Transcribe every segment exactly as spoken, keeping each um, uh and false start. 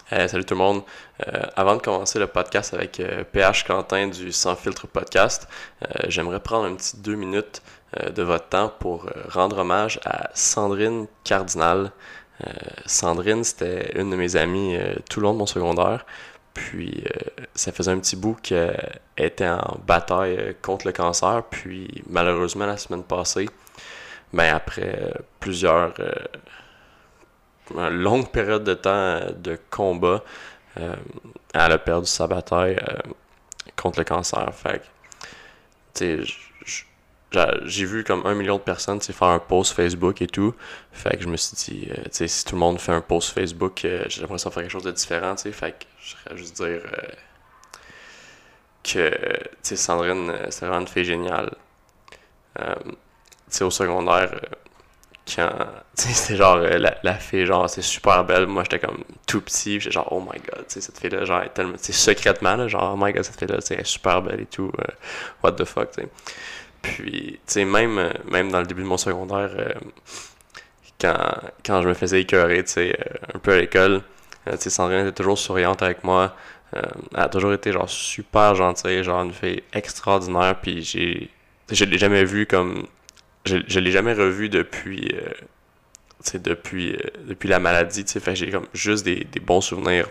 Hey, salut tout le monde. Euh, avant de commencer le podcast avec euh, P H Quentin du Sans Filtre Podcast, euh, j'aimerais prendre un petit deux minutes euh, de votre temps pour euh, rendre hommage à Sandrine Cardinal. Euh, Sandrine, c'était une de mes amies euh, tout le long de mon secondaire. Puis euh, ça faisait un petit bout qu'elle était en bataille euh, contre le cancer. Puis malheureusement, la semaine passée, ben, après euh, plusieurs... euh, une longue période de temps euh, de combat, euh, elle a perdu sa bataille euh, contre le cancer. Fait que, tu sais, j'ai vu comme un million de personnes faire un post Facebook et tout. Fait que je me suis dit, euh, tu sais, si tout le monde fait un post Facebook, euh, j'ai l'impression de faire quelque chose de différent, tu sais. Fait que je serais juste dire euh, que, tu sais, Sandrine, euh, c'est vraiment une fille géniale. Euh, tu sais, au secondaire, euh, quand, tu sais, c'était genre, euh, la, la fille, genre, c'est super belle. Moi, j'étais comme tout petit, j'étais genre, oh my god, tu sais, cette fille-là, genre, elle est tellement, tu sais, secrètement, là, genre, oh my god, cette fille-là, tu sais, elle est super belle et tout, euh, what the fuck, tu sais. Puis, tu sais, même, euh, même dans le début de mon secondaire, euh, quand, quand je me faisais écœurer, tu sais, euh, un peu à l'école, euh, tu sais, Sandrine était toujours souriante avec moi, euh, elle a toujours été, genre, super gentille, genre, une fille extraordinaire, puis j'ai, je l'ai jamais vue comme, je, je l'ai jamais revue depuis, euh, tu sais, depuis, euh, depuis la maladie, tu sais, fait que j'ai comme juste des, des bons souvenirs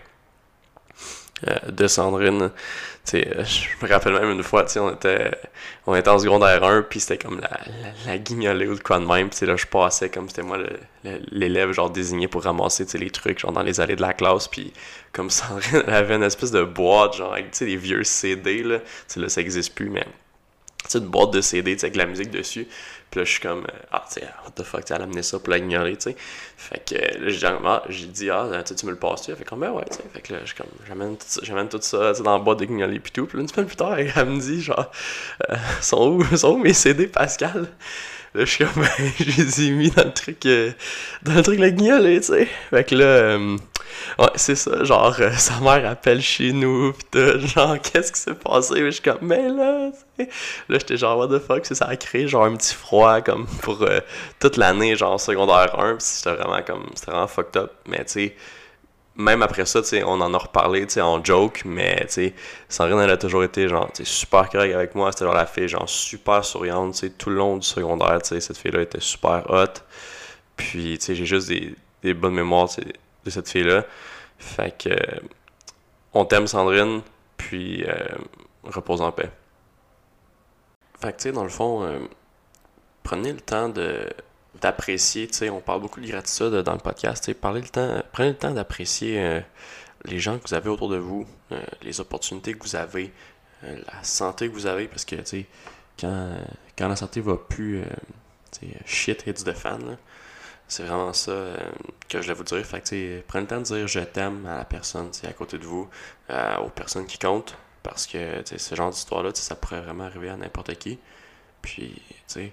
euh, de Sandrine. Tu sais, euh, je me rappelle même une fois, tu sais, on était, on était en secondaire un, puis c'était comme la, la, la guignolée ou le quoi de même, puis là, je passais comme c'était moi le, le, l'élève, genre, désigné pour ramasser, tu sais, les trucs, genre, dans les allées de la classe, puis comme Sandrine, elle avait une espèce de boîte, genre, avec, tu sais, des vieux C D, là, tu sais, là, ça existe plus, mais... tu sais, une boîte de C D, tu sais, avec de la musique dessus. Puis là, je suis comme, ah, tu sais, what the fuck, tu sais, elle a amené ça pour l'ignorer, tu sais. Fait que là, j'ai, ah, j'ai dit, ah, tu, tu me le passes-tu? Elle fait comme, ben ouais, tu sais. Fait que là, je comme, j'amène tout ça, j'amène tout ça, tu sais, dans la boîte de guignolée pis tout. Puis là, une semaine plus tard, elle me dit, genre, euh, sont où, sont où mes C D, Pascal? Là, je suis comme, ben, je les ai mis dans le truc, euh, dans le truc de la guignolée, tu sais. Fait que là, euh, ouais, c'est ça, genre, euh, sa mère appelle chez nous, pis tout, genre, qu'est-ce qui s'est passé? Mais je suis comme, mais là, tu sais. Là, j'étais genre, what the fuck, ça a créé, genre, un petit froid, comme, pour euh, toute l'année, genre, secondaire un, pis c'était vraiment, comme, c'était vraiment fucked up, mais tu sais, même après ça, tu sais, on en a reparlé, tu sais, en joke, mais, tu sais, Sandrine, elle a toujours été, genre, tu sais, super correcte avec moi, c'était genre la fille, genre, super souriante, tu sais, tout le long du secondaire, tu sais, cette fille-là était super hot, puis, tu sais, j'ai juste des, des bonnes mémoires, tu sais, de cette fille-là, fait que, euh, on t'aime, Sandrine, puis, euh, repose en paix. Fait que, tu sais, dans le fond, euh, prenez le temps de d'apprécier, tu sais, on parle beaucoup de gratitude dans le podcast, tu sais, parlez le temps, prenez le temps d'apprécier euh, les gens que vous avez autour de vous, euh, les opportunités que vous avez, euh, la santé que vous avez, parce que, tu sais, quand, quand la santé va plus, euh, tu sais, shit hits the fan, là, c'est vraiment ça euh, que je voulais vous dire, fait que, tu sais, prenez le temps de dire je t'aime à la personne, tu sais, à côté de vous, euh, aux personnes qui comptent, parce que, tu sais, ce genre d'histoire-là, tu sais, ça pourrait vraiment arriver à n'importe qui, puis, tu sais,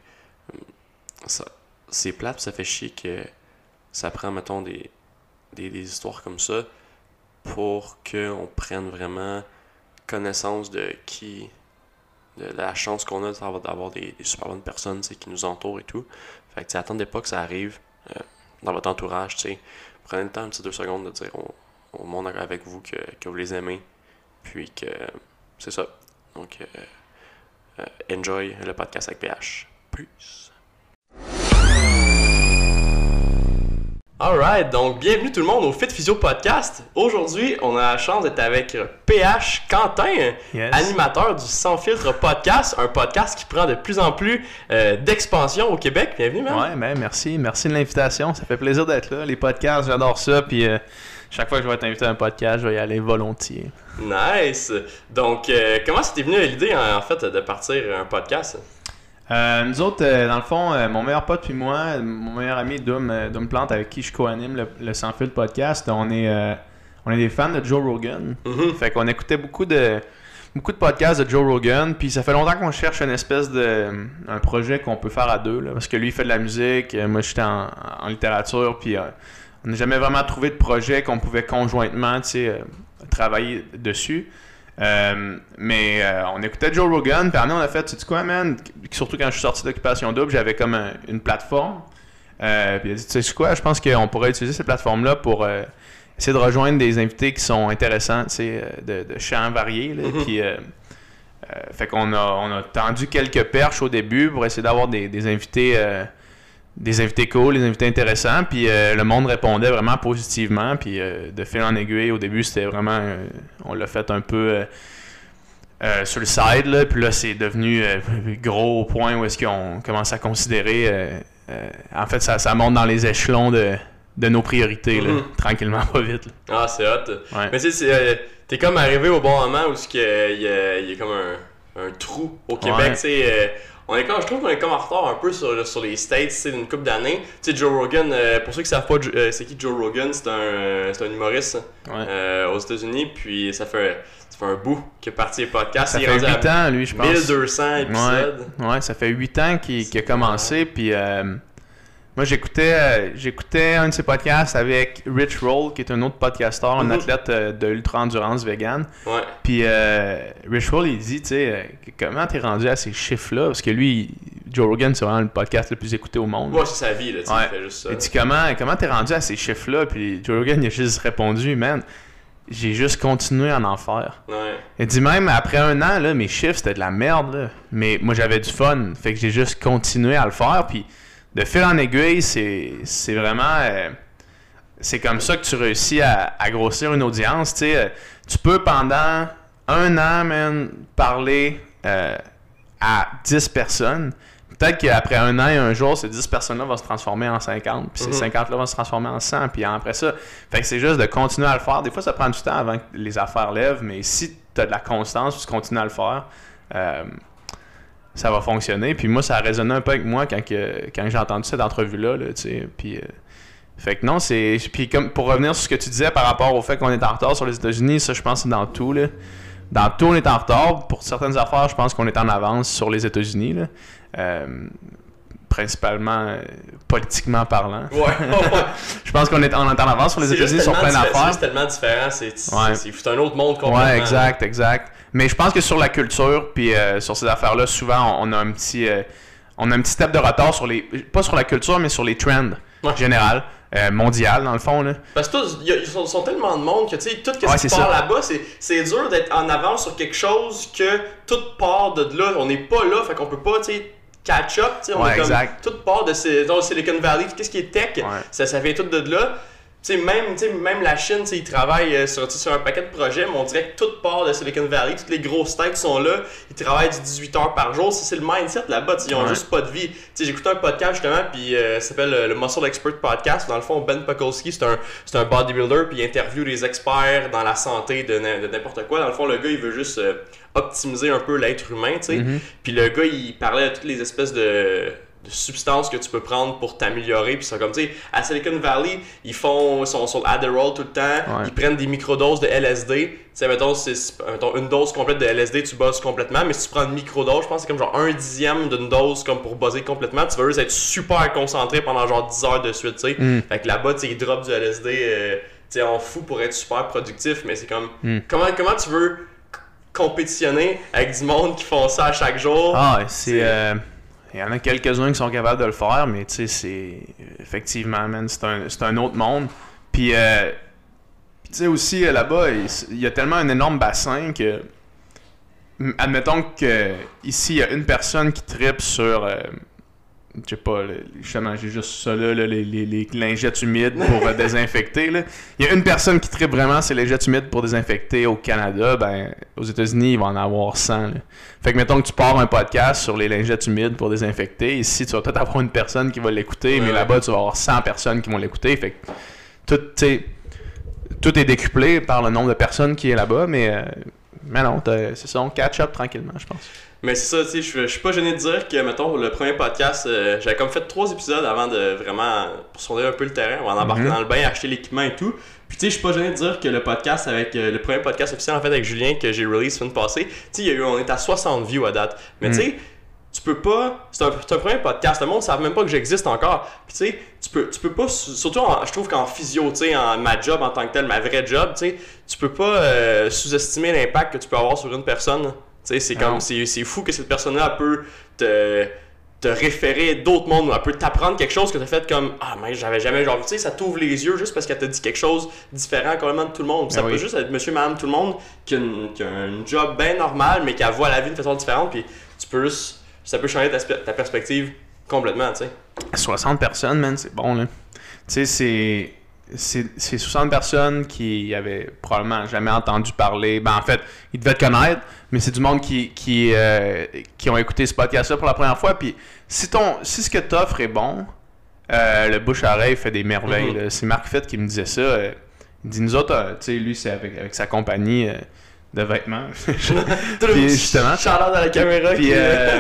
ça... c'est plate, ça fait chier que ça prend, mettons, des, des, des histoires comme ça pour qu'on prenne vraiment connaissance de qui, de la chance qu'on a d'avoir des, des super bonnes personnes, tu sais, qui nous entourent et tout. Fait que, tu sais, attendez pas que ça arrive euh, dans votre entourage, tu sais. Prenez le temps, un petit deux secondes, de dire au, au monde avec vous que, que vous les aimez, puis que c'est ça. Donc, euh, euh, enjoy le podcast avec P H. Peace! Alright, donc bienvenue tout le monde au Fit Physio Podcast. Aujourd'hui, on a la chance d'être avec P H Quentin, yes. Animateur du Sans Filtre Podcast, un podcast qui prend de plus en plus euh, d'expansion au Québec. Bienvenue, man. Ouais, ben merci, merci de l'invitation. Ça fait plaisir d'être là. Les podcasts, j'adore ça. Puis euh, chaque fois que je vais être invité à un podcast, je vais y aller volontiers. Nice. Donc, euh, comment c'était venu l'idée en, en fait de partir un podcast? Euh, nous autres, euh, dans le fond, euh, mon meilleur pote puis moi, mon meilleur ami Dom, euh, Dom Plante, avec qui je co-anime le, le Sans Filtre Podcast, on est, euh, on est des fans de Joe Rogan. Mm-hmm. Fait qu'on écoutait beaucoup de, beaucoup de podcasts de Joe Rogan, puis ça fait longtemps qu'on cherche une espèce de un projet qu'on peut faire à deux, là, parce que lui il fait de la musique, euh, moi j'étais en, en littérature, puis euh, on n'a jamais vraiment trouvé de projet qu'on pouvait conjointement, tu sais, euh, travailler dessus. Euh, mais euh, on écoutait Joe Rogan, puis on a fait, tu sais quoi, man, surtout quand je suis sorti d'Occupation Double, j'avais comme un, une plateforme. Euh, puis il a dit, tu sais quoi, je pense qu'on pourrait utiliser cette plateforme-là pour euh, essayer de rejoindre des invités qui sont intéressants, tu sais, de, de champs variés. Là, mm-hmm. Puis, euh, euh, fait qu'on a, on a tendu quelques perches au début pour essayer d'avoir des, des invités euh, des invités cool, des invités intéressants. Puis euh, le monde répondait vraiment positivement. Puis euh, de fil en aiguille, au début, c'était vraiment... Euh, on l'a fait un peu euh, euh, sur le side. Là, puis là, c'est devenu euh, gros au point où est-ce qu'on commence à considérer... Euh, euh, en fait, ça, ça monte dans les échelons de... de nos priorités, là, mm-hmm. tranquillement, pas vite. Là. Ah, c'est hot. Ouais. Mais tu sais, euh, t'es comme arrivé au bon moment où il y, y, y a comme un, un trou au Québec. Ouais. Tu sais, euh, on est comme, je trouve qu'on est comme en retard un peu sur, sur les States, tu sais, d'une couple d'années. Tu sais, Joe Rogan, euh, pour ceux qui savent pas, euh, c'est qui Joe Rogan, c'est un, c'est un humoriste ouais. euh, aux États-Unis, puis ça fait... Ça fait un bout qu'il est parti les podcasts. Ça il fait huit ans, lui, je pense. mille deux cents épisodes. Ouais, ouais ça fait huit ans qu'il, qu'il a commencé, puis... Euh, moi, j'écoutais, euh, j'écoutais un de ses podcasts avec Rich Roll, qui est un autre podcasteur, mm-hmm. un athlète euh, de ultra-endurance vegan. Ouais. Puis euh, Rich Roll, il dit, tu sais, euh, comment t'es rendu à ces chiffres-là? Parce que lui, Joe Rogan, c'est vraiment le podcast le plus écouté au monde. Ouais, c'est sa vie, là, tu sais, ouais. il fait juste ça. Il dit, comment, comment t'es rendu à ces chiffres-là? Puis Joe Rogan, il a juste répondu, man, j'ai juste continué à en faire. Ouais. Il dit, même après un an, là, mes chiffres, c'était de la merde, là. Mais moi, j'avais du fun. Fait que j'ai juste continué à le faire, puis... De fil en aiguille, c'est, c'est vraiment... Euh, c'est comme ça que tu réussis à, à grossir une audience. Tu sais, tu peux pendant un an, man, parler euh, à dix personnes. Peut-être qu'après un an et un jour, ces dix personnes-là vont se transformer en cinquante. Puis mm-hmm. ces cinquante-là vont se transformer en cent. Puis après ça, fait que c'est juste de continuer à le faire. Des fois, ça prend du temps avant que les affaires lèvent. Mais si tu as de la constance, tu continues à le faire... Euh, ça va fonctionner. Puis moi, ça a résonné un peu avec moi quand, que, quand j'ai entendu cette entrevue-là. Là, tu sais. Puis, euh, fait que non, c'est... Puis comme pour revenir sur ce que tu disais par rapport au fait qu'on est en retard sur les États-Unis, ça, je pense que c'est dans tout. Là. Dans tout, on est en retard. Pour certaines affaires, je pense qu'on est en avance sur les États-Unis. Là. Euh, principalement euh, politiquement parlant. Ouais, ouais. Je pense qu'on est, on est en avance sur les c'est États-Unis sur plein d'affaires. C'est tellement différent. C'est, c'est, ouais. c'est, c'est un autre monde complètement. Ouais, exact, exact. Mais je pense que sur la culture, puis euh, sur ces affaires-là, souvent, on, on a un petit euh, on a un petit step de retard sur les... Pas sur la culture, mais sur les trends ouais. générales, euh, mondiales, dans le fond. Là. Parce que ils sont, sont tellement de monde que, tu sais, tout ce ouais, qui part ça. Là-bas, c'est, c'est dur d'être en avance sur quelque chose que tout part de là. On n'est pas là, fait qu'on peut pas, tu sais... catch up, tu sais, on ouais, est comme exact. toute part de ces, donc Silicon Valley, qu'est-ce qui est tech, ouais. ça, ça vient tout de là. Tu sais, même, tu sais, même la Chine, tu sais, ils travaillent sur, sur un paquet de projets, mais on dirait que toute part de Silicon Valley, toutes les grosses têtes sont là, ils travaillent du dix-huit heures par jour, c'est, c'est le mindset là-bas, ils ont ouais. juste pas de vie. Tu sais, j'écoutais un podcast justement, puis euh, ça s'appelle le, le Muscle Expert Podcast. Dans le fond, Ben Pakulski, c'est un, c'est un bodybuilder, puis il interviewe les experts dans la santé de, de n'importe quoi. Dans le fond, le gars, il veut juste euh, optimiser un peu l'être humain, tu sais. Mm-hmm. Puis le gars, il parlait de toutes les espèces de... de substances que tu peux prendre pour t'améliorer. Puis c'est comme, tu sais, à Silicon Valley, ils font, ils sont sur l'Adderall tout le temps, ouais. ils prennent des microdoses de L S D. Tu sais, mettons, c'est, mettons, une dose complète de L S D, tu bosses complètement, mais si tu prends une microdose, je pense que c'est comme genre un dixième d'une dose comme pour buzzer complètement, tu vas juste être super concentré pendant genre dix heures de suite, tu sais. Mm. Fait que là-bas, tu sais, ils dropent du L S D, euh, tu sais, en fou pour être super productif, mais c'est comme, mm. comment, comment tu veux compétitionner avec du monde qui font ça à chaque jour? Ah, c'est... c'est... Euh... Il y en a quelques-uns qui sont capables de le faire, mais tu sais, c'est... Effectivement, man, c'est un, c'est un autre monde. Puis, euh, tu sais, aussi, là-bas, il, il y a tellement un énorme bassin que... Admettons que ici, il y a une personne qui trippe sur... Euh, je sais pas, justement, j'ai juste ça là, là les, les, les lingettes humides pour euh, désinfecter. Là. Il y a une personne qui trippe vraiment ces lingettes humides pour désinfecter au Canada, ben aux États-Unis, il va en avoir cent. Là. Fait que mettons que tu pars un podcast sur les lingettes humides pour désinfecter, ici, tu vas peut-être avoir une personne qui va l'écouter, ouais. mais là-bas, tu vas avoir cent personnes qui vont l'écouter. Fait que tout, tout est décuplé par le nombre de personnes qui est là-bas, mais, euh, mais non, c'est ça, on catch up tranquillement, je pense. Mais c'est ça, tu sais, je suis pas gêné de dire que, mettons, le premier podcast, euh, j'avais comme fait trois épisodes avant de vraiment pour sonder un peu le terrain, avant d'embarquer mm-hmm. dans le bain, acheter l'équipement et tout. Puis tu sais, je suis pas gêné de dire que le podcast avec, euh, le premier podcast officiel en fait avec Julien que j'ai release semaine passée, tu sais, on est à soixante views à date. Mais mm. tu sais, tu peux pas, c'est un, c'est un premier podcast, le monde ne savent même pas que j'existe encore. Puis tu sais, tu peux, tu peux pas, surtout en, je trouve qu'en physio, tu sais, en ma job en tant que tel, ma vraie job, tu sais, tu peux pas euh, sous-estimer l'impact que tu peux avoir sur une personne. Tu sais, c'est comme, c'est, c'est fou que cette personne-là peut te, te te référer d'autres mondes, un peu t'apprendre quelque chose que t'as fait comme ah mais j'avais jamais genre tu sais ça t'ouvre les yeux juste parce qu'elle t'a dit quelque chose différent complètement de tout le monde. Puis ça ben peut oui. juste être monsieur, madame, tout le monde qui a, une, qui a un job bien normal mais qui voit la vie de façon différente puis tu peux juste, ça peut changer ta, ta perspective complètement, tu sais. soixante personnes, man, c'est bon là. Tu sais c'est C'est, c'est soixante personnes qui avaient probablement jamais entendu parler. Ben, en fait, ils devaient te connaître, mais c'est du monde qui, qui, euh, qui ont écouté ce podcast-là pour la première fois. Puis si, ton, si ce que tu offres est bon, euh, le bouche-à-oreille fait des merveilles. Mm-hmm. C'est Marc Fett qui me disait ça. Euh, il dit, nous autres, euh, tu sais, lui, c'est avec, avec sa compagnie euh, de vêtements. Puis justement. Shout-out à la caméra. Puis, euh,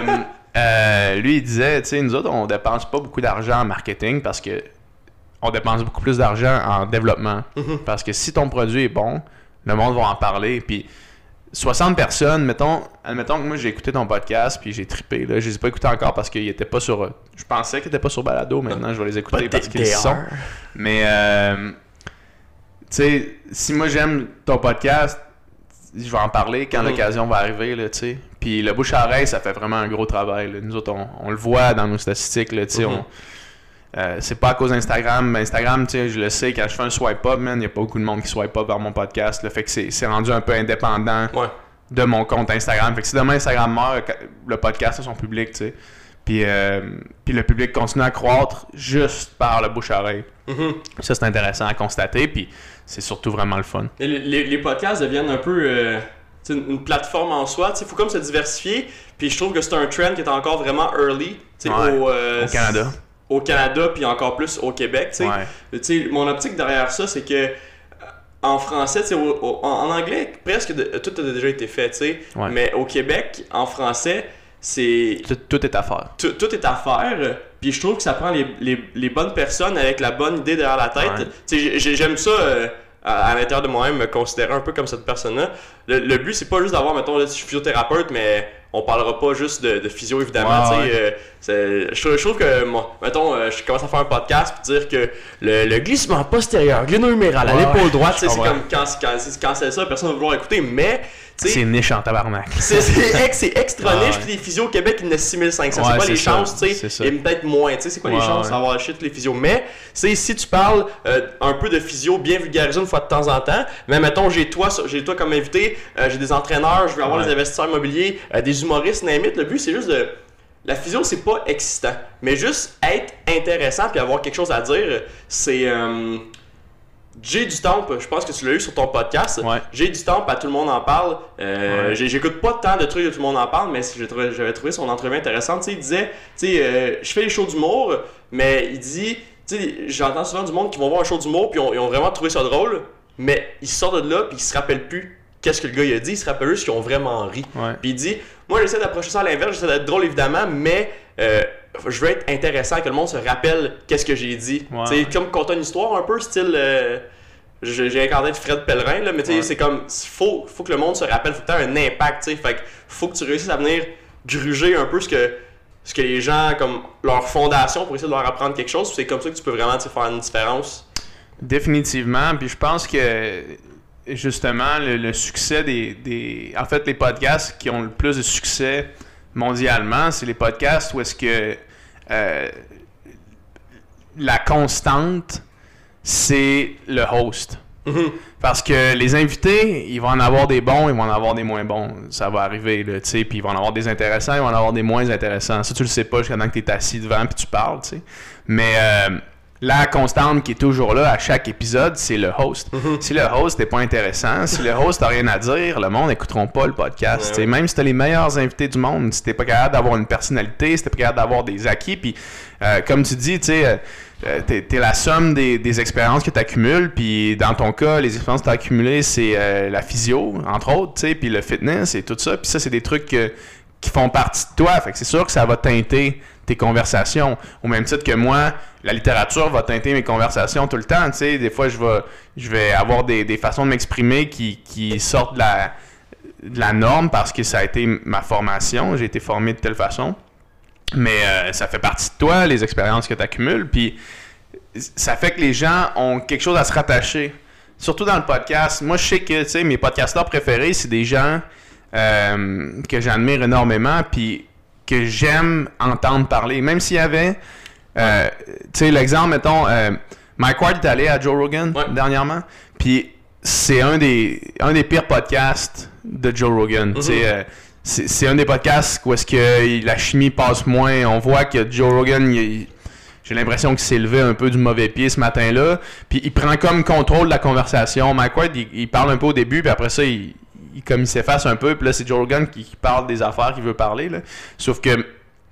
euh, lui, il disait, tu sais, nous autres, on dépense pas beaucoup d'argent en marketing parce que on dépense beaucoup plus d'argent en développement. Mm-hmm. Parce que si ton produit est bon, le monde va en parler. Puis soixante personnes, mettons, admettons que moi j'ai écouté ton podcast puis j'ai trippé. Là. Je les ai pas écoutés encore parce qu'ils étaient pas sur. Je pensais qu'ils étaient pas sur Balado, maintenant je vais les écouter parce qu'ils sont. Mais euh, tu sais, si moi j'aime ton podcast, je vais en parler quand mm-hmm. l'occasion va arriver, là, tu sais. Puis le bouche à oreille, ça fait vraiment un gros travail. Là. Nous autres, on, on le voit dans nos statistiques, là, tu sais. Mm-hmm. Euh, c'est pas à cause d'Instagram. Instagram, tu sais, je le sais, quand je fais un swipe up, man, il n'y a pas beaucoup de monde qui swipe up vers mon podcast. Là, fait que c'est, c'est rendu un peu indépendant ouais. de mon compte Instagram. Fait que si demain Instagram meurt, le podcast a son public, tu sais. Puis, euh, puis le public continue à croître juste par le bouche-à-oreille. Mm-hmm. Ça, c'est intéressant à constater, puis c'est surtout vraiment le fun. Et les, les podcasts deviennent un peu euh, une, une plateforme en soi. Il faut comme se diversifier. Puis je trouve que c'est un trend qui est encore vraiment early ouais, au, euh, au Canada. Au Canada, puis encore plus au Québec. Ouais. Mon optique derrière ça, c'est que en français, au, au, en, en anglais, presque de, tout a déjà été fait. Ouais. Mais au Québec, en français, c'est. Tout, tout est à faire. Tout, tout est à faire. Puis je trouve que ça prend les, les, les bonnes personnes avec la bonne idée derrière la tête. Ouais. J'aime ça. Euh, à, à l'intérieur de moi-même, me considérer un peu comme cette personne-là. Le, le but, c'est pas juste d'avoir, mettons, là, je suis physiothérapeute, mais on parlera pas juste de, de physio, évidemment. Ouais, ouais. Euh, je, je trouve que, moi, mettons, euh, je commence à faire un podcast pour dire que le, le glissement postérieur, gléno-huméral, ouais, à l'épaule droite, c'est comme quand, quand, quand c'est ça, personne va vouloir écouter, mais. T'sais, c'est niche en tabarnak. C'est, c'est, ex, c'est extra ah, niche, puis les physios au Québec, il y en a six mille cinq cents. Ouais, c'est quoi c'est les ça, chances, tu sais, et peut-être moins, tu sais, c'est quoi ouais, les chances d'avoir ouais. shit les physios. Mais, tu sais, si tu parles euh, un peu de physio bien vulgarisé une fois de temps en temps, mais mettons, j'ai toi, j'ai toi comme invité, euh, j'ai des entraîneurs, je vais avoir ouais. des investisseurs immobiliers, euh, des humoristes, n'importe. Le but, c'est juste de. La physio, c'est pas excitant, mais juste être intéressant puis avoir quelque chose à dire, c'est. Euh, J'ai du temps, je pense que tu l'as eu sur ton podcast. Ouais. J'ai du temps, à tout le monde en parle. Euh, ouais. J'écoute pas tant de trucs de tout le monde en parle, mais j'ai trouvé, j'avais trouvé son entrevue intéressante. T'sais, il disait, euh, je fais les shows d'humour, mais il dit, j'entends souvent du monde qui vont voir un show d'humour puis ils ont, ils ont vraiment trouvé ça drôle, mais ils sortent de là puis ils se rappellent plus qu'est-ce que le gars il a dit, ils se rappellent juste qu'ils ont vraiment ri. Ouais. Puis il dit, moi j'essaie d'approcher ça à l'inverse, j'essaie d'être drôle évidemment, mais euh, je veux être intéressant, que le monde se rappelle qu'est-ce que j'ai dit. Ouais, ouais. Comme conter une histoire un peu, style. Euh, j'ai incarné de Fred Pellerin, là, mais tu sais, ouais. c'est comme. Il faut, faut que le monde se rappelle, faut que tu aies un impact, tu sais. Fait que faut que tu réussisses à venir gruger un peu ce que, ce que les gens, comme leur fondation, pour essayer de leur apprendre quelque chose. C'est comme ça que tu peux vraiment faire une différence. Définitivement. Puis je pense que. Justement, le, le succès des, des... En fait, les podcasts qui ont le plus de succès mondialement, c'est les podcasts où est-ce que euh, la constante, c'est le host. Mm-hmm. Parce que les invités, ils vont en avoir des bons, ils vont en avoir des moins bons. Ça va arriver, là, tu sais. Puis ils vont en avoir des intéressants, ils vont en avoir des moins intéressants. Ça, tu le sais pas jusqu'à temps que tu es assis devant puis tu parles, tu sais. Mais... Euh, la constante qui est toujours là à chaque épisode, c'est le host. Mm-hmm. Si le host n'est pas intéressant, si le host n'a rien à dire, le monde n'écouteront pas le podcast. Ouais. Même si tu as les meilleurs invités du monde, si tu n'es pas capable d'avoir une personnalité, si tu n'es pas capable d'avoir des acquis, puis euh, comme tu dis, tu sais, euh, tu es la somme des, des expériences que tu accumules, puis dans ton cas, les expériences que tu as accumulées, c'est euh, la physio, entre autres, puis le fitness et tout ça. Puis ça, c'est des trucs que, qui font partie de toi. Fait que c'est sûr que ça va teinter tes conversations. Au même titre que moi, la littérature va teinter mes conversations tout le temps. Tu sais, des fois, je vais, je vais avoir des, des façons de m'exprimer qui, qui sortent de la, de la norme parce que ça a été ma formation. J'ai été formé de telle façon. Mais euh, ça fait partie de toi, les expériences que tu accumules. Puis ça fait que les gens ont quelque chose à se rattacher. Surtout dans le podcast. Moi, je sais que tu sais, mes podcasteurs préférés, c'est des gens euh, que j'admire énormément. Puis que j'aime entendre parler. Même s'il y avait, euh, tu sais, l'exemple, mettons, euh, Mike Ward est allé à Joe Rogan ouais. dernièrement, puis c'est un des, un des pires podcasts de Joe Rogan. Mm-hmm. Euh, c'est, c'est un des podcasts où est-ce que la chimie passe moins. On voit que Joe Rogan, il, j'ai l'impression qu'il s'est levé un peu du mauvais pied ce matin-là. Puis il prend comme contrôle de la conversation. Mike Ward, il, il parle un peu au début, puis après ça, il, il, comme il s'efface un peu. Puis là, c'est Joe Rogan qui, qui parle des affaires qu'il veut parler. Là. Sauf que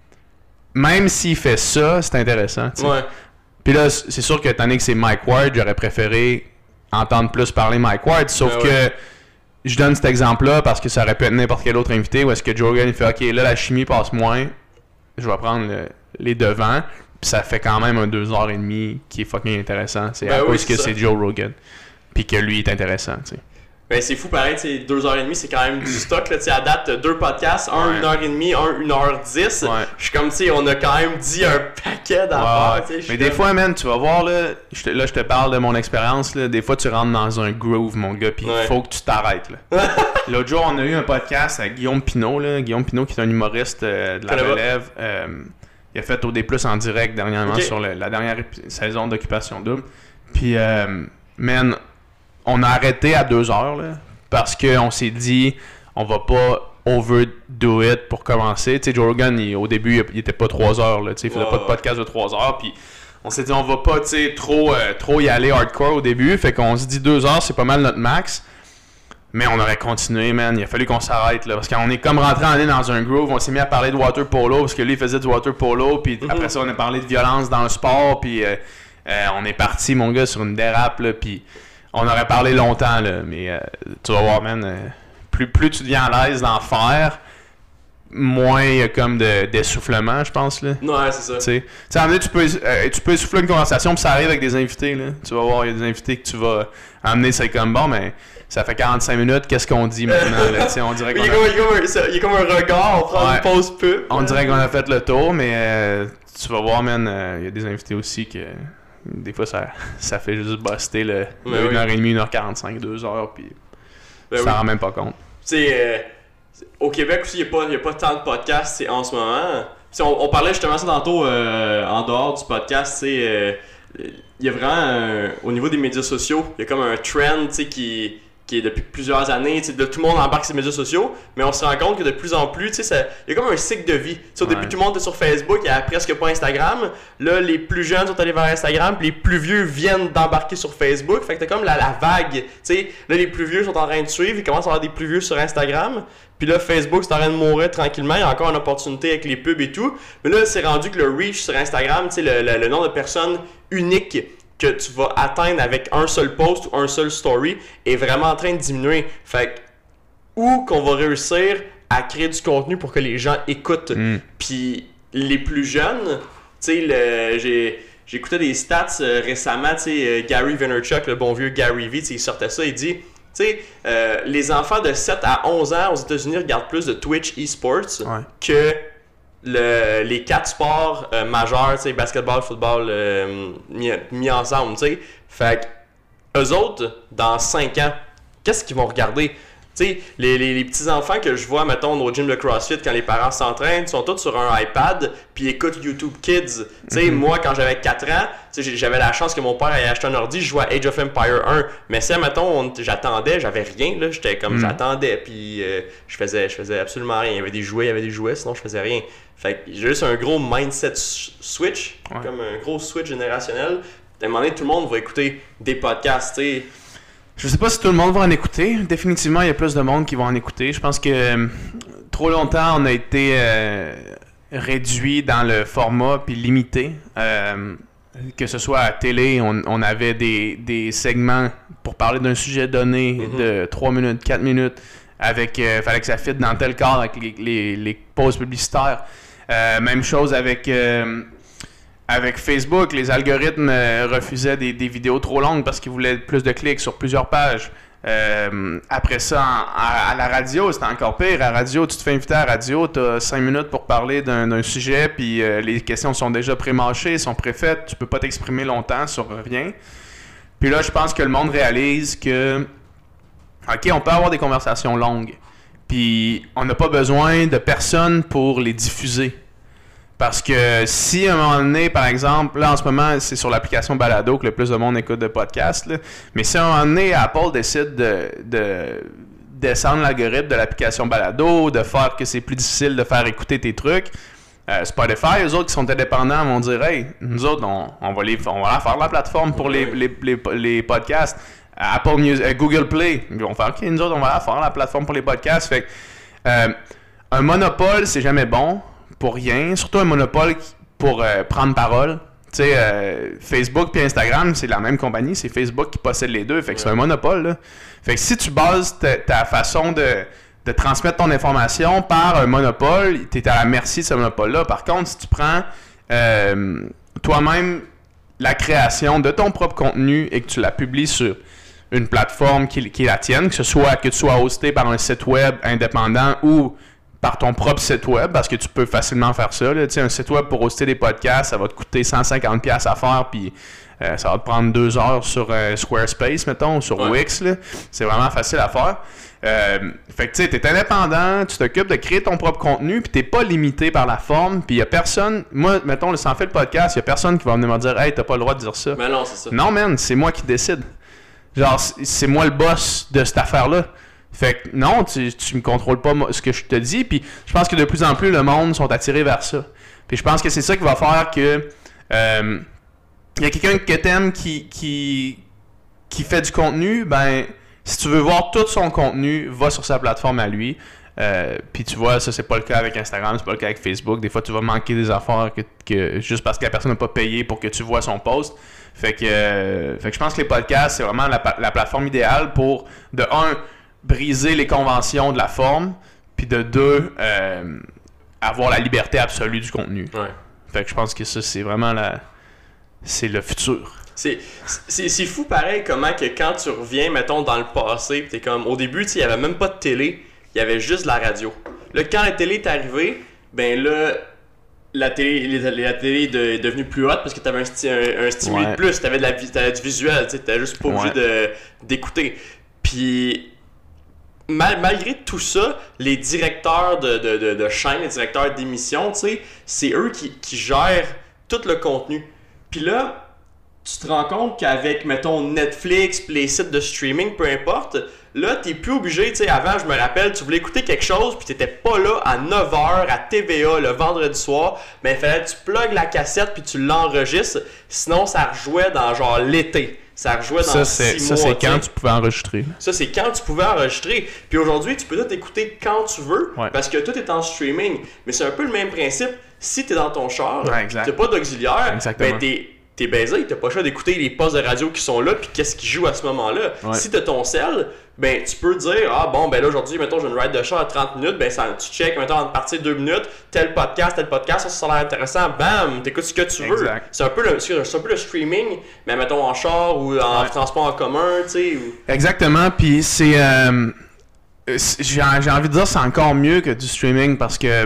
même s'il fait ça, c'est intéressant. Ouais. Puis là, c'est sûr que étant donné que c'est Mike Ward, j'aurais préféré entendre plus parler Mike Ward. Sauf ben ouais. que je donne cet exemple-là parce que ça aurait pu être n'importe quel autre invité où est-ce que Joe Rogan il fait « Ok, là, la chimie passe moins. Je vais prendre le, les devants. » Puis ça fait quand même un deux heures et demie qui est fucking intéressant. C'est ben à oui, cause c'est que ça. C'est Joe Rogan. Puis que lui est intéressant, tu sais. Ben c'est fou pareil, tu sais, deux heures et demie, c'est quand même du stock, là, tu sais, à date, deux podcasts, un ouais. une heure et demie, un une heure dix. Ouais. Je suis comme, tu sais, on a quand même dit un paquet d'affaires, ouais. tu sais. Mais des comme... fois, man, tu vas voir, là, je te, là, je te parle de mon expérience, là, des fois, tu rentres dans un groove, mon gars, puis il ouais. faut que tu t'arrêtes, là. L'autre jour, on a eu un podcast avec Guillaume Pinot, là, Guillaume Pinot, qui est un humoriste euh, de la relève. Euh, il a fait O D plus en direct dernièrement okay. sur le, la dernière épi- saison d'Occupation Double. Puis, euh, man, on a arrêté à deux heures, là. Parce qu'on s'est dit, on va pas overdo it pour commencer. Tu sais, Joe Rogan, il, au début, il, il était pas trois heures. Là, il faisait wow. pas de podcast de trois heures. Puis on s'est dit, on va pas trop, euh, trop y aller hardcore au début. Fait qu'on se dit deux heures, c'est pas mal notre max. Mais on aurait continué, man. Il a fallu qu'on s'arrête. Là, parce qu'on est comme rentré en ligne dans un groove. On s'est mis à parler de water polo. Parce que lui, il faisait du water polo. Puis mm-hmm. après ça, on a parlé de violence dans le sport. Puis euh, euh, on est parti, mon gars, sur une dérape. Là, puis on aurait parlé longtemps, là, mais euh, tu vas voir, man, euh, plus, plus tu deviens à l'aise d'en faire, moins il y a comme de, d'essoufflement, je pense. Là. Ouais, c'est ça. Tu sais, à un moment donné, tu peux, euh, tu peux essouffler une conversation, puis ça arrive avec des invités. Là. Tu vas voir, il y a des invités que tu vas amener, c'est comme bon, mais ça fait quarante-cinq minutes, qu'est-ce qu'on dit maintenant? Là? On dirait qu'on il, y a... a... il, y a comme un, il y a comme un regard, on prend ouais. une pause pub. On dirait qu'on a fait le tour, mais euh, tu vas voir, man, euh, il y a des invités aussi que. Des fois, ça, ça fait juste buster le, le une heure trente, une heure quarante-cinq, deux heures, puis ben ça oui. rend même pas compte. Tu sais, euh, au Québec aussi, il n'y a, a pas tant de podcasts en ce moment. On, on parlait justement ça tantôt euh, en dehors du podcast, tu sais, euh, il y a vraiment, euh, au niveau des médias sociaux, il y a comme un trend, tu sais, qui... qui est depuis plusieurs années, tu sais, tout le monde embarque sur les médias sociaux, mais on se rend compte que de plus en plus, tu sais, il y a comme un cycle de vie. Tu sais, au ouais. début, tout le monde était sur Facebook, il n'y a presque pas Instagram. Là, les plus jeunes sont allés vers Instagram, puis les plus vieux viennent d'embarquer sur Facebook. Fait que t'as comme la, la vague, tu sais. Là, les plus vieux sont en train de suivre, ils commencent à avoir des plus vieux sur Instagram. Puis là, Facebook, c'est en train de mourir tranquillement. Il y a encore une opportunité avec les pubs et tout. Mais là, c'est rendu que le reach sur Instagram, tu sais, le, le, le nombre de personnes uniques que tu vas atteindre avec un seul post ou un seul story est vraiment en train de diminuer. Fait que, où qu'on va réussir à créer du contenu pour que les gens écoutent. Mm. Puis les plus jeunes, tu sais, j'ai, j'écoutais des stats euh, récemment, tu sais, euh, Gary Vaynerchuk, le bon vieux Gary V, il sortait ça, il dit, tu sais, euh, les enfants de sept à onze ans aux États-Unis regardent plus de Twitch eSports ouais. que Le, les quatre sports euh, majeurs, tu sais, basketball, football, euh, mis, mis ensemble, tu sais. Fait que, eux autres, dans cinq ans, qu'est-ce qu'ils vont regarder? Tu sais, les, les, les petits-enfants que je vois, mettons, au gym de CrossFit, quand les parents s'entraînent, sont tous sur un iPad, puis écoutent YouTube Kids. Tu sais, mm-hmm. moi, quand j'avais quatre ans, tu sais, j'avais la chance que mon père ait acheté un ordi, je jouais à Age of Empire un. Mais ça, mettons, on, j'attendais, j'avais rien, là, j'étais comme, mm-hmm. j'attendais, puis euh, je faisais je faisais absolument rien. Il y avait des jouets, il y avait des jouets, sinon je faisais rien. Fait que j'ai juste un gros mindset switch, ouais. comme un gros switch générationnel. À un moment donné, tout le monde va écouter des podcasts, tu sais. Je sais pas si tout le monde va en écouter. Définitivement, il y a plus de monde qui va en écouter. Je pense que euh, trop longtemps, on a été euh, réduit dans le format puis limité. Euh, que ce soit à la télé, on, on avait des, des segments pour parler d'un sujet donné mm-hmm. de trois minutes, quatre minutes. Avec, euh, fallait que ça fitte dans tel cadre avec les, les, les pauses publicitaires. Euh, même chose avec... Euh, Avec Facebook, les algorithmes euh, refusaient des, des vidéos trop longues parce qu'ils voulaient plus de clics sur plusieurs pages. Euh, après ça, en, à, à la radio, c'était encore pire. À la radio, tu te fais inviter à la radio, tu as cinq minutes pour parler d'un, d'un sujet, puis euh, les questions sont déjà pré-mâchées, sont préfaites, tu peux pas t'exprimer longtemps sur rien. Puis là, je pense que le monde réalise que, OK, on peut avoir des conversations longues, Puis on n'a pas besoin de personne pour les diffuser. Parce que si à un moment donné, par exemple, là en ce moment, c'est sur l'application Balado que le plus de monde écoute de podcasts, là, mais si à un moment donné, Apple décide de, de descendre l'algorithme de l'application Balado, de faire que c'est plus difficile de faire écouter tes trucs, euh, Spotify, eux autres qui sont indépendants vont dire « Hey, nous autres, on, on, va, les, on va faire la plateforme pour les, les, les, les podcasts. » Apple Music, euh, Google Play, ils vont faire « Ok, nous autres, on va faire la plateforme pour les podcasts. » Fait que, euh, un monopole, c'est jamais bon. Pour rien, surtout un monopole pour euh, prendre parole. Tu sais, euh, Facebook et Instagram, c'est la même compagnie, c'est Facebook qui possède les deux, fait que ouais. C'est un monopole, là. Fait que si tu bases ta, ta façon de, de transmettre ton information par un monopole, tu es à la merci de ce monopole-là. Par contre, si tu prends euh, toi-même la création de ton propre contenu et que tu la publies sur une plateforme qui, qui est la tienne, que ce soit que tu sois hosté par un site web indépendant ou par ton propre site web, parce que tu peux facilement faire ça. Là. Tu sais, un site web pour hoster des podcasts, ça va te coûter cent cinquante dollars à faire, puis euh, ça va te prendre deux heures sur euh, Squarespace, mettons, ou sur ouais. Wix. Là. C'est vraiment facile à faire. Euh, fait que tu sais, t'es indépendant, tu t'occupes de créer ton propre contenu, puis t'es pas limité par la forme, puis il y a personne... Moi, mettons, le Sans Fil podcast, il y a personne qui va venir me dire « Hey, t'as pas le droit de dire ça. » Mais non, c'est ça. Non, man, c'est moi qui décide. Genre, c'est moi le boss de cette affaire-là. Fait que non, tu, tu me contrôles pas ce que je te dis, puis je pense que de plus en plus le monde sont attirés vers ça. Puis je pense que c'est ça qui va faire que euh, y a quelqu'un que t'aimes qui, qui, qui fait du contenu, ben si tu veux voir tout son contenu, va sur sa plateforme à lui. Euh, puis tu vois, ça c'est pas le cas avec Instagram, c'est pas le cas avec Facebook. Des fois tu vas manquer des affaires que, que juste parce que la personne n'a pas payé pour que tu vois son post. Fait que, euh, fait que je pense que les podcasts, c'est vraiment la, la plateforme idéale pour, de un, briser les conventions de la forme, puis de deux, euh, avoir la liberté absolue du contenu. Ouais. Fait que je pense que ça, c'est vraiment la... c'est le futur. C'est, c'est, c'est fou pareil comment que quand tu reviens, mettons, dans le passé, pis t'es comme, au début, il n'y avait même pas de télé, il y avait juste la radio. Là, quand la télé est arrivée, ben là, la télé, la télé est devenue plus haute parce que t'avais un, sti- un, un stimuli ouais. de plus, t'avais, de la, t'avais du visuel, tu t'étais juste pas obligé ouais. de, d'écouter. Puis... Mal, malgré tout ça, les directeurs de, de, de, de chaînes, les directeurs d'émissions, tu sais, c'est eux qui, qui gèrent tout le contenu. Puis là, tu te rends compte qu'avec, mettons, Netflix, les sites de streaming, peu importe, là, t'es plus obligé, tu sais, avant, je me rappelle, tu voulais écouter quelque chose, puis t'étais pas là à neuf heures à T V A le vendredi soir, ben il fallait que tu plugues la cassette puis tu l'enregistres, sinon ça rejouait dans genre l'été. Ça rejouait dans ça, c'est, six ça, mois. Ça, c'est quand tu pouvais enregistrer. Ça, c'est quand tu pouvais enregistrer. Puis aujourd'hui, tu peux tout écouter quand tu veux, ouais. parce que tout est en streaming. Mais c'est un peu le même principe. Si t'es dans ton char, ouais, t'as pas d'auxiliaire, Exactement. ben t'es, t'es baisé. T'as pas le choix d'écouter les postes de radio qui sont là, puis qu'est-ce qui joue à ce moment-là. Ouais. Si t'as ton cell, ben tu peux dire, ah bon, ben là aujourd'hui, mettons, j'ai une ride de char à trente minutes, ben ça, tu check, mettons, en partir de deux minutes, tel podcast, tel podcast, ça, ça a l'air intéressant, bam, t'écoutes ce que tu veux. Exact. C'est un peu le, c'est un peu le streaming, mais mettons en char ou en ouais. transport en commun, tu sais. Ou... Exactement, puis c'est, euh, c'est j'ai, j'ai envie de dire c'est encore mieux que du streaming parce que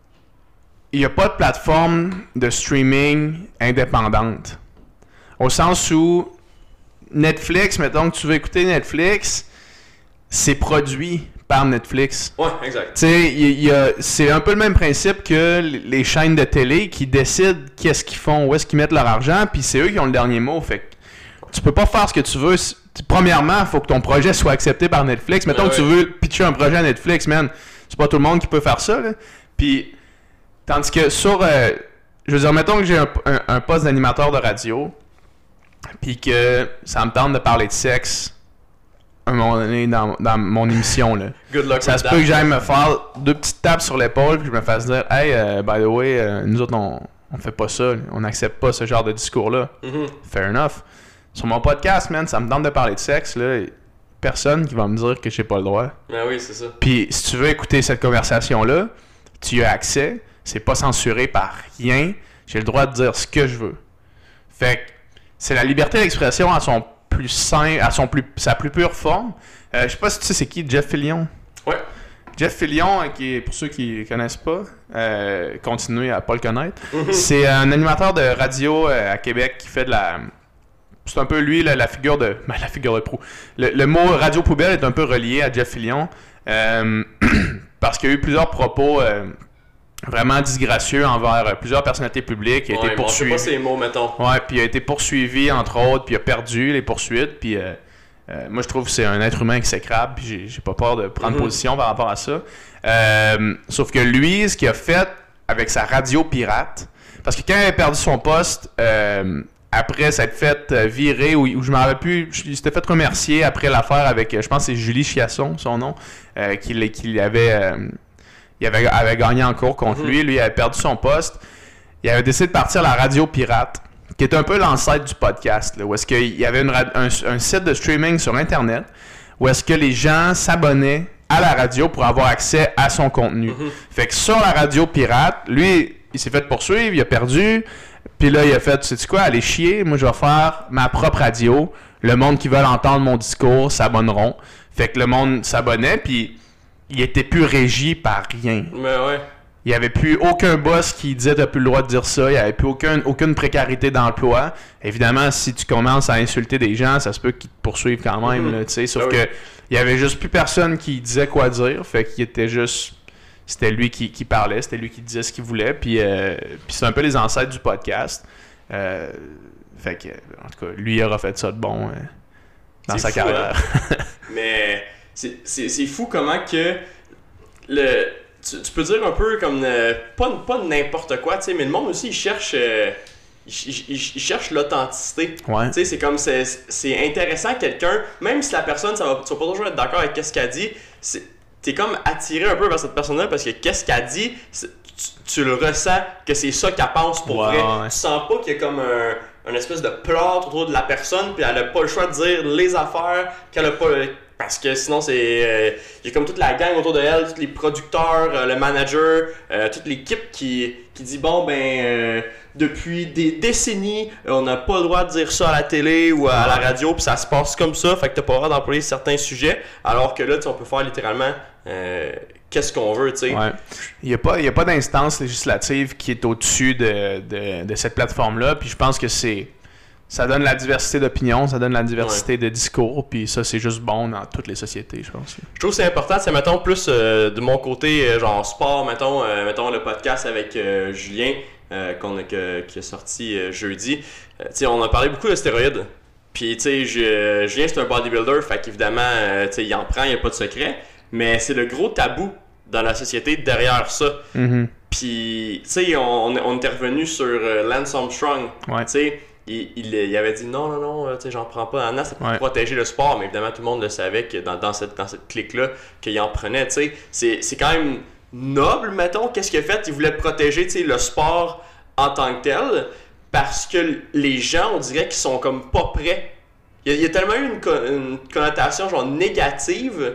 il n'y a pas de plateforme de streaming indépendante. Au sens où Netflix, mettons que tu veux écouter Netflix, c'est produit par Netflix. Ouais, exact. Tu sais, y, y a, c'est un peu le même principe que les chaînes de télé qui décident qu'est-ce qu'ils font, où est-ce qu'ils mettent leur argent, puis c'est eux qui ont le dernier mot. Fait que tu peux pas faire ce que tu veux. Premièrement, il faut que ton projet soit accepté par Netflix. Mettons ouais, que ouais. tu veux pitcher un projet à Netflix, man, c'est pas tout le monde qui peut faire ça, là. Puis, tandis que sur... Euh, je veux dire, mettons que j'ai un, un, un poste d'animateur de radio, puis que ça me tente de parler de sexe un moment donné dans, dans mon émission, là. Good luck ça se peut que j'aille me faire deux petites tapes sur l'épaule puis que je me fasse dire « Hey, uh, by the way, uh, nous autres, on, on fait pas ça. On n'accepte pas ce genre de discours-là. Mm-hmm. » Fair enough. Sur mon podcast, man, ça me tente de parler de sexe, là. Personne qui va me dire que j'ai pas le droit. Ben oui, c'est ça. Puis si tu veux écouter cette conversation-là, tu y as accès. C'est pas censuré par rien. J'ai le droit de dire ce que je veux. Fait que c'est la liberté d'expression à son plus sain, à son plus, sa plus pure forme. Euh, je sais pas si tu sais c'est qui Jeff Fillion. Ouais. Jeff Fillion, qui est, pour ceux qui ne connaissent pas, euh, continuez à pas le connaître. Mm-hmm. C'est un animateur de radio euh, à Québec qui fait de la... C'est un peu lui, là, la figure de... Ben, la figure de proue. Le, le mot radio poubelle est un peu relié à Jeff Fillion. Euh, parce qu'il y a eu plusieurs propos euh, vraiment disgracieux envers euh, plusieurs personnalités publiques. Il a ouais, été poursuivi. Bon, je sais pas ces mots, mettons. Ouais, puis il a été poursuivi, entre autres, puis il a perdu les poursuites. Puis euh, euh, moi, je trouve que c'est un être humain exécrable, puis j'ai, j'ai pas peur de prendre mm-hmm. position par rapport à ça. Euh, sauf que lui, ce qu'il a fait avec sa radio pirate, parce que quand il a perdu son poste, euh, après s'être fait virer, ou, ou je m'en rappelle plus, il s'était fait remercier après l'affaire avec, je pense que c'est Julie Chiasson, son nom, euh, qu'il, qu'il avait, euh, il avait, avait gagné en cours contre mm-hmm. lui. Lui, il avait perdu son poste. Il avait décidé de partir à la radio pirate, qui est un peu l'ancêtre du podcast, là, où est-ce qu'il y avait une, un, un site de streaming sur Internet, où est-ce que les gens s'abonnaient à la radio pour avoir accès à son contenu. Mm-hmm. Fait que sur la radio pirate, lui, il s'est fait poursuivre, il a perdu, puis là, il a fait, sais-tu quoi, allez chier, moi je vais faire ma propre radio, le monde qui veut entendre mon discours s'abonneront. Fait que le monde s'abonnait, puis il était plus régi par rien. Mais ouais. Il n'y avait plus aucun boss qui disait « t'as plus le droit de dire ça », il n'y avait plus aucun, aucune précarité d'emploi. Évidemment, si tu commences à insulter des gens, ça se peut qu'ils te poursuivent quand même, mm-hmm. là, tu sais, sauf ah oui. que il n'y avait juste plus personne qui disait quoi dire, fait qu'il était juste... C'était lui qui, qui parlait, c'était lui qui disait ce qu'il voulait, puis, euh, puis c'est un peu les ancêtres du podcast. Euh, fait que, en tout cas, lui, il aura fait ça de bon euh, dans c'est sa fou, carrière. Hein? Mais c'est, c'est, c'est fou comment que le... Tu, tu peux dire un peu comme euh, pas, pas n'importe quoi, tu sais, mais le monde aussi il cherche euh, il, il, il cherche l'authenticité. Ouais. Tu sais, c'est comme c'est, c'est intéressant quelqu'un, même si la personne, ça va, tu vas pas toujours être d'accord avec qu'est-ce qu'elle dit, c'est, t'es comme attiré un peu vers cette personne-là parce que qu'est-ce qu'elle dit, tu, tu le ressens que c'est ça qu'elle pense pour ouais, vrai. Ouais. Tu sens pas qu'il y a comme un, un espèce de plâtre autour de la personne, puis elle a pas le choix de dire les affaires qu'elle a pas. Parce que sinon, c'est euh, il y a comme toute la gang autour de elle, tous les producteurs, euh, le manager, euh, toute l'équipe qui, qui dit bon, ben, euh, depuis des décennies, on n'a pas le droit de dire ça à la télé ou à la radio, puis ça se passe comme ça, fait que t'as pas le droit d'employer certains sujets, alors que là, on peut faire littéralement euh, qu'est-ce qu'on veut, tu sais. Ouais. Il n'y a pas, il y a pas d'instance législative qui est au-dessus de, de, de cette plateforme-là, puis je pense que c'est. Ça donne la diversité d'opinions, ça donne la diversité ouais. de discours, puis ça, c'est juste bon dans toutes les sociétés, je pense. Je trouve que c'est important, c'est mettons plus euh, de mon côté, euh, genre sport, mettons, euh, mettons le podcast avec euh, Julien, euh, qu'on a, que, qui est sorti euh, jeudi. Euh, tu sais, on a parlé beaucoup de stéroïdes. Puis, tu sais, Julien, c'est un bodybuilder, fait qu'évidemment, euh, tu sais, il en prend, il n'y a pas de secret. Mais c'est le gros tabou dans la société derrière ça. Mm-hmm. Puis, tu sais, on, on, on est revenu sur euh, Lance Armstrong. Ouais. Tu sais, Il, il, il avait dit non, non, non, tu sais, j'en prends pas. Anna, c'est pour ouais. protéger le sport, mais évidemment, tout le monde le savait que dans, dans cette, dans cette clique-là, qu'il en prenait, tu sais. C'est, c'est quand même noble, mettons. Qu'est-ce qu'il a fait? Il voulait protéger, tu sais, le sport en tant que tel, parce que les gens, on dirait qu'ils sont comme pas prêts. Il y a, il y a tellement eu une, con, une connotation, genre, négative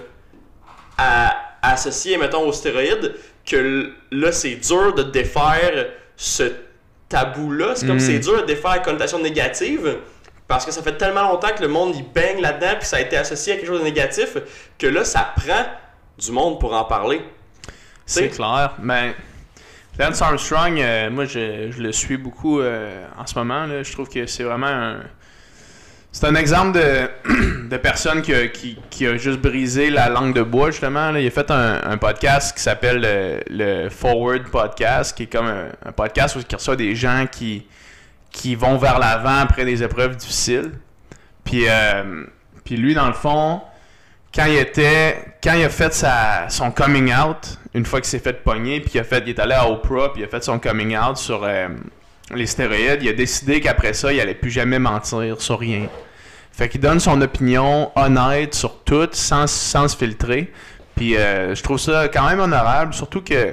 à, à associer, mettons, aux stéroïdes, que là, c'est dur de défaire ce tabou-là. C'est comme mm. c'est dur de défaire la connotation négative parce que ça fait tellement longtemps que le monde il baigne là-dedans puis ça a été associé à quelque chose de négatif que là, ça prend du monde pour en parler. C'est T'sais? Clair. Mais Lance Armstrong, euh, moi, je, je le suis beaucoup euh, en ce moment. Là. Je trouve que c'est vraiment un... C'est un exemple de, de personne qui a, qui, qui a juste brisé la langue de bois, justement. Là. Il a fait un, un podcast qui s'appelle le, le Forward Podcast, qui est comme un, un podcast où il reçoit des gens qui, qui vont vers l'avant après des épreuves difficiles. Puis, euh, puis lui, dans le fond, quand il était quand il a fait sa, son coming out, une fois qu'il s'est fait pogner, puis il, a fait, il est allé à Oprah, puis il a fait son coming out sur... Euh, les stéroïdes, il a décidé qu'après ça, il allait plus jamais mentir sur rien. Fait qu'il donne son opinion honnête sur tout, sans, sans se filtrer. Puis euh, je trouve ça quand même honorable, surtout que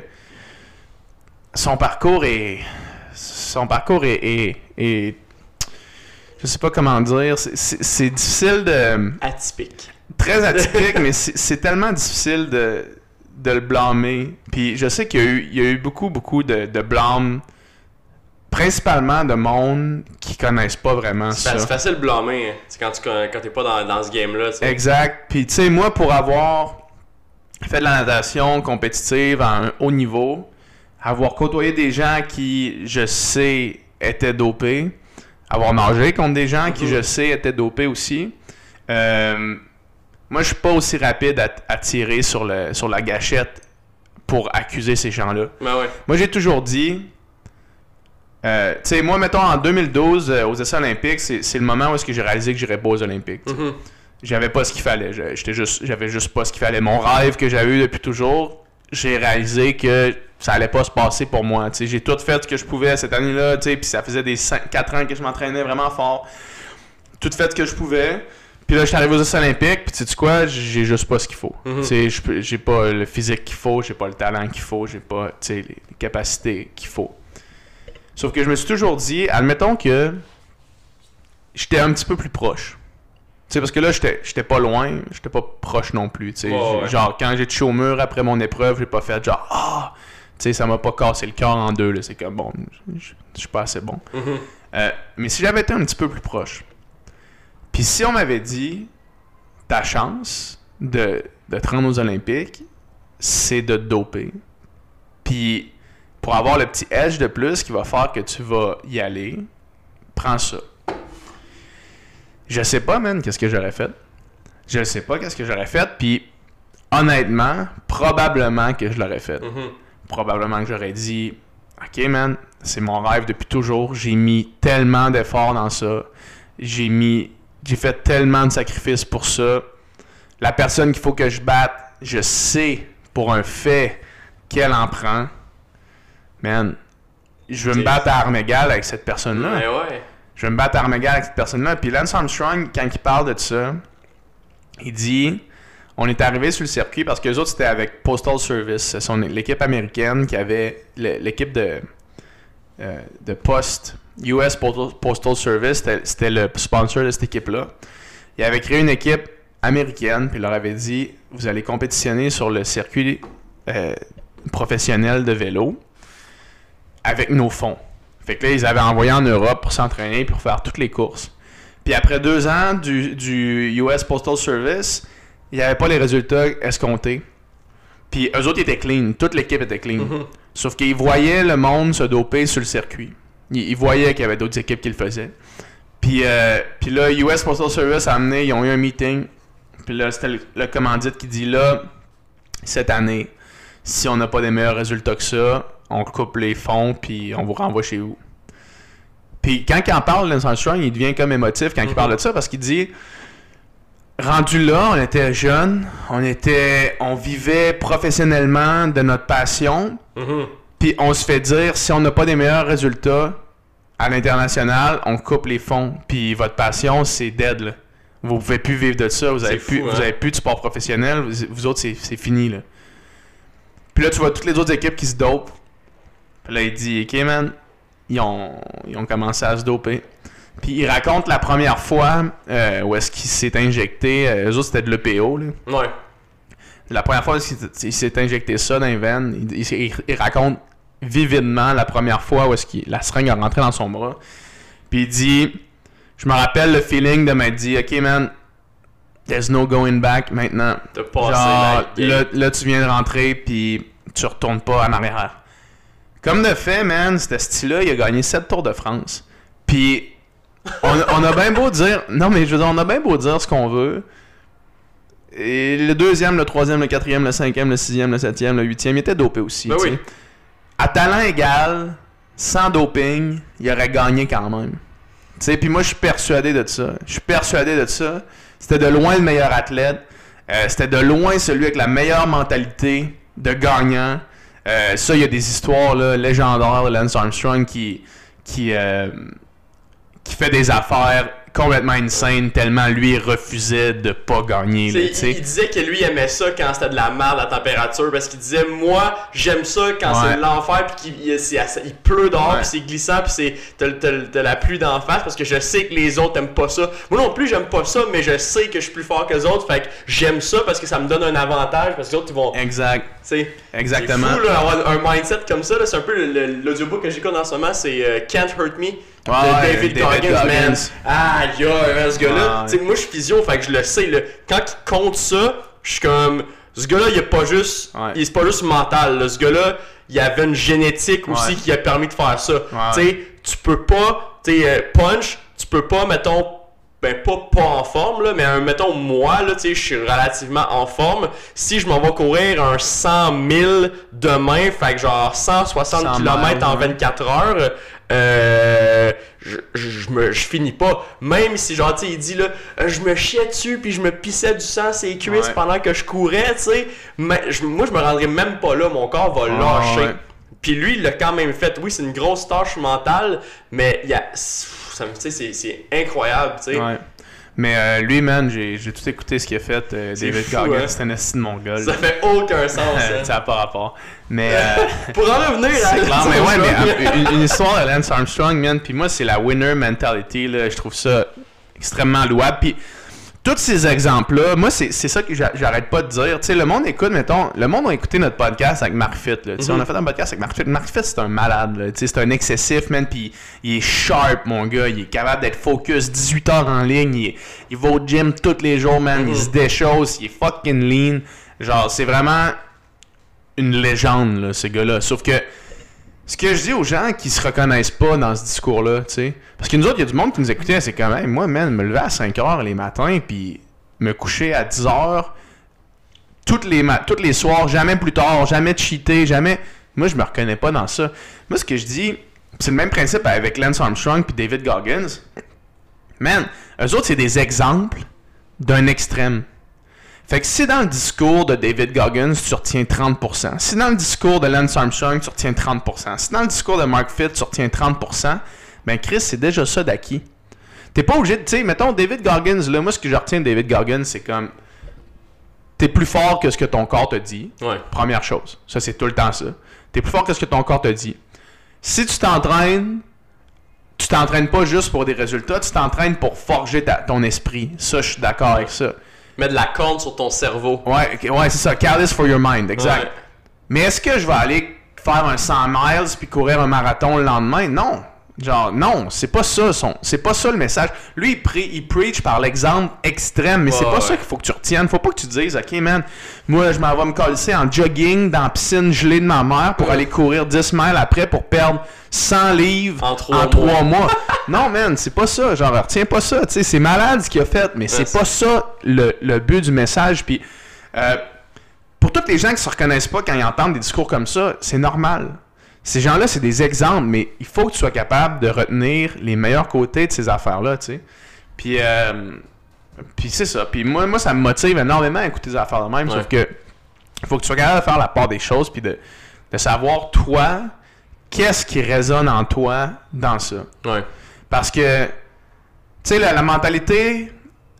son parcours est... Son parcours est... est, est je sais pas comment dire, c'est, c'est, c'est difficile de... Atypique. Très atypique, mais c'est, c'est tellement difficile de, de le blâmer. Puis je sais qu'il y a eu, il y a eu beaucoup, beaucoup de, de blâme, principalement de monde qui connaissent pas vraiment c'est, ça. C'est facile de blâmer hein, quand tu quand t'es pas dans, dans ce game-là. T'sais. Exact. Puis tu sais, moi, pour avoir fait de la natation compétitive à un haut niveau, avoir côtoyé des gens qui, je sais, étaient dopés, avoir nagé contre des gens qui, je sais, étaient dopés aussi, euh, moi, je suis pas aussi rapide à, à tirer sur, le, sur la gâchette pour accuser ces gens-là. Ben ouais. Moi, j'ai toujours dit... Euh, tu sais, moi, mettons, en deux mille douze, euh, aux essais olympiques, c'est, c'est le moment où est-ce que j'ai réalisé que j'irais pas aux Olympiques. Mm-hmm. J'avais pas ce qu'il fallait. J'étais juste, j'avais juste pas ce qu'il fallait. Mon rêve que j'avais eu depuis toujours, j'ai réalisé que ça allait pas se passer pour moi. T'sais, j'ai tout fait ce que je pouvais cette année-là, puis ça faisait des cinq, quatre ans que je m'entraînais vraiment fort. Tout fait ce que je pouvais. Puis là, je suis arrivé aux Jeux olympiques, puis tu sais quoi, j'ai juste pas ce qu'il faut. Mm-hmm. J'ai pas le physique qu'il faut, j'ai pas le talent qu'il faut, j'ai pas les, les capacités qu'il faut. Sauf que je me suis toujours dit, admettons que j'étais un petit peu plus proche. Tu sais, parce que là, j'étais, j'étais pas loin, j'étais pas proche non plus. Tu sais, oh, ouais. Genre, quand j'ai touché au mur après mon épreuve, j'ai pas fait genre, ah, oh! Tu sais, ça m'a pas cassé le cœur en deux. Là. C'est comme, bon, je suis pas assez bon. Mm-hmm. Euh, mais si j'avais été un petit peu plus proche, puis si on m'avait dit, ta chance de, de te rendre aux Olympiques, c'est de te doper. Puis, pour avoir le petit edge de plus qui va faire que tu vas y aller, prends ça. Je sais pas, man, qu'est-ce que j'aurais fait. Je sais pas qu'est-ce que j'aurais fait, puis honnêtement, probablement que je l'aurais fait. Mm-hmm. Probablement que j'aurais dit, OK, man, c'est mon rêve depuis toujours, j'ai mis tellement d'efforts dans ça, j'ai mis, j'ai fait tellement de sacrifices pour ça. La personne qu'il faut que je batte, je sais pour un fait qu'elle en prend. Man, je veux me battre à armes égales avec cette personne-là. Ouais, ouais. Je vais me battre à armes égales avec cette personne-là. Puis Lance Armstrong, quand il parle de ça, il dit, on est arrivé sur le circuit parce que les autres, c'était avec Postal Service. C'est son, l'équipe américaine qui avait, l'équipe de, euh, de Post, U S Postal Service, c'était, c'était le sponsor de cette équipe-là. Il avait créé une équipe américaine, puis il leur avait dit, vous allez compétitionner sur le circuit euh, professionnel de vélo avec nos fonds. Fait que là, ils avaient envoyé en Europe pour s'entraîner pour faire toutes les courses. Puis après deux ans du, du U S Postal Service, il n'y avait pas les résultats escomptés. Puis eux autres étaient clean. Toute l'équipe était clean. Mm-hmm. Sauf qu'ils voyaient le monde se doper sur le circuit. Ils, ils voyaient qu'il y avait d'autres équipes qui le faisaient. Puis, euh, puis là, U S Postal Service a amené, ils ont eu un meeting. Puis là, c'était le, le commandite qui dit là, cette année, si on n'a pas des meilleurs résultats que ça, on coupe les fonds, puis on vous renvoie chez vous. Puis quand il en parle, Lance Armstrong, il devient comme émotif quand mm-hmm. il parle de ça, parce qu'il dit, rendu là, on était jeunes, on était, on vivait professionnellement de notre passion, mm-hmm. puis on se fait dire, si on n'a pas des meilleurs résultats à l'international, on coupe les fonds, puis votre passion, c'est dead, là. Vous pouvez plus vivre de ça, vous avez, plus, fou, hein? Vous avez plus de sport professionnel, vous, vous autres, c'est, c'est fini, là. Puis là, tu vois toutes les autres équipes qui se dopent. Puis là, il dit, OK, man, ils ont, ils ont commencé à se doper. Puis il raconte la première fois euh, où est-ce qu'il s'est injecté. Euh, eux autres, c'était de l'E P O, là. Ouais. La première fois où il s'est injecté ça dans les veines, il, il, il raconte vividement la première fois où est-ce qu'il, la seringue est rentrée dans son bras. Puis il dit, je me rappelle le feeling de m'être dit, OK, man, there's no going back maintenant. T'as passé genre, là, là, tu viens de rentrer, puis tu retournes pas en arrière. Comme de fait, man, ce style-là, il a gagné sept Tours de France. Puis, on, on a bien beau dire... Non, mais je veux dire, on a bien beau dire ce qu'on veut. Et le deuxième, le troisième, le quatrième, le cinquième, le sixième, le septième, le huitième, il était dopé aussi. Ben oui. À talent égal, sans doping, il aurait gagné quand même. Puis moi, je suis persuadé de ça. Je suis persuadé de ça. C'était de loin le meilleur athlète. Euh, c'était de loin celui avec la meilleure mentalité de gagnant. Euh, ça, il y a des histoires là, légendaires de Lance Armstrong qui, qui, euh, qui fait des affaires complètement insane tellement lui il refusait de pas gagner. Là, il, il disait que lui aimait ça quand c'était de la merde la température parce qu'il disait moi j'aime ça quand ouais. c'est l'enfer puis qu'il il, il pleut dehors ouais. puis c'est glissant puis c'est t'as, t'as, t'as la pluie d'en face parce que je sais que les autres aiment pas ça. Moi non plus j'aime pas ça mais je sais que je suis plus fort que les autres fait que j'aime ça parce que ça me donne un avantage parce que les autres ils vont... Exact. T'sais, exactement. C'est fou là, avoir un mindset comme ça là, c'est un peu le, le, l'audiobook que j'écoute en ce moment c'est euh, Can't Hurt Me. Ouais, de David, David Goggins, man. Ah, yo, man, ce gars-là. Ouais. Moi, je suis physio, fait que je le sais. Là. Quand il compte ça, je suis comme. Ce gars-là, il est pas juste. Ouais. Il est pas juste mental. Là. Ce gars-là, il avait une génétique aussi ouais. qui a permis de faire ça. Ouais. Tu sais, tu peux pas. Tu sais, punch, tu peux pas, mettons, ben pas pas en forme, là, mais un, mettons moi, là, tu sais, je suis relativement en forme. Si je m'en vais courir un cent mille demain, fait que genre cent soixante kilomètres en vingt-quatre heures, euh, je, je, je, me, je finis pas. Même si genre, tu sais, il dit là, je me chiais dessus puis je me pissais du sang sur les cuisses ouais. pendant que je courais, tu sais. Moi, je me rendrais même pas là, mon corps va oh, lâcher. Ouais. Puis lui, il l'a quand même fait. Oui, c'est une grosse tâche mentale, mais il y a... C'est, c'est incroyable, tu sais. Ouais. Mais euh, lui, man, j'ai, j'ai tout écouté ce qu'il a fait. Euh, David Goggins, hein? C'est un esti de mongol. Ça fait aucun sens, hein? Ça n'a pas rapport. Mais... Euh, pour en revenir à... C'est clair, mais ouais, mais une, une histoire de Lance Armstrong, man, puis moi, c'est la winner mentality, là. Je trouve ça extrêmement louable. Puis tous ces exemples-là, moi, c'est, c'est ça que j'arrête pas de dire. Tu sais, le monde écoute, mettons, le monde a écouté notre podcast avec Marc Fitt, là. Tu sais, mm-hmm. on a fait un podcast avec Marc Fitt. Marc Fitt, c'est un malade, là. Tu sais, c'est un excessif, man, puis il est sharp, mon gars. Il est capable d'être focus dix-huit heures en ligne. Il, est, il va au gym tous les jours, man. Mm-hmm. Il se déchausse. Il est fucking lean. Genre, c'est vraiment une légende, là, ce gars-là. Sauf que ce que je dis aux gens qui se reconnaissent pas dans ce discours-là, tu sais, parce que nous autres, il y a du monde qui nous écoutait, c'est quand même, moi, man, me lever à cinq heures les matins, puis me coucher à dix heures, toutes les, ma- toutes les soirs, jamais plus tard, jamais cheater, jamais... Moi, je me reconnais pas dans ça. Moi, ce que je dis, c'est le même principe avec Lance Armstrong puis David Goggins. Man, eux autres, c'est des exemples d'un extrême. Fait que si dans le discours de David Goggins, tu retiens trente pour cent, si dans le discours de Lance Armstrong, tu retiens trente pour cent, si dans le discours de Mark Fitt, tu retiens trente pour cent, ben Chris, c'est déjà ça d'acquis. T'es pas obligé de, tu sais, mettons David Goggins, là, moi ce que je retiens de David Goggins, c'est comme, t'es plus fort que ce que ton corps te dit, ouais. Première chose. Ça, c'est tout le temps ça. T'es plus fort que ce que ton corps te dit. Si tu t'entraînes, tu t'entraînes pas juste pour des résultats, tu t'entraînes pour forger ta, ton esprit. Ça, je suis d'accord avec ça. Mets de la corne sur ton cerveau. Ouais, ouais, c'est ça. Callous for your mind, exact. Ouais. Mais est-ce que je vais aller faire un cent miles puis courir un marathon le lendemain? Non. Genre, non, c'est pas ça son, c'est pas ça le message. Lui, il, pre- il preach par l'exemple extrême, mais ouais, c'est pas ouais. ça qu'il faut que tu retiennes. Faut pas que tu te dises, OK, man, moi, je m'en vais me coller en jogging dans la piscine gelée de ma mère pour ouais. aller courir dix miles après pour perdre cent livres en trois mois. mois. Non, man, c'est pas ça. Genre, retiens pas ça. Tu sais, c'est malade ce qu'il a fait, mais ouais, c'est, c'est pas ça le, le but du message. Puis, euh, pour tous les gens qui se reconnaissent pas quand ils entendent des discours comme ça, c'est normal. Ces gens-là, c'est des exemples, mais il faut que tu sois capable de retenir les meilleurs côtés de ces affaires-là, tu sais. Puis, euh, puis c'est ça. Puis moi, moi, ça me motive énormément à écouter des affaires de même, ouais. Sauf que il faut que tu sois capable de faire la part des choses, puis de, de savoir, toi, qu'est-ce qui résonne en toi dans ça. Ouais. Parce que, tu sais, la, la mentalité,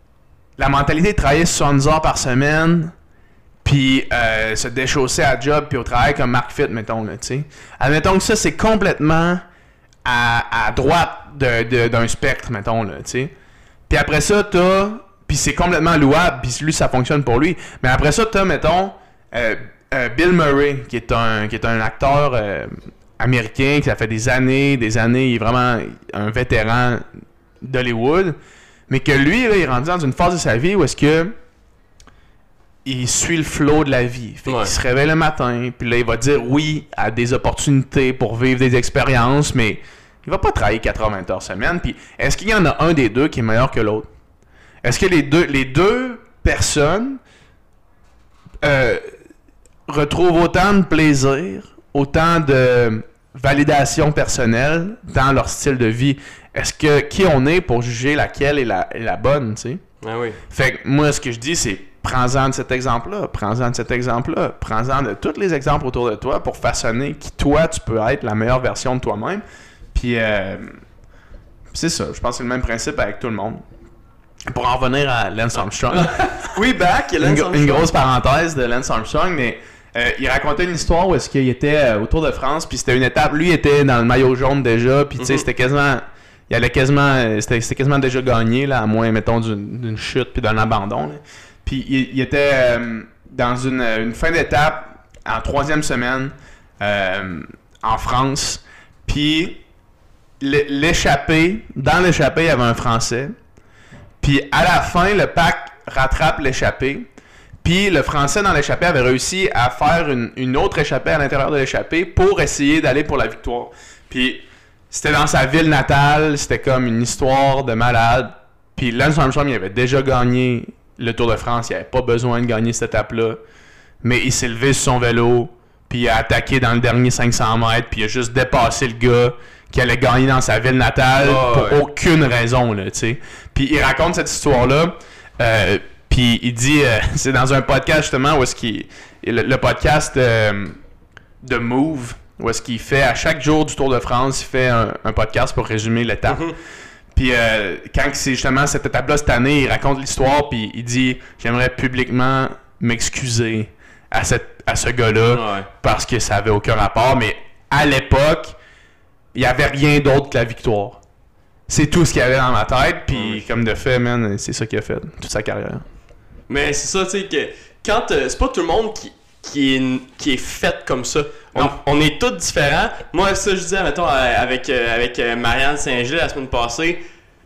la mentalité de travailler soixante-dix heures par semaine... Puis euh, se déchausser à job puis au travail comme Mark Fitt, mettons, là, tu sais. Admettons que ça, c'est complètement à, à droite de, de, d'un spectre, mettons, là, tu sais. Puis après ça, t'as... Puis c'est complètement louable, puis lui, ça fonctionne pour lui. Mais après ça, t'as, mettons, euh, euh, Bill Murray, qui est un, qui est un acteur euh, américain, qui a fait des années, des années, il est vraiment un vétéran d'Hollywood. Mais que lui, là, il est rendu dans une phase de sa vie où est-ce que il suit le flow de la vie. Fait ouais. qu'il se réveille le matin, puis là, il va dire oui à des opportunités pour vivre des expériences, mais il va pas travailler quatre-vingts heures semaine. Puis est-ce qu'il y en a un des deux qui est meilleur que l'autre? Est-ce que les deux, les deux personnes euh, retrouvent autant de plaisir, autant de validation personnelle dans leur style de vie? Est-ce que qui on est pour juger laquelle est la, est la bonne, tu sais? Ah oui. Fait que moi, ce que je dis, c'est prends-en de cet exemple-là, prends-en de cet exemple-là, prends-en de tous les exemples autour de toi pour façonner qui, toi, tu peux être la meilleure version de toi-même. Puis, euh, c'est ça. Je pense que c'est le même principe avec tout le monde. Pour en revenir à Lance Armstrong. Oui, back, Lance une, Armstrong. Une grosse parenthèse de Lance Armstrong, mais euh, il racontait une histoire où est-ce qu'il était euh, autour de France, puis c'était une étape. Lui, il était dans le maillot jaune déjà, puis tu sais, mm-hmm. c'était quasiment... Il allait quasiment... C'était, c'était quasiment déjà gagné, là, à moins, mettons, d'une, d'une chute puis d'un abandon, là. Puis il, il était euh, dans une, une fin d'étape, en troisième semaine, euh, en France. Puis l'échappée, dans l'échappée, il y avait un Français. Puis à la fin, le pack rattrape l'échappée. Puis le Français dans l'échappée avait réussi à faire une, une autre échappée à l'intérieur de l'échappée pour essayer d'aller pour la victoire. Puis c'était dans sa ville natale, c'était comme une histoire de malade. Puis Lance Armstrong, il avait déjà gagné le Tour de France. Il avait pas besoin de gagner cette étape-là. Mais il s'est levé sur son vélo, puis il a attaqué dans le dernier cinq cents mètres, puis il a juste dépassé le gars qui allait gagner dans sa ville natale oh, pour ouais. aucune raison, là, tu sais. Puis il raconte cette histoire-là, euh, puis il dit, euh, c'est dans un podcast justement où est-ce qu'il... Le, le podcast euh, de Move, où est-ce qu'il fait, à chaque jour du Tour de France, il fait un, un podcast pour résumer l'étape. Mm-hmm. Puis euh, quand c'est justement cette étape-là cette année, il raconte l'histoire, puis il dit « J'aimerais publiquement m'excuser à, cette, à ce gars-là ouais. parce que ça avait aucun rapport. » Mais à l'époque, il n'y avait rien d'autre que la victoire. C'est tout ce qu'il y avait dans ma tête, puis ouais. comme de fait, man, c'est ça qu'il a fait toute sa carrière. Mais c'est ça, tu sais, que quand... Euh, c'est pas tout le monde qui... Qui est, qui est faite comme ça. On, on est tous différents. Moi, ça, je disais, mettons, avec, avec Marianne Saint-Gilles la semaine passée,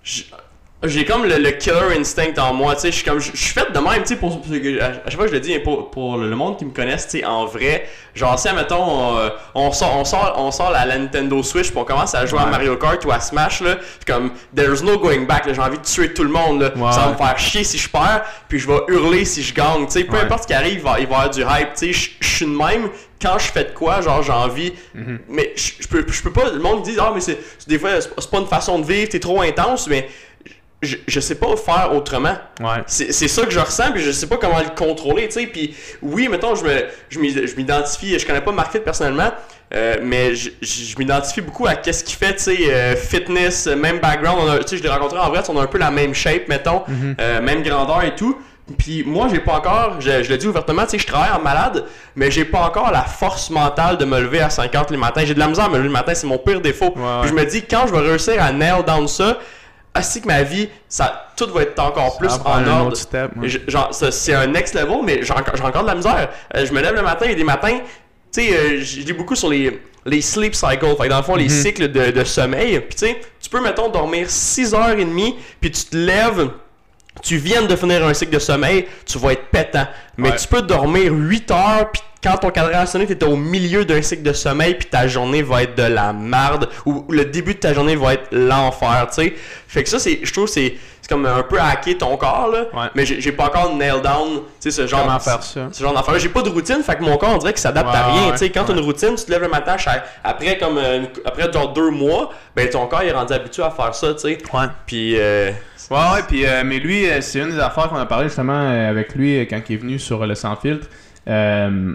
j'ai comme le, le killer instinct en moi, tu sais, je suis comme, je suis fait de même, tu sais, pour, pour, à chaque fois que je le dis, pour, pour le monde qui me connaisse, tu sais, en vrai, genre, si, mettons, on, on, sort, on, sort, on sort la, la Nintendo Switch puis on commence à jouer ouais. à Mario Kart ou à Smash, là, comme, there's no going back, là, j'ai envie de tuer tout le monde, là, ouais. ça va me faire chier si je perds, puis je vais hurler si je gagne, tu sais, peu ouais. importe ce qui arrive, il va, il va y avoir du hype, tu sais, je suis de même, quand je fais de quoi, genre, j'ai envie, mm-hmm. mais je peux, je peux pas, le monde me dit, ah, mais c'est, des fois, c'est pas une façon de vivre, t'es trop intense, mais Je, je sais pas faire autrement. Ouais. C'est, c'est ça que je ressens, puis je sais pas comment le contrôler, tu sais. Puis oui, mettons, je me, je m'identifie, je connais pas Mark Fit personnellement, euh, mais je, je m'identifie beaucoup à qu'est-ce qu'il fait, tu sais, euh, fitness, même background. Tu sais, je l'ai rencontré en vrai, on a un peu la même shape, mettons, mm-hmm. euh, même grandeur et tout. Puis moi, j'ai pas encore, je, je le dis ouvertement, tu sais, je travaille en malade, mais j'ai pas encore la force mentale de me lever à cinq heures le matin. J'ai de la misère à me lever le matin, c'est mon pire défaut. Ouais, ouais. Puis je me dis, quand je vais réussir à nail down ça, ainsi que ma vie, ça, tout va être encore plus en ordre. Step, ouais. Genre, ça, c'est un next level, mais j'ai encore, j'ai encore de la misère. Euh, je me lève le matin, il y a des matins, tu sais, euh, je lis beaucoup sur les, les sleep cycles, fait que dans le fond, mm-hmm. les cycles de, de sommeil. Puis tu sais, tu peux, mettons, dormir six heures trente, puis tu te lèves, tu viens de finir un cycle de sommeil, tu vas être pétant. Mais ouais. tu peux dormir huit heures, puis quand ton cadran a sonné, tu es au milieu d'un cycle de sommeil, puis ta journée va être de la merde, ou le début de ta journée va être l'enfer, tu sais. Fait que ça, c'est, je trouve que c'est, c'est comme un peu hacker ton corps, là. Ouais. Mais j'ai, j'ai pas encore nail down, tu sais, ce genre, Comment faire ça? Ce genre d'affaire. J'ai pas de routine, fait que mon corps, on dirait qu'il s'adapte ouais, à rien, ouais, tu sais. Quand ouais. tu as une routine, tu te lèves le matin, après, comme, une, après genre deux mois, ben ton corps, il est rendu habitué à faire ça, tu sais. Ouais. Puis, euh, Ouais, ouais, puis, euh, mais lui, c'est une des affaires qu'on a parlé justement avec lui quand il est venu sur le Sans Filtre. Euh,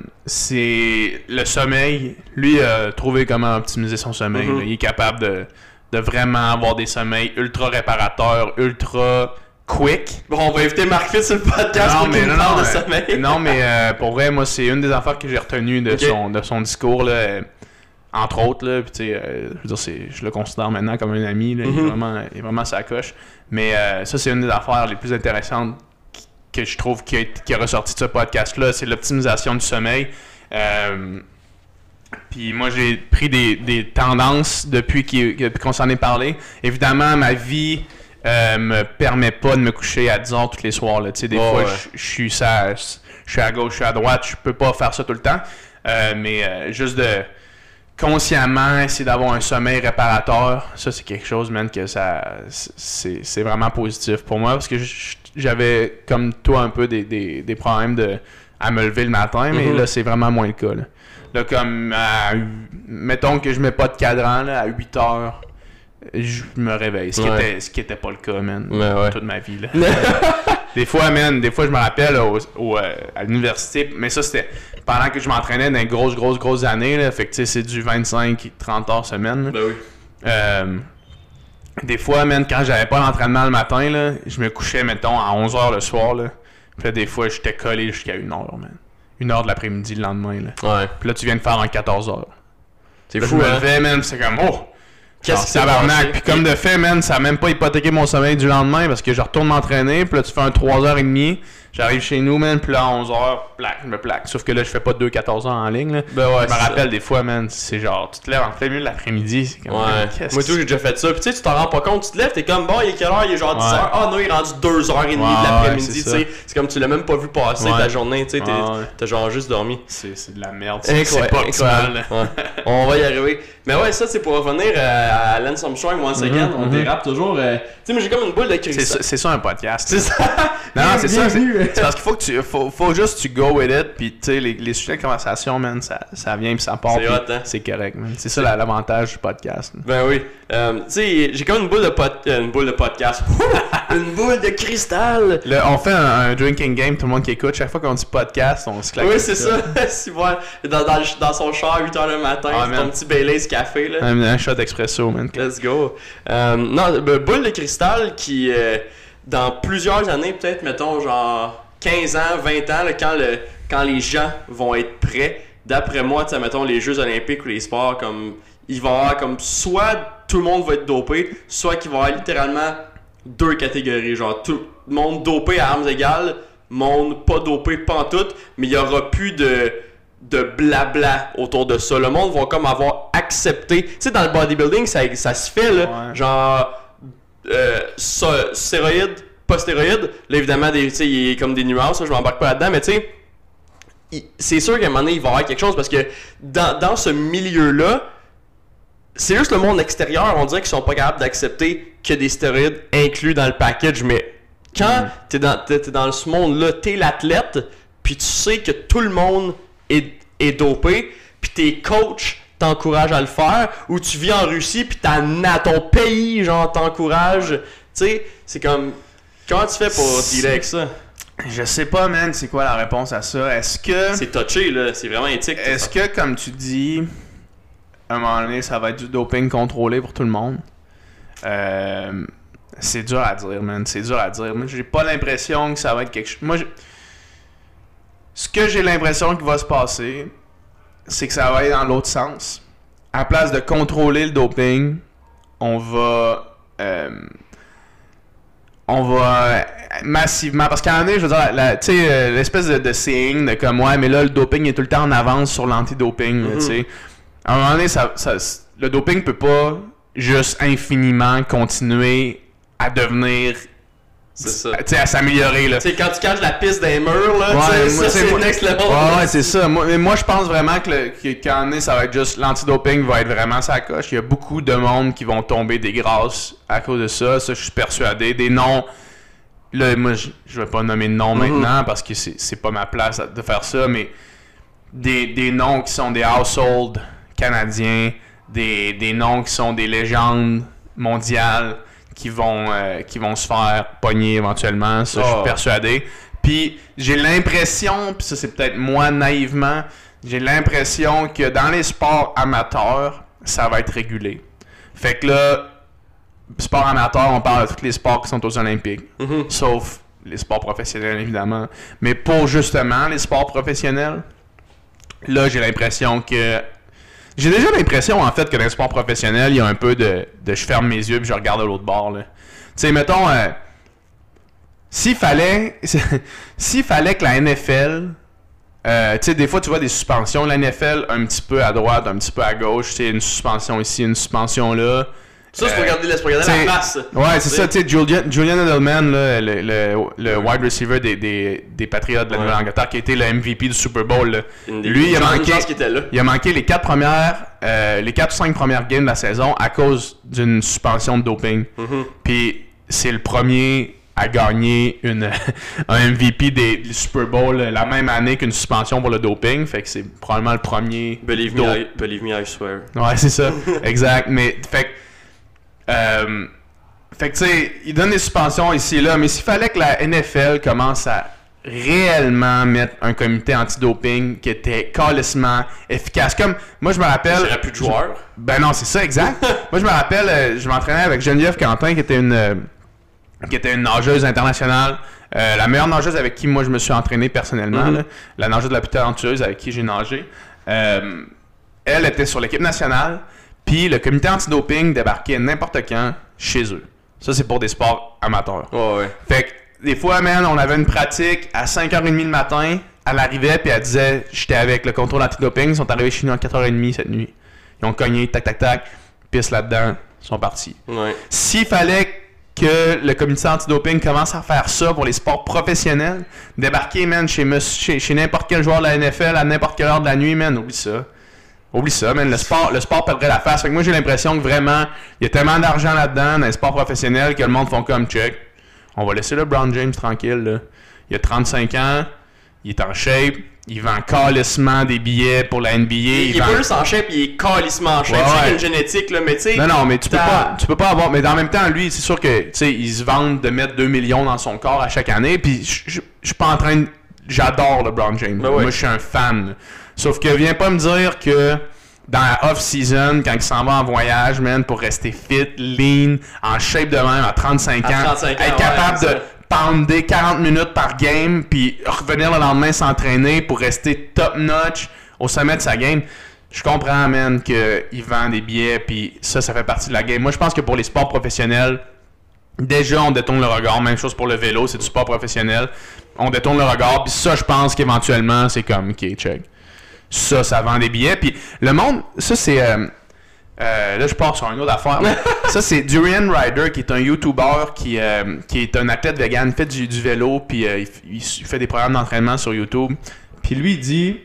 c'est le sommeil. Lui a trouvé comment optimiser son sommeil. Mm-hmm. Il est capable de, de vraiment avoir des sommeils ultra réparateurs, ultra quick. Bon, on va inviter Mark Fit sur le podcast non, pour mais, qu'il non, parle non, de sommeil. Non, mais euh, pour vrai, moi, c'est une des affaires que j'ai retenues de, okay. son, de son discours. Là, euh, entre autres, là, pis tu sais, euh, je veux dire, c'est, je le considère maintenant comme un ami. Là, mm-hmm. il, est vraiment, il est vraiment sa coche. Mais euh, ça, c'est une des affaires les plus intéressantes que je trouve qui a, qui a ressorti de ce podcast-là, c'est l'optimisation du sommeil. Euh, puis moi, j'ai pris des, des tendances depuis, depuis qu'on s'en est parlé. Évidemment, ma vie euh, me permet pas de me coucher à dix heures tous les soirs. Là. Des oh, fois, ouais. je, je, suis ça, je suis à gauche, je suis à droite, je peux pas faire ça tout le temps. Euh, mais euh, juste de consciemment essayer d'avoir un sommeil réparateur, ça, c'est quelque chose, man, que ça c'est, c'est vraiment positif pour moi parce que je, j'avais, comme toi, un peu des, des, des problèmes de, à me lever le matin, mais mm-hmm. là, c'est vraiment moins le cas. Là, là comme, à, mettons que je mets pas de cadran, là, à huit heures, je me réveille. Ce qui ouais. était, ce qui était pas le cas, man, ouais. toute ma vie. Là. des fois, man, des fois, je me rappelle au, au, à l'université, mais ça, c'était pendant que je m'entraînais dans les grosses, grosses, grosses années, là, fait que, tu sais, c'est du vingt-cinq à trente heures semaine. Là. Ben oui. Euh, Des fois, man, quand j'avais pas l'entraînement le matin, là, je me couchais, mettons, à onze heures le soir, là. Puis là, des fois, j'étais collé jusqu'à une heure, man. une heure de l'après-midi le lendemain, là. Ouais. Puis là, tu viens de faire en quatorze heures. C'est là, fou, je me hein? levais, man, c'est comme, oh! Qu'est-ce que c'est tabarnak. Puis comme de fait, man, ça a même pas hypothéqué mon sommeil du lendemain parce que je retourne m'entraîner, puis là, tu fais un trois heures trente. J'arrive chez nous, man, puis là, à onze heures, plaque, je me plaque. Sauf que là, je fais pas deux quatorze heures en ligne, là. Ben ouais, je me rappelle ça. Des fois, man, c'est genre, tu te lèves en plein milieu de l'après-midi, c'est comme... Ouais, moi tout, j'ai déjà fait ça. Puis tu sais, tu t'en rends pas compte, tu te lèves, t'es comme, bon, il est quelle heure? Il est genre dix heures. Ah non, il est rendu deux heures trente ouais, de l'après-midi, ouais, tu sais. C'est comme, tu l'as même pas vu passer ouais. ta journée, tu sais, ouais, ouais. t'as genre juste dormi. C'est, c'est de la merde, c'est, c'est pas optimal. Ouais. On va y arriver. Mais ouais, ça, c'est pour revenir à, à Lance Armstrong, once again, mm-hmm, on mm-hmm. dérape toujours. Euh... Tu sais, mais j'ai comme une boule de cristal. C'est, c'est ça un podcast. C'est ça. Non, c'est ça. C'est, c'est parce qu'il faut que tu, faut, faut juste tu go with it, puis tu sais, les, les sujets de conversation, man, ça, ça vient puis ça part. C'est hot, hein? C'est correct, man. C'est ça c'est... l'avantage du podcast. Man. Ben oui. Euh, tu sais, j'ai comme une boule de pod... euh, une boule de podcast. Une boule de cristal. Le, on fait un, un drinking game, tout le monde qui écoute. Chaque fois qu'on dit podcast, on se claque. Oui, c'est ça. Si voilà, dans, dans, dans son char à huit heures le matin, ah, ton petit Baileys café là. Un, un shot d'expresso, man. Let's go. Euh, non, ben, boule de cristal qui, euh, dans plusieurs années, peut-être, mettons, genre quinze ans, vingt ans, là, quand, le, quand les gens vont être prêts, d'après moi, tu sais, mettons, les Jeux Olympiques ou les sports, comme, il va y avoir comme soit tout le monde va être dopé, soit qu'il va y avoir littéralement deux catégories. Genre, tout le monde dopé à armes égales, monde pas dopé, pas en tout, mais il n'y aura plus de. de blabla autour de ça. Le monde va comme avoir accepté. Tu sais, dans le bodybuilding, ça, ça se fait, là. Ouais. Genre, euh, so, stéroïdes, pas stéroïdes. Là, évidemment, il y a comme des nuances, là, je m'embarque pas là-dedans, mais tu sais, c'est sûr qu'à un moment donné, il va y avoir quelque chose parce que dans, dans ce milieu-là, c'est juste le monde extérieur, on dirait qu'ils sont pas capables d'accepter qu'il y a des stéroïdes inclus dans le package, mais quand mm. t'es dans, t'es, t'es dans ce monde-là, t'es l'athlète, puis tu sais que tout le monde est, est dopé, puis tes coachs t'encouragent à le faire, ou tu vis en Russie, puis t'en as ton pays, genre, t'encourage. Tu sais, c'est comme... Comment tu fais pour dealer avec ça? Je sais pas, man, c'est quoi la réponse à ça? Est-ce que... C'est touché, là. C'est vraiment éthique. Est-ce que, comme tu dis, à un moment donné, ça va être du doping contrôlé pour tout le monde? Euh... C'est dur à dire, man. C'est dur à dire. Moi, j'ai pas l'impression que ça va être quelque chose... Moi, j'ai... Ce que j'ai l'impression qu'il va se passer, c'est que ça va aller dans l'autre sens. À la place de contrôler le doping, on va... Euh, on va massivement... Parce qu'à un moment donné, je veux dire, la, tu sais, euh, l'espèce de, de saying de comme, ouais, mais là, le doping est tout le temps en avance sur l'antidoping, mm-hmm. tu sais. À un moment donné, ça, ça, le doping peut pas juste infiniment continuer à devenir... C'est ça. Tu sais, à s'améliorer, là. Tu sais, quand tu caches la piste des murs, là, ouais, ça, c'est le next level. Ouais, ouais, c'est ça. Moi, mais moi, je pense vraiment que, le, que qu'à un moment donné, ça va être juste... L'antidoping va être vraiment sa coche. Il y a beaucoup de monde qui vont tomber des grâces à cause de ça. Ça, je suis persuadé. Des noms... Là, moi, je, je vais pas nommer de noms mm-hmm. maintenant parce que c'est, c'est pas ma place de faire ça, mais des, des noms qui sont des households canadiens, des, des noms qui sont des légendes mondiales, qui vont euh, qui vont se faire pogner éventuellement, ça, oh. je suis persuadé. Puis j'ai l'impression, puis ça c'est peut-être moi naïvement, j'ai l'impression que dans les sports amateurs, ça va être régulé. Fait que là, sport amateur, on parle de tous les sports qui sont aux Olympiques, mm-hmm. sauf les sports professionnels évidemment. Mais pour justement les sports professionnels, là j'ai l'impression que J'ai déjà l'impression, en fait, que dans le sport professionnel, il y a un peu de, de je ferme mes yeux puis je regarde de l'autre bord, là. Tu sais, mettons, euh, s'il fallait, s'il fallait que la N F L, euh, tu sais, des fois, tu vois des suspensions, la N F L, un petit peu à droite, un petit peu à gauche, tu sais, une suspension ici, une suspension là. Ça, c'est pour regarder, c'est pour regarder la face. Ouais, c'est ça, tu sais, Julian, Julian Edelman, là, le, le, le wide receiver des, des, des Patriots de la ouais. Nouvelle-Angleterre, qui a été le M V P du Super Bowl, là. Lui, il a, manqué, il a manqué les quatre premières, euh, les quatre ou cinq premières games de la saison à cause d'une suspension de doping. Mm-hmm. Puis c'est le premier à gagner une, un M V P des, des Super Bowl la même année qu'une suspension pour le doping. Fait que c'est probablement le premier. Believe me, I, believe me, I swear. Ouais, c'est ça. Exact. Mais, fait que. Euh, fait que tu sais, il donne des suspensions ici et là, mais s'il fallait que la N F L commence à réellement mettre un comité anti-doping qui était calissement efficace, comme moi je me rappelle. Il n'y aurait plus de joueurs. Ben non, c'est ça, exact. Moi je me rappelle, euh, je m'entraînais avec Geneviève Quentin qui était une, euh, qui était une nageuse internationale, euh, la meilleure nageuse avec qui moi je me suis entraîné personnellement, mm-hmm. là, la nageuse de la plus talentueuse avec qui j'ai nagé. Euh, elle était sur l'équipe nationale. Puis le comité anti-doping débarquait n'importe quand chez eux. Ça, c'est pour des sports amateurs. Oh, ouais. Fait des fois, man, on avait une pratique à cinq heures trente le matin. Elle arrivait, puis elle disait, j'étais avec le contrôle antidoping. Ils sont arrivés chez nous à quatre heures trente cette nuit. Ils ont cogné, tac, tac, tac, pisse là-dedans, ils sont partis. Ouais. S'il fallait que le comité antidoping commence à faire ça pour les sports professionnels, débarquer, man, chez, chez, chez n'importe quel joueur de la N F L à n'importe quelle heure de la nuit, man, oublie ça. Oublie ça, man. Le sport, le sport perdrait la face. Fait que moi, j'ai l'impression que vraiment, il y a tellement d'argent là-dedans, dans les sports professionnels, que le monde font comme check. On va laisser le LeBron James tranquille, là. Il a trente-cinq ans, il est en shape, il vend calissement des billets pour la N B A. Il, il il est vend... pas juste en shape, il est calissement en shape. Ouais, C'est ouais. une génétique, là, mais tu sais. Non, non, mais tu peux, pas, tu peux pas avoir. Mais en même temps, lui, c'est sûr que, tu sais, ils se vendent de mettre deux millions dans son corps à chaque année. Puis je suis pas en train de. J'adore LeBron James. Ben ouais. Moi, je suis un fan. Sauf que viens pas me dire que dans la off-season, quand il s'en va en voyage, man, pour rester fit, lean, en shape de même, à trente-cinq ans, à trente-cinq ans, être capable ouais, de pounder quarante minutes par game, puis revenir le lendemain s'entraîner pour rester top-notch au sommet de sa game. Je comprends, man, qu'il vend des billets, puis ça, ça fait partie de la game. Moi, je pense que pour les sports professionnels, déjà, on détourne le regard. Même chose pour le vélo, c'est du sport professionnel. On détourne le regard, puis ça, je pense qu'éventuellement, c'est comme, OK, check. Ça, ça vend des billets. Puis le monde, ça, c'est... Euh, euh, là, je pars sur une autre affaire. Ça, c'est Durian Ryder, qui est un YouTuber, qui, euh, qui est un athlète vegan, fait du, du vélo, puis euh, il, il fait des programmes d'entraînement sur YouTube. Puis lui, il dit...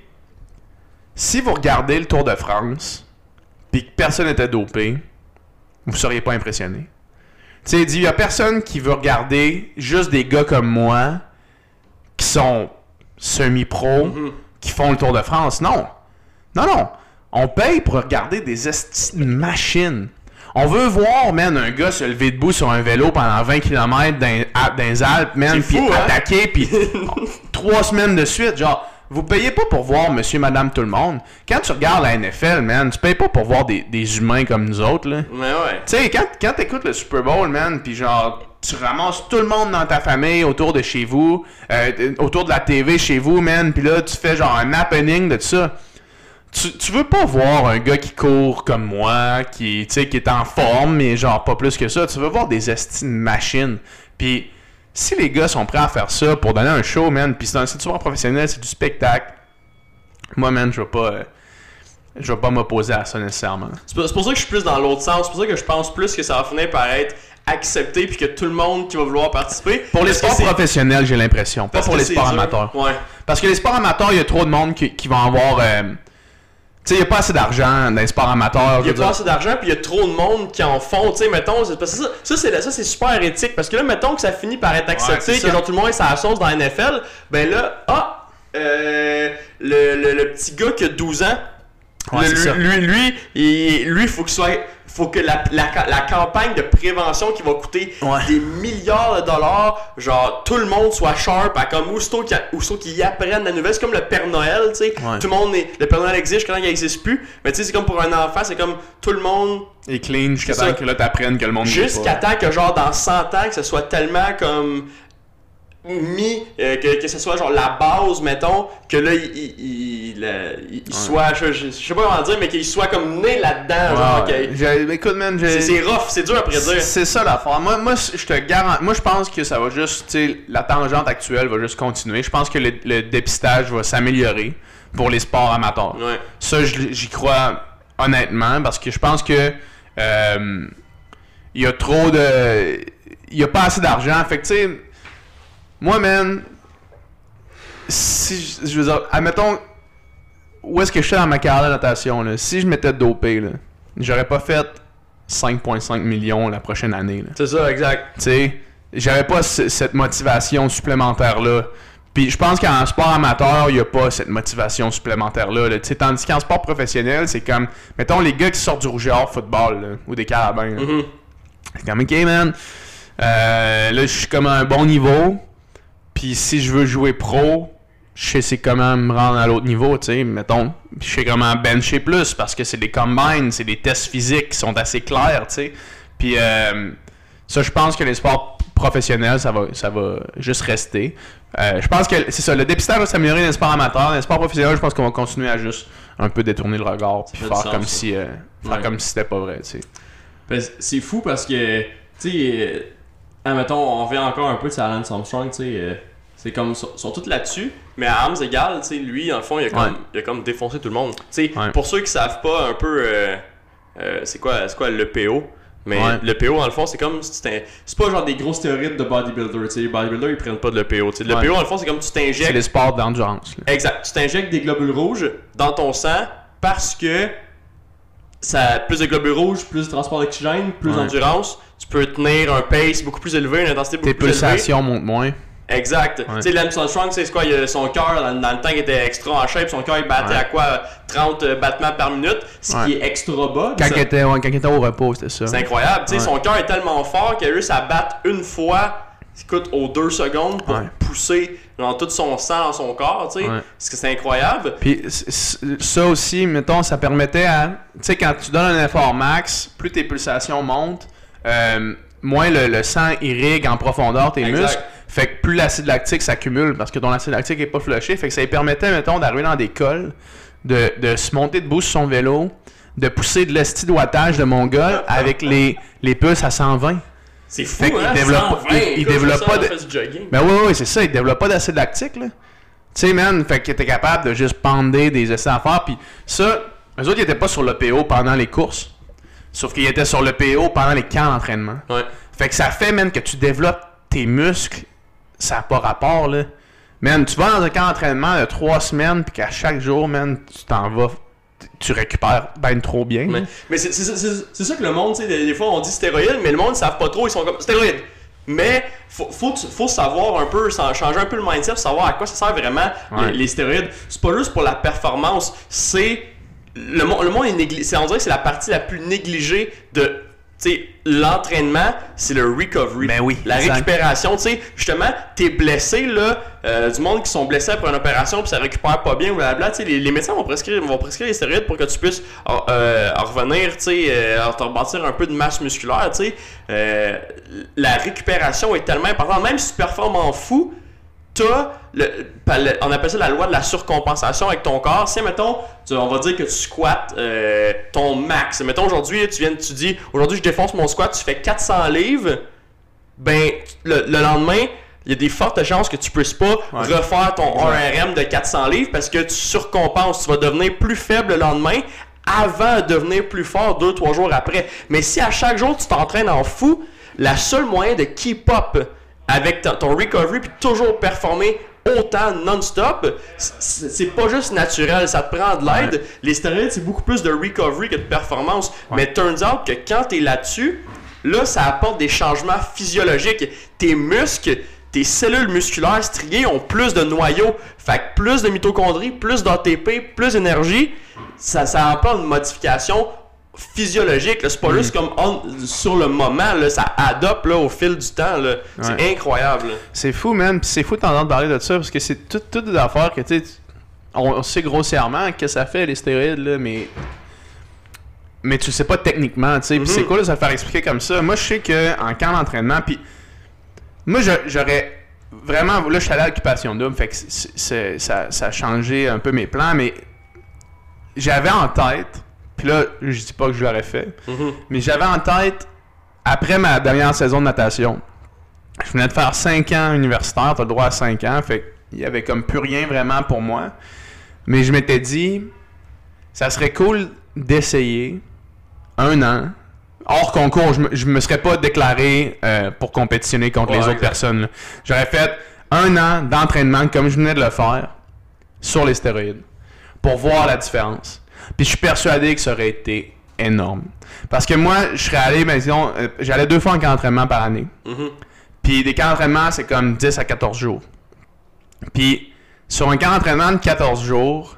Si vous regardez le Tour de France, puis que personne n'était dopé, vous ne seriez pas impressionné. Tu sais, il dit, il n'y a personne qui veut regarder juste des gars comme moi, qui sont semi-pro, mm-hmm. qui font le Tour de France. Non. Non, non. On paye pour regarder des estis de machines. On veut voir, man, un gars se lever debout sur un vélo pendant vingt kilomètres dans, dans les Alpes, man, puis hein? attaquer, puis trois semaines de suite, genre... Vous payez pas pour voir monsieur, madame, tout le monde. Quand tu regardes la N F L, man, tu payes pas pour voir des, des humains comme nous autres, là. Mais ouais. Tu sais, quand, quand t'écoutes le Super Bowl, man, pis genre, tu ramasses tout le monde dans ta famille autour de chez vous, euh, autour de la T V chez vous, man, pis là, tu fais genre un happening de tout ça. Tu, tu veux pas voir un gars qui court comme moi, qui, tu sais, qui est en forme, mais genre pas plus que ça. Tu veux voir des estimes machines. Pis... Si les gars sont prêts à faire ça pour donner un show, man, pis c'est un sport professionnel, c'est du spectacle, moi, man, je vais pas... Euh, je vais pas m'opposer à ça nécessairement. C'est pour, c'est pour ça que je suis plus dans l'autre sens. C'est pour ça que je pense plus que ça va finir par être accepté puis que tout le monde qui va vouloir participer. Pour les sports professionnels, j'ai l'impression. Pas pour les sports dur. amateurs. Ouais. Parce que les sports amateurs, il y a trop de monde qui, qui vont avoir... Euh, tu sais, il n'y a pas assez d'argent dans les sports amateurs. Il n'y a pas assez d'argent, puis il y a trop de monde qui en font. Tu sais, mettons, c'est, parce que ça, ça, c'est, ça, c'est super éthique. Parce que là, mettons que ça finit par être accepté, ouais, que genre, tout le monde est sa sauce dans la N F L. Ben là, ah, euh, le, le, le petit gars qui a douze ans, ouais, le, lui, lui, lui, il, lui, faut qu'il soit. Faut que la, la, la campagne de prévention qui va coûter ouais. des milliards de dollars, genre tout le monde soit sharp à comme aussitôt qu'ils, qu'ils y apprennent la nouvelle. C'est comme le Père Noël, tu sais. Ouais. Tout le monde est, le Père Noël existe quand il n'existe plus. Mais tu sais, c'est comme pour un enfant, c'est comme tout le monde. Et clean jusqu'à temps que là t'apprennes que le monde. Jusqu'à temps que genre dans cent ans, que ce soit tellement comme. mis euh, que, que ce soit genre la base, mettons, que là il, il, il, il, il ouais. soit, je, je, je sais pas comment dire, mais qu'il soit comme né là-dedans. Genre, ouais. okay. Écoute, man, j'ai... C'est, c'est rough, c'est dur à prédire. C'est, c'est ça l'affaire. Moi, moi, je te garantis. Moi, je pense que ça va juste, tu sais, la tangente actuelle va juste continuer. Je pense que le, le dépistage va s'améliorer pour les sports amateurs. Ouais. Ça, j'y crois honnêtement, parce que je pense que euh, il y a trop de, il y a pas assez d'argent. Fait que, tu sais. Moi, man, si je veux dire, admettons, où est-ce que je suis dans ma carrière de natation, là? Si je m'étais dopé, là, j'aurais pas fait cinq virgule cinq millions la prochaine année. Là. C'est ça, exact. Tu sais, j'aurais pas c- cette motivation supplémentaire-là. Puis je pense qu'en sport amateur, il n'y a pas cette motivation supplémentaire-là. Là. Tandis qu'en sport professionnel, c'est comme, mettons, les gars qui sortent du rougeard football là, ou des carabins. Là. Mm-hmm. C'est comme, OK, man, euh, là, je suis comme à un bon niveau. Puis si je veux jouer pro, je sais c'est comment me rendre à l'autre niveau, tu sais, mettons. Je sais comment bencher plus parce que c'est des combines, c'est des tests physiques qui sont assez clairs, tu sais. Puis euh, ça, je pense que les sports professionnels, ça va, ça va juste rester. Euh, je pense que c'est ça, le dépistage va s'améliorer dans les sports amateurs. Dans les sports professionnels, je pense qu'on va continuer à juste un peu détourner le regard puis faire, sens, comme si, euh, faire ouais. comme si c'était pas vrai, tu sais. Ben, c'est fou parce que, tu sais... ah, mettons, on revient encore un peu de Lance Armstrong, tu sais. Euh, c'est comme, ils sont, sont tous là-dessus, mais à armes égales, tu sais, lui, en fond, il a comme, ouais. il a comme défoncé tout le monde. Tu sais, ouais. Pour ceux qui savent pas un peu, euh, euh, c'est quoi, c'est quoi le P O? Mais ouais. Le P O, dans le fond, c'est comme si tu t'in... C'est pas genre des grosses stéroïdes de bodybuilder. Tu sais, les bodybuilders, ils prennent pas de l'E P O. T'sais. Le ouais. P O, dans le fond, c'est comme tu t'injectes. C'est les sports d'endurance. Là. Exact. Tu t'injectes des globules rouges dans ton sang parce que ça plus de globules rouges, plus de transport d'oxygène, plus ouais. d'endurance. Tu peux tenir un pace beaucoup plus élevé, une intensité beaucoup Tes plus élevée. Tes pulsations montent moins. Exact. Ouais. Tu sais, Lance Armstrong, c'est quoi? Il a son cœur, dans, dans le temps, il était extra en shape. Son cœur, il battait ouais. à quoi? trente battements par minute, ce ouais. qui est extra bas. Quand, il était, ouais, quand il était au repos, c'était ça. C'est incroyable. Tu sais, ouais. Son cœur est tellement fort qu'il a réussi à battre une fois, écoute, aux deux secondes pour ouais. pousser dans tout son sang dans son corps, tu sais. Ouais. Parce que c'est incroyable. Puis ça aussi, mettons, ça permettait à... Tu sais, quand tu donnes un effort max, plus tes pulsations montent, euh, moins le, le sang irrigue en profondeur tes exact. muscles. Fait que plus l'acide lactique s'accumule parce que ton acide lactique n'est pas flushé. Fait que ça lui permettait, mettons, d'arriver dans des cols, de, de se monter debout sur son vélo, de pousser de l'esti de wattage de mongol avec les, les pulses à cent vingt. C'est fou, fait hein? Développe, cent vingt, il, il développe ça, pas de... Ben oui, oui, c'est ça. Il développe pas d'acide lactique, là. Tu sais, man, fait que t'es capable de juste pander des essais à faire. Puis ça, eux autres, ils étaient pas sur l'E P O pendant les courses. Sauf qu'ils étaient sur l'E P O pendant les camps d'entraînement. Ouais. Fait que ça fait, man, que tu développes tes muscles. Ça n'a pas rapport, là. Man, tu vas dans un camp d'entraînement de trois semaines, puis qu'à chaque jour, man, tu t'en vas, tu récupères ben trop bien. Mais, mais c'est, c'est, c'est, c'est ça que le monde, tu sais, des, des fois, on dit stéroïdes, mais le monde ne savent pas trop, ils sont comme stéroïdes. Mais faut, faut, faut savoir un peu, changer un peu le mindset, savoir à quoi ça sert vraiment ouais. les, les stéroïdes. C'est pas juste pour la performance, c'est... Le, le monde est négligé, on dirait que c'est la partie la plus négligée de... Tu sais, l'entraînement, c'est le recovery. Ben oui, la exact. récupération, tu sais, justement, t'es blessé, là, euh, du monde qui sont blessés après une opération puis ça récupère pas bien, blablabla, tu sais, les, les médecins vont prescrire, vont prescrire les stéroïdes pour que tu puisses euh, revenir, tu sais, euh, te rebâtir un peu de masse musculaire, tu sais. Euh, la récupération est tellement importante, même si tu performes en fou, t'as, le, on appelle ça la loi de la surcompensation avec ton corps. Si, mettons, tu, on va dire que tu squattes euh, ton max. Mettons, aujourd'hui, tu viens, tu dis, aujourd'hui, je défonce mon squat, tu fais quatre cents livres. Ben, le, le lendemain, il y a des fortes chances que tu puisses pas ouais. refaire ton R R M de quatre cents livres parce que tu surcompenses. Tu vas devenir plus faible le lendemain avant de devenir plus fort deux, trois jours après. Mais si à chaque jour, tu t'entraînes en fou, la seule moyen de keep up avec ton recovery puis toujours performer autant non-stop, c'est pas juste naturel, ça te prend de l'aide. Ouais. Les stéroïdes, c'est beaucoup plus de recovery que de performance. Ouais. Mais turns out que quand t'es là-dessus, là, ça apporte des changements physiologiques. Tes muscles, tes cellules musculaires striées ont plus de noyaux. Fait que plus de mitochondries, plus d'A T P, plus d'énergie, ça, ça apporte une modification physiologique, là. C'est pas mmh. juste comme on, sur le moment, là, ça adopte là, au fil du temps. Là. C'est ouais. incroyable. Là. C'est fou, man. Puis c'est fou d'entendre parler de ça parce que c'est toutes tout des affaires que tu sais, on, on sait grossièrement que ça fait les stéroïdes, là, mais mais tu le sais pas techniquement. Tu sais. Mmh. Puis c'est cool de se le faire expliquer comme ça. Moi, je sais qu'en camp d'entraînement, puis moi, je, j'aurais vraiment. Là, je suis allé à l'occupation double, fait que c'est, c'est, ça, ça a changé un peu mes plans, mais j'avais en tête. Puis là, je dis pas que je l'aurais fait. Mm-hmm. Mais j'avais en tête, après ma dernière saison de natation, je venais de faire cinq ans universitaire, t'as le droit à cinq ans, fait qu'il y avait comme plus rien vraiment pour moi. Mais je m'étais dit, ça serait cool d'essayer un an. Hors concours, je me, je me serais pas déclaré euh, pour compétitionner contre ouais, les autres exact. personnes. Là. J'aurais fait un an d'entraînement, comme je venais de le faire, sur les stéroïdes, pour voir la différence. Puis je suis persuadé que ça aurait été énorme. Parce que moi, je serais allé, ben, disons, euh, j'allais deux fois en camp d'entraînement par année. Mm-hmm. Puis des camps d'entraînement, c'est comme dix à quatorze jours. Puis sur un camp d'entraînement de quatorze jours,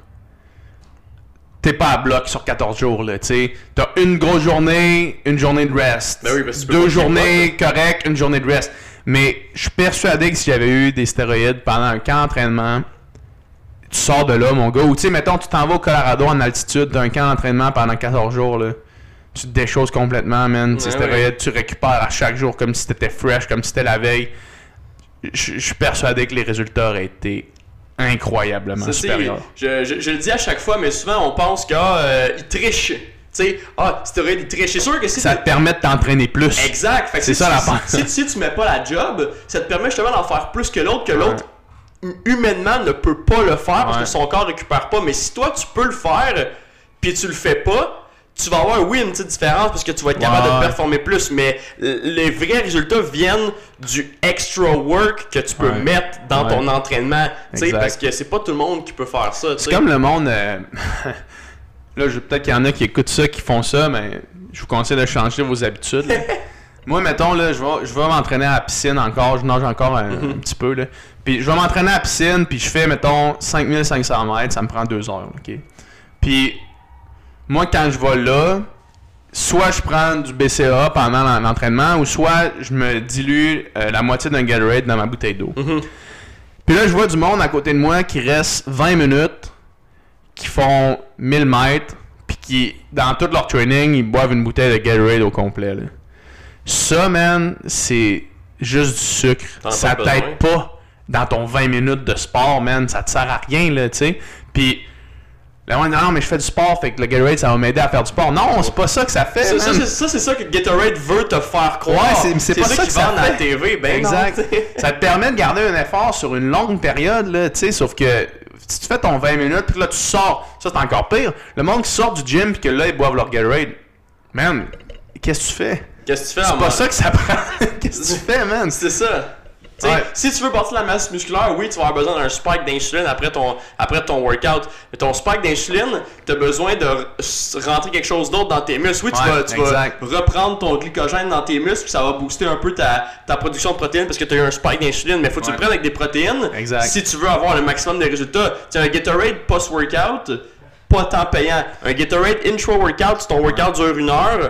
t'es pas à bloc sur quatorze jours, là, tu sais. T'as une grosse journée, une journée de rest. Ben oui, deux journées correctes, une journée de rest. Mais je suis persuadé que si j'avais eu des stéroïdes pendant un camp d'entraînement, tu sors de là, mon gars. Ou tu sais, mettons, tu t'en vas au Colorado en altitude, t'as un camp d'entraînement pendant quatorze jours, là. Tu te déchausses complètement, man. Ouais, stéroïdes, ouais. Tu récupères à chaque jour comme si t'étais fresh, comme si c'était la veille. Je suis persuadé que les résultats auraient été incroyablement ça, supérieurs. Je, je, je le dis à chaque fois, mais souvent, on pense qu'ils euh, trichent. sais, ah, stéroïdes est très... Je suis sûr que si... Ça te permet de t'entraîner plus. Exact. Fait que c'est si, ça la si, part. Si, si, si tu mets pas la job, ça te permet justement d'en faire plus que l'autre, que l'autre, ouais. humainement, ne peut pas le faire parce ouais. que son corps récupère pas. Mais si toi, tu peux le faire, puis tu le fais pas, tu vas avoir, oui, une petite différence parce que tu vas être capable ouais. de performer plus, mais les vrais résultats viennent du extra work que tu peux ouais. mettre dans ouais. ton entraînement. Parce que c'est pas tout le monde qui peut faire ça. C'est comme le monde... Euh... là, peut-être qu'il y en a qui écoutent ça, qui font ça, mais je vous conseille de changer vos habitudes. Moi, mettons, là, je vais, je vais m'entraîner à la piscine encore, je nage encore un, mm-hmm. un petit peu, là. Puis je vais m'entraîner à la piscine, puis je fais, mettons, cinq mille cinq cents mètres, ça me prend deux heures, OK? Puis... moi, quand je vais là, soit je prends du B C A A pendant l'entraînement, ou soit je me dilue euh, la moitié d'un Gatorade dans ma bouteille d'eau. Mm-hmm. Puis là, je vois du monde à côté de moi qui reste vingt minutes, qui font mille mètres, puis qui, dans tout leur training, ils boivent une bouteille de Gatorade au complet. Là. Ça, man, c'est juste du sucre. T'en ça t'aide pas dans ton vingt minutes de sport, man. Ça te sert à rien, là, tu sais. Puis... là, ouais, non, mais je fais du sport, fait que le Gatorade, ça va m'aider à faire du sport. Non, c'est pas ça que ça fait, ça, ça, c'est, ça, c'est ça que Gatorade veut te faire croire. Ouais, c'est, c'est, c'est pas ça, ça que ça fait. À la T V, ben exact. Non, ça te permet de garder un effort sur une longue période, là, tu sais, sauf que si tu fais ton vingt minutes, puis là, tu sors, ça, c'est encore pire. Le monde qui sort du gym, puis que là, ils boivent leur Gatorade, man, qu'est-ce que tu fais? Qu'est-ce que tu fais? C'est pas man? Ça que ça prend. Qu'est-ce que tu fais, man? C'est ça. Ouais. Si tu veux bâtir la masse musculaire, oui, tu vas avoir besoin d'un spike d'insuline après ton, après ton workout. Mais ton spike d'insuline, tu as besoin de rentrer quelque chose d'autre dans tes muscles. Oui, tu, ouais, vas, tu vas reprendre ton glycogène dans tes muscles, puis ça va booster un peu ta, ta production de protéines parce que tu as eu un spike d'insuline. Mais il faut que ouais. tu le prennes avec des protéines exact. Si tu veux avoir le maximum de résultats. Tu as un Gatorade post-workout, pas tant payant. Un Gatorade intra-workout, si ton workout dure une heure,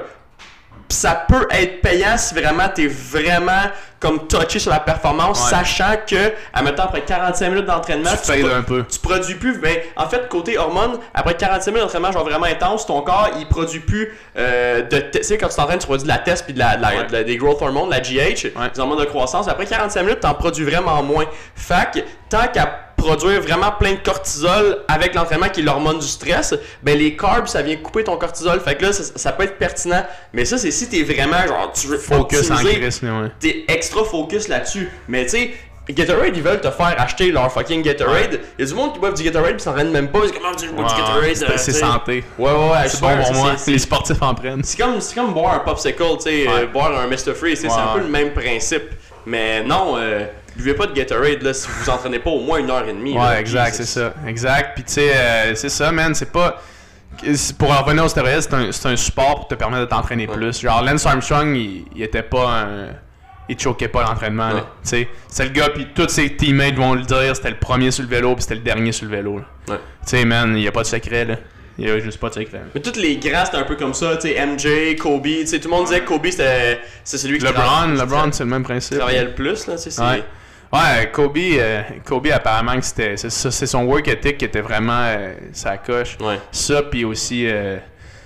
ça peut être payant si vraiment t'es vraiment comme touché sur la performance, ouais. sachant que, admettons, après quarante-cinq minutes d'entraînement, tu, tu, pro- un peu. tu produis plus. Ben, en fait, côté hormones, après quarante-cinq minutes d'entraînement, genre vraiment intense, ton corps, il produit plus euh, de. Tu sais, quand tu t'entraînes, tu produis de la T E S puis de la, de la, ouais. de la, des growth hormones, la G H, ouais. des hormones de croissance. Après quarante-cinq minutes, t'en produis vraiment moins. Fait que, tant qu'à produire vraiment plein de cortisol avec l'entraînement qui est l'hormone du stress, ben les carbs, ça vient couper ton cortisol. Fait que là, ça, ça peut être pertinent. Mais ça, c'est si t'es vraiment, genre, tu veux focus en optimiser, Christ, ouais. t'es extra focus là-dessus. Mais tu sais, Gatorade, ils veulent te faire acheter leur fucking Gatorade. Ouais. Il y a du monde qui boivent du Gatorade et s'en rendent même pas. Parce que comment tu bois du Gatorade? C'est, c'est santé. Ouais, ouais, ouais. C'est bon pour moi. C'est, les sportifs en prennent. C'est comme, c'est comme boire un popsicle, tu sais, ouais. euh, boire un mister Freeze. Ouais. C'est un peu le même principe. Mais non, euh, buvez pas de Gatorade là, si vous entraînez pas au moins une heure et demie. Ouais, là, exact, c'est ça. Exact. Puis tu sais, euh, c'est ça, man. C'est pas. Pour en revenir aux stéroïdes, c'est un, c'est un support pour te permettre de t'entraîner ouais. plus. Genre, Lance Armstrong, il, il était pas un. Il choquait pas l'entraînement. Ouais. C'est le gars, puis tous ses teammates vont le dire, c'était le premier sur le vélo, puis c'était le dernier sur le vélo. Ouais. Tu sais, man, il y a pas de secret, là. Il y a juste pas de secret. Mais tous les grands, c'était un peu comme ça. Tu sais, M J, Kobe, tu sais, tout le monde disait que Kobe, c'était c'est celui qui... LeBron, LeBron, c'est le même principe. Travaillait le plus, là, tu sais, c'est... Ouais. Ouais, Kobe, euh, Kobe apparemment que c'était c'est, c'est son work ethic qui était vraiment euh, sa coche. Ouais. Ça, puis aussi euh,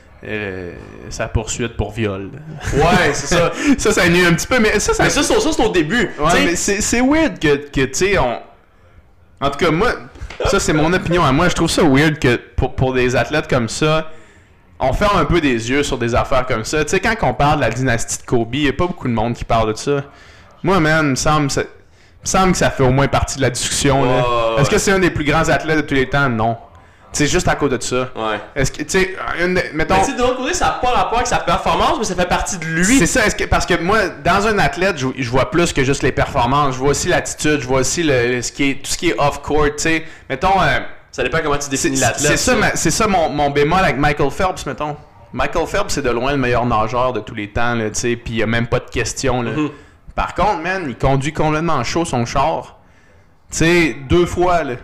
euh, sa poursuite pour viol. Ouais, c'est ça. ça, ça nuit un petit peu, mais ça, ça... Mais ça, ça, ça c'est au début. Ouais, t'sais... mais c'est, c'est weird que, que tu sais, on... En tout cas, moi, ça, c'est mon opinion à moi. Je trouve ça weird que pour, pour des athlètes comme ça, on ferme un peu des yeux sur des affaires comme ça. Tu sais, quand on parle de la dynastie de Kobe, il n'y a pas beaucoup de monde qui parle de ça. Moi, man, il me semble... Ça... Il me semble que ça fait au moins partie de la discussion. Là. Oh, Est-ce ouais. que c'est un des plus grands athlètes de tous les temps? Non. C'est juste à cause de ça. Ouais. Est-ce que, tu sais, mettons... Mais de l'autre côté, ça n'a pas rapport avec sa performance, mais ça fait partie de lui. C'est ça, est-ce que, parce que moi, dans un athlète, je, je vois plus que juste les performances. Je vois aussi l'attitude, je vois aussi le, le, ce qui est, tout ce qui est off-court, tu sais. Mettons... Euh, ça dépend comment tu définis c'est, l'athlète. C'est ça, ma, c'est ça mon, mon bémol avec Michael Phelps, mettons. Michael Phelps, c'est de loin le meilleur nageur de tous les temps, tu sais, puis il n'y a même pas de question, là. Mm-hmm. Par contre, man, il conduit complètement chaud son char. Tu sais, deux fois, là.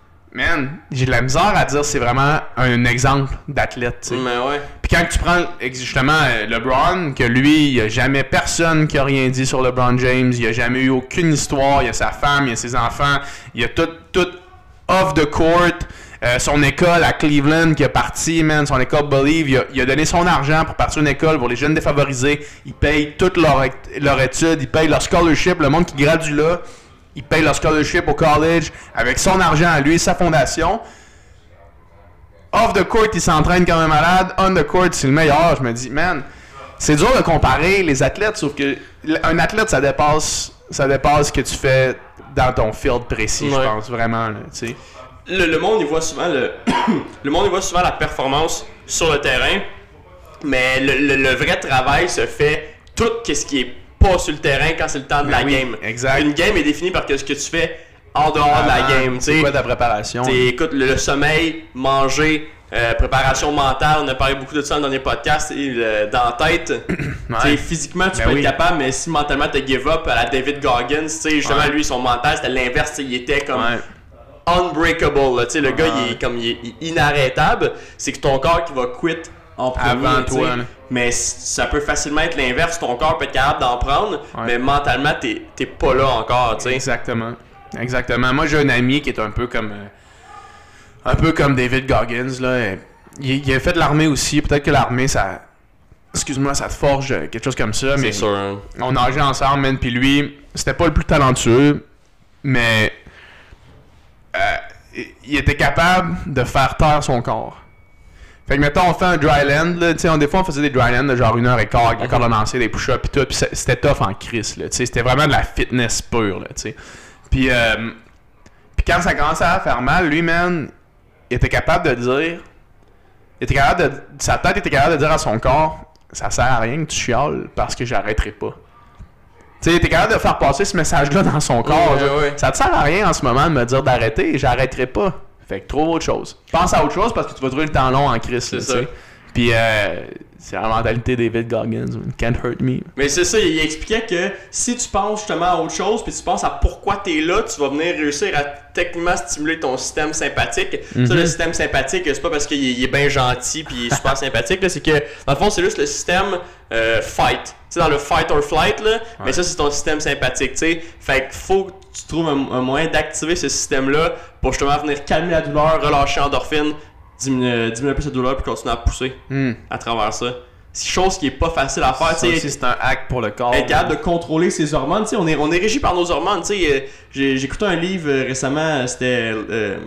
Man, j'ai de la misère à dire c'est vraiment un exemple d'athlète, tu sais. Mais ouais. Puis quand tu prends, justement, LeBron, que lui, il n'y a jamais personne qui a rien dit sur LeBron James, il n'y a jamais eu aucune histoire, il y a sa femme, il y a ses enfants, il y a tout, tout off the court, euh, son école à Cleveland qui est parti, man, son école Believe, il a, il a donné son argent pour partir une école pour les jeunes défavorisés, ils payent toutes leurs leur études, ils payent leur scholarship, le monde qui gradue là, il paye leur scholarship au college avec son argent à lui, sa fondation. off the court, il s'entraîne comme un malade. On the court, c'est le meilleur. Je me dis, man, c'est dur de comparer les athlètes, sauf que un athlète, ça dépasse, ça dépasse ce que tu fais dans ton field précis, ouais. Je pense, vraiment. Là, le, le monde, il voit souvent le, le monde, il voit souvent la performance sur le terrain, mais le, le, le vrai travail se fait tout ce qui est pas sur le terrain quand c'est le temps de ben la oui, game. Exact. Une game est définie par ce que tu fais en dehors ah, de la game. C'est quoi ta préparation? Écoute, le, le sommeil, manger, euh, préparation mentale, on a parlé beaucoup de ça dans le dernier podcast, et, euh, dans la tête. Ouais. Physiquement, tu ben peux oui. être capable, mais si mentalement tu give up à la David Goggins, justement, ouais. lui, son mental, c'était l'inverse, il était comme ouais. unbreakable. Là, le ouais. gars, il est, comme, il est inarrêtable. C'est que ton corps qui va quit en premier. Avant toi. Là. Mais ça peut facilement être l'inverse. Ton corps peut être capable d'en prendre, ouais. mais mentalement, t'es, t'es pas là encore. T'sais. Exactement. Exactement. Moi, j'ai un ami qui est un peu comme euh, un peu comme David Goggins. Là. Il, il a fait de l'armée aussi. Peut-être que l'armée, ça... Excuse-moi, ça te forge quelque chose comme ça. Mais c'est sûr. Hein. On nageait ensemble, man. Puis lui, c'était pas le plus talentueux, mais euh, il était capable de faire taire son corps. Fait que, mettons, on fait un dry land, là, on, des fois, on faisait des dry land de genre une heure et quart, avec la corde à lancer, des push-ups et tout, puis c'était tough en crise, là, c'était vraiment de la fitness pure, là, tu sais. Puis, euh, puis quand ça commençait à faire mal, lui, man, il était capable de dire, il était capable de, sa tête était capable de dire à son corps, ça sert à rien que tu chiales parce que j'arrêterai pas. Tu sais, il était capable de faire passer ce message-là dans son corps. Oui, oui, oui. Ça te sert à rien en ce moment de me dire d'arrêter, j'arrêterai pas. Fait que trouve autre chose. Pense à autre chose parce que tu vas trouver le temps long en crise. C'est ça. Puis euh, c'est la mentalité de David Goggins. Can't hurt me. Mais c'est ça, il expliquait que si tu penses justement à autre chose, puis tu penses à pourquoi t'es là, tu vas venir réussir à techniquement stimuler ton système sympathique. Mm-hmm. Ça, le système sympathique, c'est pas parce qu'il est, il est bien gentil puis il est super sympathique, là, c'est que dans le fond, c'est juste le système euh, fight. Tu sais, dans le fight or flight, là, ouais. mais ça, c'est ton système sympathique. T'sais. Fait qu'il faut que tu trouves un, un moyen d'activer ce système-là pour justement venir calmer la douleur, relâcher l'endorphine, diminuer, diminuer un peu cette douleur puis continuer à pousser mm. à travers ça. C'est chose qui est pas facile à faire. Ça aussi, c'est un hack pour le corps. Être capable de contrôler ses hormones. T'sais, on est, on est régi par nos hormones. T'sais, j'ai, j'ai écouté un livre récemment, c'était euh,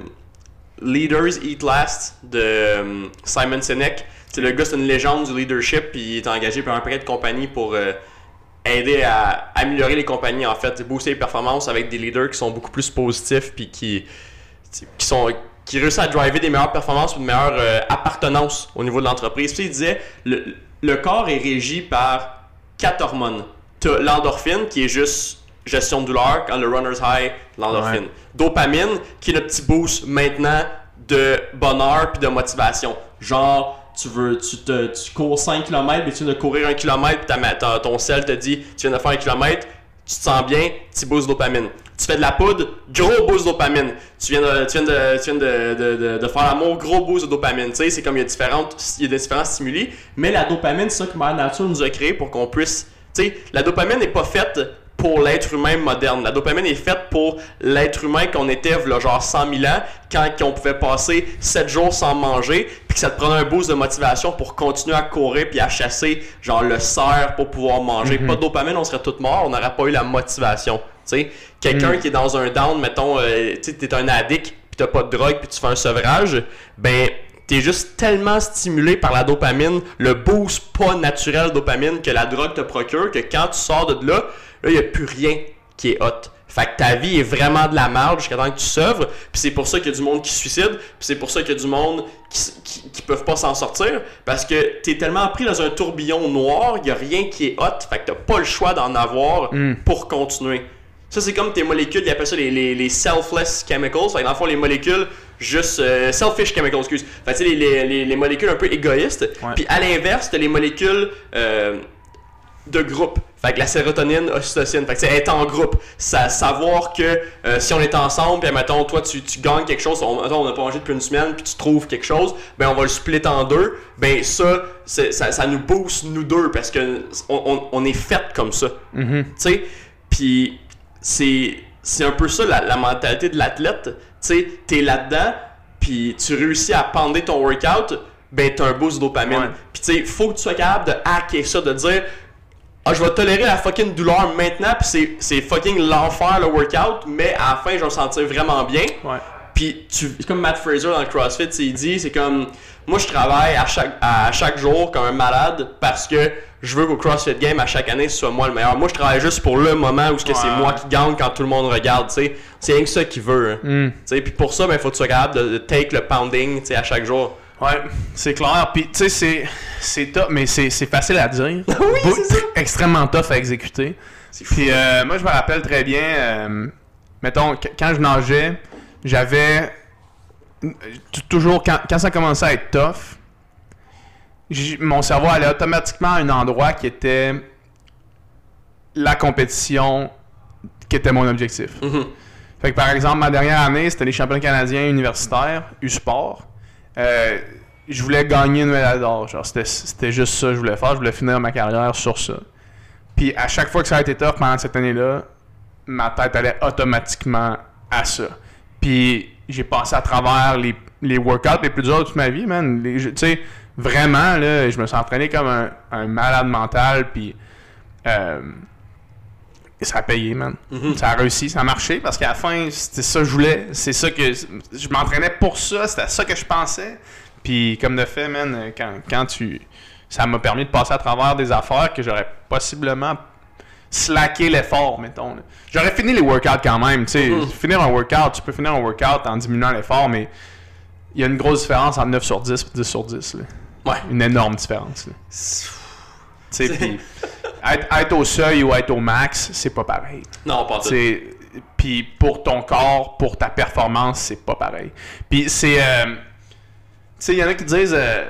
Leaders Eat Last de euh, Simon Sinek. T'sais, le gars, c'est une légende du leadership puis il est engagé par un paquet de compagnies pour euh, aider à améliorer les compagnies, en fait, booster les performances avec des leaders qui sont beaucoup plus positifs puis qui, qui sont... qui réussit à driver des meilleures performances ou une meilleure euh, appartenance au niveau de l'entreprise. Puis il disait, le, le corps est régi par quatre hormones. Tu as l'endorphine, qui est juste gestion de douleur, quand le runner's high, l'endorphine. Ouais. Dopamine, qui est notre petit boost maintenant de bonheur puis de motivation. Genre, tu veux, tu, te, tu cours cinq kilomètres, mais tu viens de courir un kilomètre, puis ta, ta, ton cell te dit, tu viens de faire un kilomètre, tu te sens bien, petit boost de dopamine. Tu fais de la poudre, gros boost de dopamine. Tu viens de, tu viens de, tu viens de, de, de, de faire l'amour, gros boost de dopamine. Tu sais, c'est comme il y a différentes, il y a des différents stimuli. Mais la dopamine, c'est ça que Mère Nature nous a créé pour qu'on puisse... Tu sais, la dopamine n'est pas faite pour l'être humain moderne. La dopamine est faite pour l'être humain qu'on était, là, genre cent mille ans, quand on pouvait passer sept jours sans manger, puis que ça te prenait un boost de motivation pour continuer à courir puis à chasser, genre le cerf pour pouvoir manger. Mm-hmm. Pas de dopamine, on serait tous morts, on n'aurait pas eu la motivation. T'sais, quelqu'un mm. qui est dans un down, mettons, euh, tu es un addict, puis t'as pas de drogue, puis tu fais un sevrage, ben t'es juste tellement stimulé par la dopamine, le boost pas naturel de dopamine que la drogue te procure, que quand tu sors de là, là, il n'y a plus rien qui est hot. Fait que ta vie est vraiment de la merde jusqu'à temps que tu s'œuvres, puis c'est pour ça qu'il y a du monde qui se suicide, puis c'est pour ça qu'il y a du monde qui, qui, qui peuvent pas s'en sortir, parce que t'es tellement pris dans un tourbillon noir, il n'y a rien qui est hot, fait que t'as pas le choix d'en avoir mm. pour continuer. Ça, c'est comme tes molécules, ils appellent ça les, les, les selfless chemicals. Fait que dans le fond, les molécules juste... Euh, selfish chemicals, excuse. Fait que tu sais, les, les, les molécules un peu égoïstes. Ouais. Puis à l'inverse, t'as les molécules euh, de groupe. Fait que la sérotonine, ocytocine. Fait que c'est être en groupe. Ça, savoir que euh, si on est ensemble, puis mettons, toi, tu, tu gagnes quelque chose, on, mettons, on n'a pas mangé depuis une semaine, puis tu trouves quelque chose, ben on va le split en deux. Ben ça, c'est, ça, ça nous booste, nous deux, parce que on, on, on est fait comme ça. Mm-hmm. Tu sais? Puis... C'est, c'est un peu ça la, la mentalité de l'athlète. Tu sais, t'es là-dedans, puis tu réussis à pender ton workout, ben t'as un boost de dopamine. Ouais. Puis tu sais, faut que tu sois capable de hacker ça, de dire ah, je vais tolérer la fucking douleur maintenant, puis c'est, c'est fucking l'enfer le workout, mais à la fin, je vais me sentir vraiment bien. Ouais. Puis, tu, comme Matt Fraser dans le CrossFit, il dit, c'est comme, moi, je travaille à chaque, à chaque jour comme un malade parce que je veux qu'au CrossFit Game, à chaque année, ce soit moi le meilleur. Moi, je travaille juste pour le moment où ouais. c'est moi qui gagne quand tout le monde regarde, tu sais. C'est rien que ça qu'il veut. Hein. Mm. Puis pour ça, il ben, faut que tu sois capable de, de take le pounding, tu sais, à chaque jour. Ouais, c'est clair. Puis, tu sais, c'est, c'est top, mais c'est, c'est facile à dire. oui, Beau- c'est ça. Extrêmement tough à exécuter. Puis, euh, moi, je me rappelle très bien, euh, mettons, qu- quand je nageais, j'avais t- toujours, quand, quand ça commençait à être tough, mon cerveau allait automatiquement à un endroit qui était la compétition qui était mon objectif. Mm-hmm. Fait que par exemple, ma dernière année, c'était les championnats canadiens universitaires, U-Sport. Euh, je voulais gagner une médaille d'or. Genre, c'était, c'était juste ça que je voulais faire. Je voulais finir ma carrière sur ça. Puis à chaque fois que ça a été tough pendant cette année-là, ma tête allait automatiquement à ça. Puis j'ai passé à travers les, les workouts les plus durs de toute ma vie, man. Tu sais, vraiment, là, je me suis entraîné comme un, un malade mental, puis euh, ça a payé, man. Mm-hmm. Ça a réussi, ça a marché, parce qu'à la fin, c'était ça que je voulais. C'est ça que... Je m'entraînais pour ça, c'était ça que je pensais. Puis comme de fait, man, quand, quand tu... Ça m'a permis de passer à travers des affaires que j'aurais possiblement slacké l'effort, mettons. Là. J'aurais fini les workouts quand même, tu sais. Mm-hmm. Finir un workout, tu peux finir un workout en diminuant l'effort, mais il y a une grosse différence entre neuf sur dix et dix sur dix, là. Ouais. Une énorme différence. Tu sais, puis être, être au seuil ou être au max, c'est pas pareil. Non, pas tout. Puis pour ton corps, pour ta performance, c'est pas pareil. Puis c'est... Euh, tu sais, il y en a qui disent... Euh,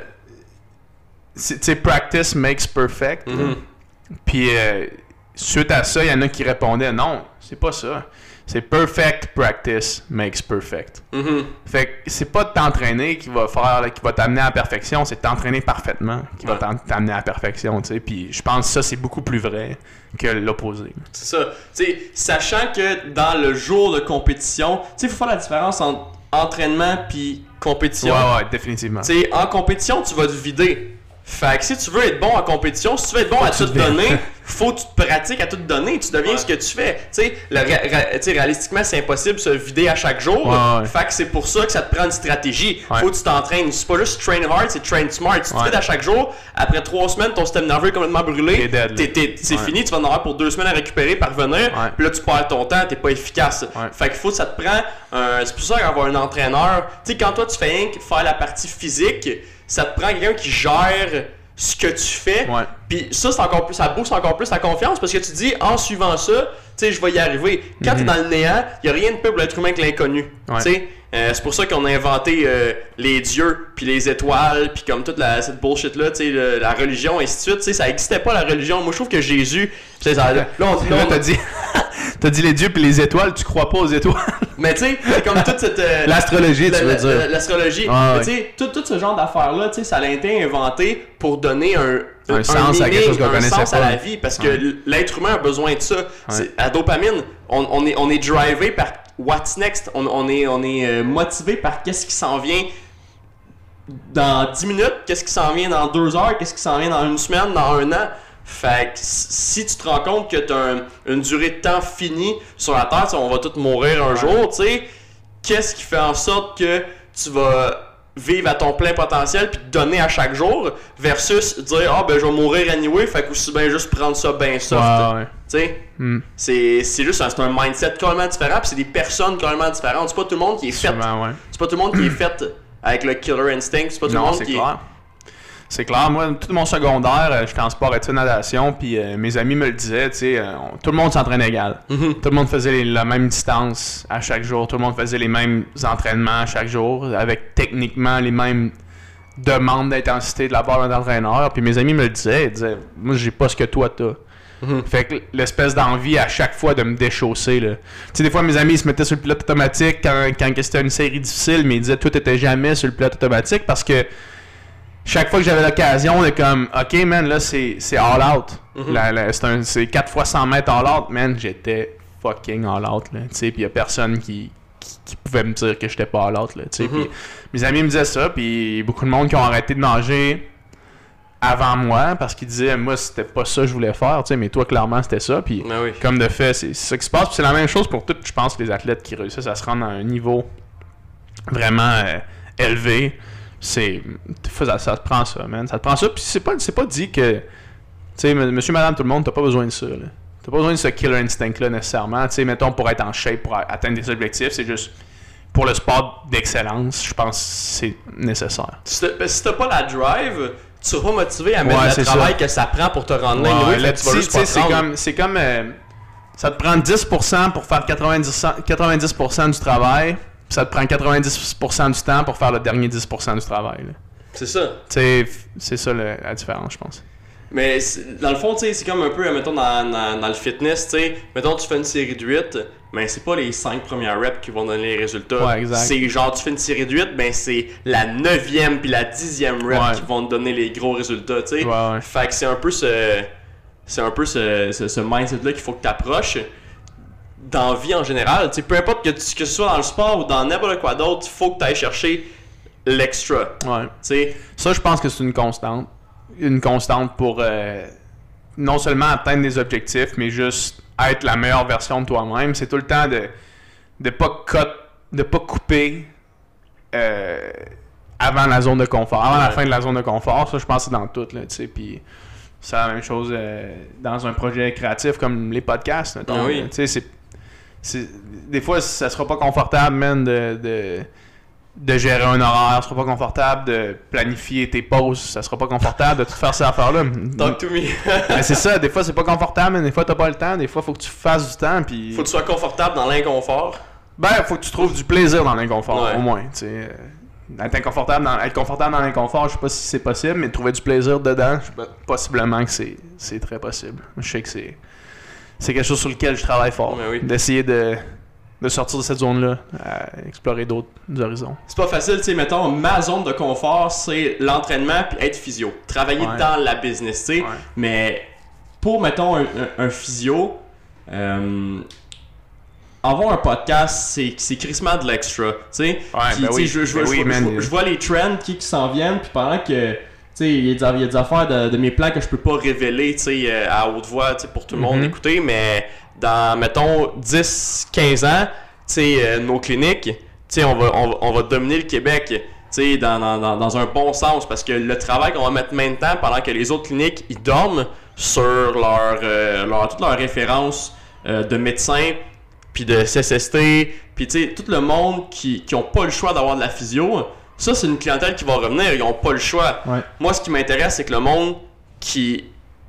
tu sais, practice makes perfect. Mm-hmm. Puis euh, suite à ça, il y en a qui répondaient, non, c'est pas ça. C'est perfect practice makes perfect. Mm-hmm. Fait que c'est pas de t'entraîner qui va faire, là, qui va t'amener à la perfection, c'est de t'entraîner parfaitement qui va ouais. t'amener à la perfection, tu sais. Puis je pense que ça, c'est beaucoup plus vrai que l'opposé. C'est ça. Tu sais, sachant que dans le jour de compétition, tu sais, il faut faire la différence entre entraînement puis compétition. Ouais, ouais, définitivement. Tu sais, en compétition, tu vas te vider. Fait que si tu veux être bon en compétition, si tu veux être bon faut à tout te donner, faut que tu te pratiques à tout te donner, tu deviens ouais. ce que tu fais. Tu sais, ré- réalistiquement, c'est impossible de se vider à chaque jour. Ouais, ouais. Fait que c'est pour ça que ça te prend une stratégie. Ouais. Faut que tu t'entraînes. C'est pas juste train hard, c'est train smart. Si tu te vides à chaque jour, après trois semaines, ton système nerveux est complètement brûlé. Dead, t'es, t'es, c'est ouais. fini, tu vas en avoir pour deux semaines à récupérer, parvenir. Ouais. Puis là, tu perds ton temps, t'es pas efficace. Ouais. Fait que faut que ça te prend. Euh, c'est pour ça qu'avoir un entraîneur. Tu sais, quand toi, tu fais rien que faire la partie physique, ça te prend quelqu'un qui gère ce que tu fais. Ouais. Puis ça, c'est encore plus, ça booste encore plus ta confiance parce que tu dis, en suivant ça, tu sais, je vais y arriver. Quand mm-hmm. tu es dans le néant, il n'y a rien de plus pour l'être humain que l'inconnu. Ouais. Tu sais, euh, c'est pour ça qu'on a inventé euh, les dieux, puis les étoiles, puis comme toute la, cette bullshit-là, tu sais, le, la religion, et ainsi de suite. Tu sais, ça n'existait pas la religion. Moi, je trouve que Jésus, tu sais, ça, là, on, là, on, là t'as dit... T'as dit les dieux puis les étoiles, tu crois pas aux étoiles. Mais tu sais, c'est comme toute cette... Euh, l'astrologie, tu veux dire. L'astrologie. Ah, mais tu sais, tout, tout ce genre d'affaires-là, tu sais, ça a été inventé pour donner un... Un, un sens, à, quelque chose qu'on un sens pas. à la vie. Parce que ouais. l'être humain a besoin de ça. Ouais. C'est, à dopamine, on, on, est, on est drivé par what's next. On, on est, on est euh, motivé par qu'est-ce qui s'en vient dans dix minutes, qu'est-ce qui s'en vient dans deux heures, qu'est-ce qui s'en vient dans une semaine, dans un an. Fait que si tu te rends compte que tu as un, une durée de temps finie sur la Terre, on va tous mourir un ouais. jour, tu sais, qu'est-ce qui fait en sorte que tu vas vivre à ton plein potentiel puis te donner à chaque jour versus dire ah oh, ben je vais mourir anyway, fait que aussi bien juste prendre ça bien soft. Ouais, ouais. Tu sais, mm. c'est, c'est juste un, c'est un mindset complètement différent puis c'est des personnes complètement différentes. C'est pas tout le monde qui est fait. Ouais. C'est pas tout le monde qui est fait avec le killer instinct, c'est pas tout non, le monde qui clair. C'est clair, moi, tout mon secondaire, euh, j'étais en sport études natation, puis euh, mes amis me le disaient, tu sais, euh, tout le monde s'entraînait égal. Mm-hmm. Tout le monde faisait les, la même distance à chaque jour, tout le monde faisait les mêmes entraînements à chaque jour, avec techniquement les mêmes demandes d'intensité de la part d'un entraîneur. Puis mes amis me le disaient, ils disaient, moi, j'ai pas ce que toi t'as. Mm-hmm. Fait que l'espèce d'envie à chaque fois de me déchausser, là. Tu sais, des fois, mes amis ils se mettaient sur le pilote automatique quand, quand c'était une série difficile, mais ils disaient, toi, t'étais jamais sur le pilote automatique parce que chaque fois que j'avais l'occasion, on est comme, OK, man, là, c'est, c'est all out. Mm-hmm. La, la, c'est, un, c'est quatre fois cent mètres all out, man. J'étais fucking all out, là. Tu sais, puis il y a personne qui, qui, qui pouvait me dire que j'étais pas all out, là. Tu sais, mm-hmm. puis mes amis me disaient ça, puis beaucoup de monde qui ont arrêté de nager avant moi parce qu'ils disaient, moi, c'était pas ça que je voulais faire, tu sais, mais toi, clairement, c'était ça. Puis, ah oui. comme de fait, c'est, c'est ça qui se passe. Puis c'est la même chose pour tous, je pense, les athlètes qui réussissent à se rendre à un niveau vraiment euh, élevé, c'est ça, ça te prend ça, man. Ça te prend ça, puis c'est pas, c'est pas dit que, tu sais, monsieur, madame, tout le monde, t'as pas besoin de ça, là. T'as pas besoin de ce killer instinct-là, nécessairement. Tu sais, mettons, pour être en shape, pour atteindre des objectifs, c'est juste, pour le sport d'excellence, je pense que c'est nécessaire. Si t'as, si t'as pas la drive, tu seras pas motivé à mettre ouais, le travail ça. que ça prend pour te rendre là. Ouais, Oui, là, tu vas juste pas c'est te comme, c'est comme euh, ça te prend dix pour cent pour faire quatre-vingt-dix pour cent du travail, puis ça te prend quatre-vingt-dix pour cent du temps pour faire le dernier dix pour cent du travail. Là. C'est ça. T'sais, c'est ça le, la différence, je pense. Mais dans le fond, tu sais, c'est comme un peu, mettons, dans, dans, dans le fitness, tu sais, mettons, tu fais une série de huit, mais c'est pas les cinq premières reps qui vont donner les résultats. Ouais, exact. C'est genre, tu fais une série de huit, ben c'est la neuvième puis la dixième rep ouais. qui vont te donner les gros résultats, tu sais. Ouais, ouais. Fait que c'est un peu ce, c'est un peu ce, ce, ce mindset-là qu'il faut que tu approches. Dans la vie en général, tu sais, peu importe que, tu, que ce soit dans le sport ou dans n'importe quoi d'autre, il faut que tu ailles chercher l'extra. Ouais. Tu sais. Ça, je pense que c'est une constante. Une constante pour euh, non seulement atteindre des objectifs, mais juste être la meilleure version de toi-même. C'est tout le temps de de pas cut, de pas couper euh, avant la zone de confort, avant ouais. la fin de la zone de confort. Ça, je pense que c'est dans tout, là, tu sais. Puis c'est la même chose euh, dans un projet créatif comme les podcasts. Mettons, oui. Tu sais, c'est, c'est des fois, ça sera pas confortable, man, de, de de gérer un horaire, ça sera pas confortable de planifier tes pauses, ça sera pas confortable de tout faire ces affaires-là. Talk to me. Mais c'est ça, des fois c'est pas confortable, mais des fois t'as pas le temps, des fois faut que tu fasses du temps, puis... Faut que tu sois confortable dans l'inconfort. Ben, faut que tu trouves du plaisir dans l'inconfort, ouais. au moins, tu sais. Être inconfortable dans, être confortable dans l'inconfort, je sais pas si c'est possible, mais trouver du plaisir dedans, je sais possiblement que c'est, c'est très possible. Je sais que c'est, c'est quelque chose sur lequel je travaille fort, oui. d'essayer de... de sortir de cette zone-là, à explorer d'autres horizons. C'est pas facile, tu sais, mettons, ma zone de confort, c'est l'entraînement puis être physio. Travailler ouais. dans la business, tu sais. Ouais. Mais pour, mettons, un, un, un physio, euh, avoir un podcast, c'est, c'est crissement de l'extra, tu sais. Ouais, ben oui. Je, je, ben je, oui, je, man, je, je vois les trends qui, qui s'en viennent, puis pendant que... Tu sais, il y, y a des affaires de, de mes plans que je peux pas révéler, tu sais, à haute voix, tu sais, pour tout le monde mm-hmm. écouter, mais dans, mettons, dix quinze ans, tu sais, euh, nos cliniques, tu sais, on va, on, on va dominer le Québec, tu sais, dans, dans, dans un bon sens, parce que le travail qu'on va mettre maintenant, pendant que les autres cliniques, ils dorment sur leur, euh, leur, toutes leurs références euh, de médecins, puis de C S S T, puis tu sais, tout le monde qui qui ont pas le choix d'avoir de la physio, ça, c'est une clientèle qui va revenir, ils n'ont pas le choix. Ouais. Moi, ce qui m'intéresse, c'est que le monde qui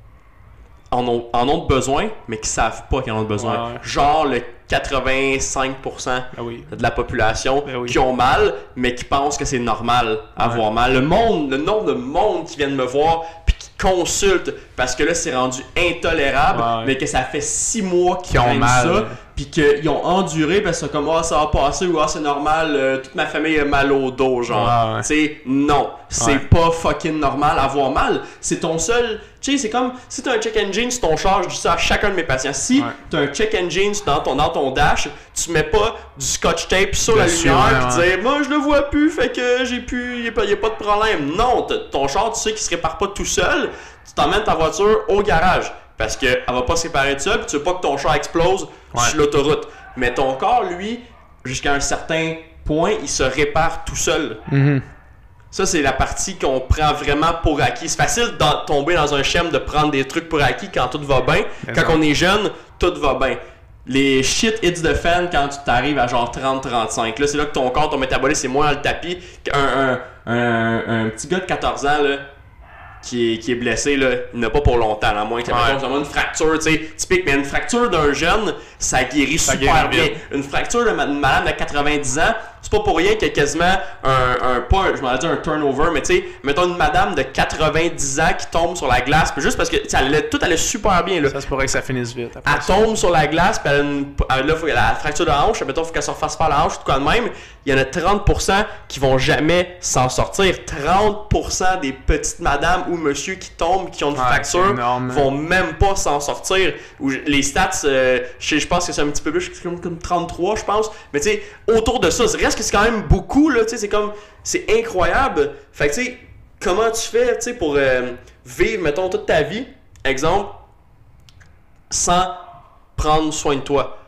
en ont, en ont besoin, mais qui savent pas qu'ils en ont besoin. Ouais, ouais. Genre le quatre-vingt-cinq pour cent ben oui. de la population ben oui. qui ont mal, mais qui pensent que c'est normal avoir ouais. mal. Le monde, le nombre de monde qui viennent me voir puis qui consultent parce que là, c'est rendu intolérable, ouais, ouais. mais que ça fait six mois qu'ils ont mal. Ça. Puis qu'ils ont enduré parce que c'est comme « Ah, oh, ça va passer » ou « Ah, oh, c'est normal, euh, toute ma famille a mal au dos. » Genre, ouais, ouais. tu sais, non. C'est ouais. pas fucking normal avoir mal. C'est ton seul... Tu sais, c'est comme si t'as un check engine sur ton char, je dis ça à chacun de mes patients. Si ouais. t'as un check engine dans ton, dans ton dash, tu mets pas du scotch tape sur la lumière et ouais, ouais. dire « Moi, je le vois plus, fait que j'ai plus... Y a pas, y a pas de problème. » Non, ton char, tu sais qu'il se répare pas tout seul. Tu t'emmènes ta voiture au garage. Parce qu'elle va pas se réparer de seule, puis tu veux pas que ton char explose ouais. sur l'autoroute. Mais ton corps, lui, jusqu'à un certain point, il se répare tout seul. Mm-hmm. Ça, c'est la partie qu'on prend vraiment pour acquis. C'est facile de tomber dans un schéma de prendre des trucs pour acquis quand tout va bien. C'est quand ça. On est jeune, tout va bien. Les shit hits de fan quand tu t'arrives à genre trente à trente-cinq. Là, c'est là que ton corps, ton métabolisme, c'est moins dans le tapis. Un, un, un, un petit gars de quatorze ans, là, Qui est, qui est blessé, là, il n'a pas pour longtemps, à moins qu'il y ait une fracture, tu sais, typique, mais une fracture d'un jeune, ça guérit ça super guérit bien. bien. Une fracture d'une malade de quatre-vingt-dix ans, c'est pas pour rien qu'il y a quasiment un, un pas, un, je m'en ai dit un turnover, mais tu sais, mettons une madame de quatre-vingt-dix ans qui tombe sur la glace, puis juste parce que allait, tout allait super bien, là. Ça se pourrait que ça finisse vite. Après elle ça. tombe sur la glace, puis elle a une, là, faut, la fracture de la hanche, mettons, il faut qu'elle se refasse faire la hanche, tout quoi de même. Il y en a trente pour cent qui vont jamais s'en sortir. trente pour cent des petites madames ou monsieur qui tombent, qui ont une ouais, fracture, vont même pas s'en sortir. Les stats, euh, je, je pense que c'est un petit peu plus, comme, comme trente-trois, je pense. Mais tu sais, autour de ça, reste que c'est quand même beaucoup, là, tu sais, c'est comme, c'est incroyable. Fait que tu sais, comment tu fais, tu sais, pour euh, vivre, mettons, toute ta vie, exemple, sans prendre soin de toi?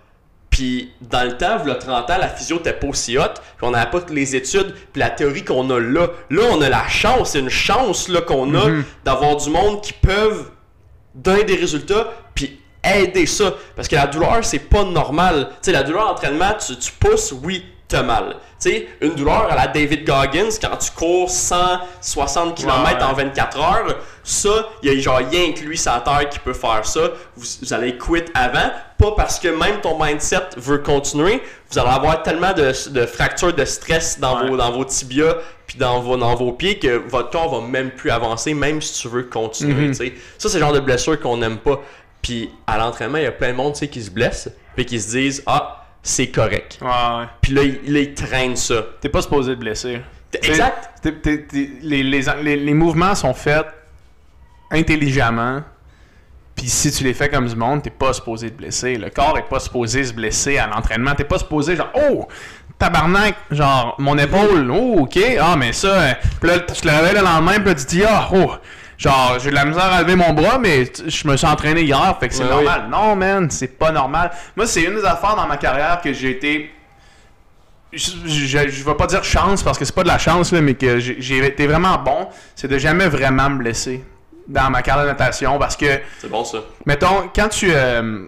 Puis dans le temps, il y a trente ans, la physio n'était pas aussi hot, puis on n'avait pas toutes les études, puis la théorie qu'on a là. Là, on a la chance, c'est une chance là, qu'on a mm-hmm. d'avoir du monde qui peuvent donner des résultats, puis aider ça. Parce que la douleur, c'est pas normal. Tu sais, la douleur d'entraînement, tu, tu pousses, oui, t'as mal. Tu sais, une douleur à la David Goggins, quand tu cours cent soixante kilomètres ouais, ouais. en vingt-quatre heures, ça, il y a genre rien que lui sur la terre qui peut faire ça. Vous, vous allez quit avant, pas parce que même ton mindset veut continuer. Vous allez avoir tellement de, de fractures de stress dans, ouais. vos, dans vos tibias puis dans vos, dans vos pieds que votre corps va même plus avancer, même si tu veux continuer. Mm-hmm. T'sais. Ça, c'est le genre de blessure qu'on n'aime pas. Puis à l'entraînement, il y a plein de monde qui se blesse puis qui se disent « Ah, c'est correct. Ouais, ouais. » Puis là, il, il traîne ça. T'es pas supposé te blesser. Exact. T'es, t'es, t'es, les, les, les, les mouvements sont faits intelligemment. Puis si tu les fais comme du monde, t'es pas supposé te blesser. Le corps est pas supposé se blesser à l'entraînement. T'es pas supposé genre « Oh! » Tabarnak, genre, mon épaule, oh, ok, ah, mais ça, euh, puis là, tu te réveilles le lendemain, puis là, tu te dis, ah, oh, genre, j'ai de la misère à lever mon bras, mais t- je me suis entraîné hier, fait que c'est ouais, normal. Oui. Non, man, c'est pas normal. Moi, c'est une des affaires dans ma carrière que j'ai été, je, je, je vais pas dire chance, parce que c'est pas de la chance, là, mais que j'ai, j'ai été vraiment bon, c'est de jamais vraiment me blesser dans ma carrière de natation, parce que... C'est bon, ça. Mettons, quand tu... Euh,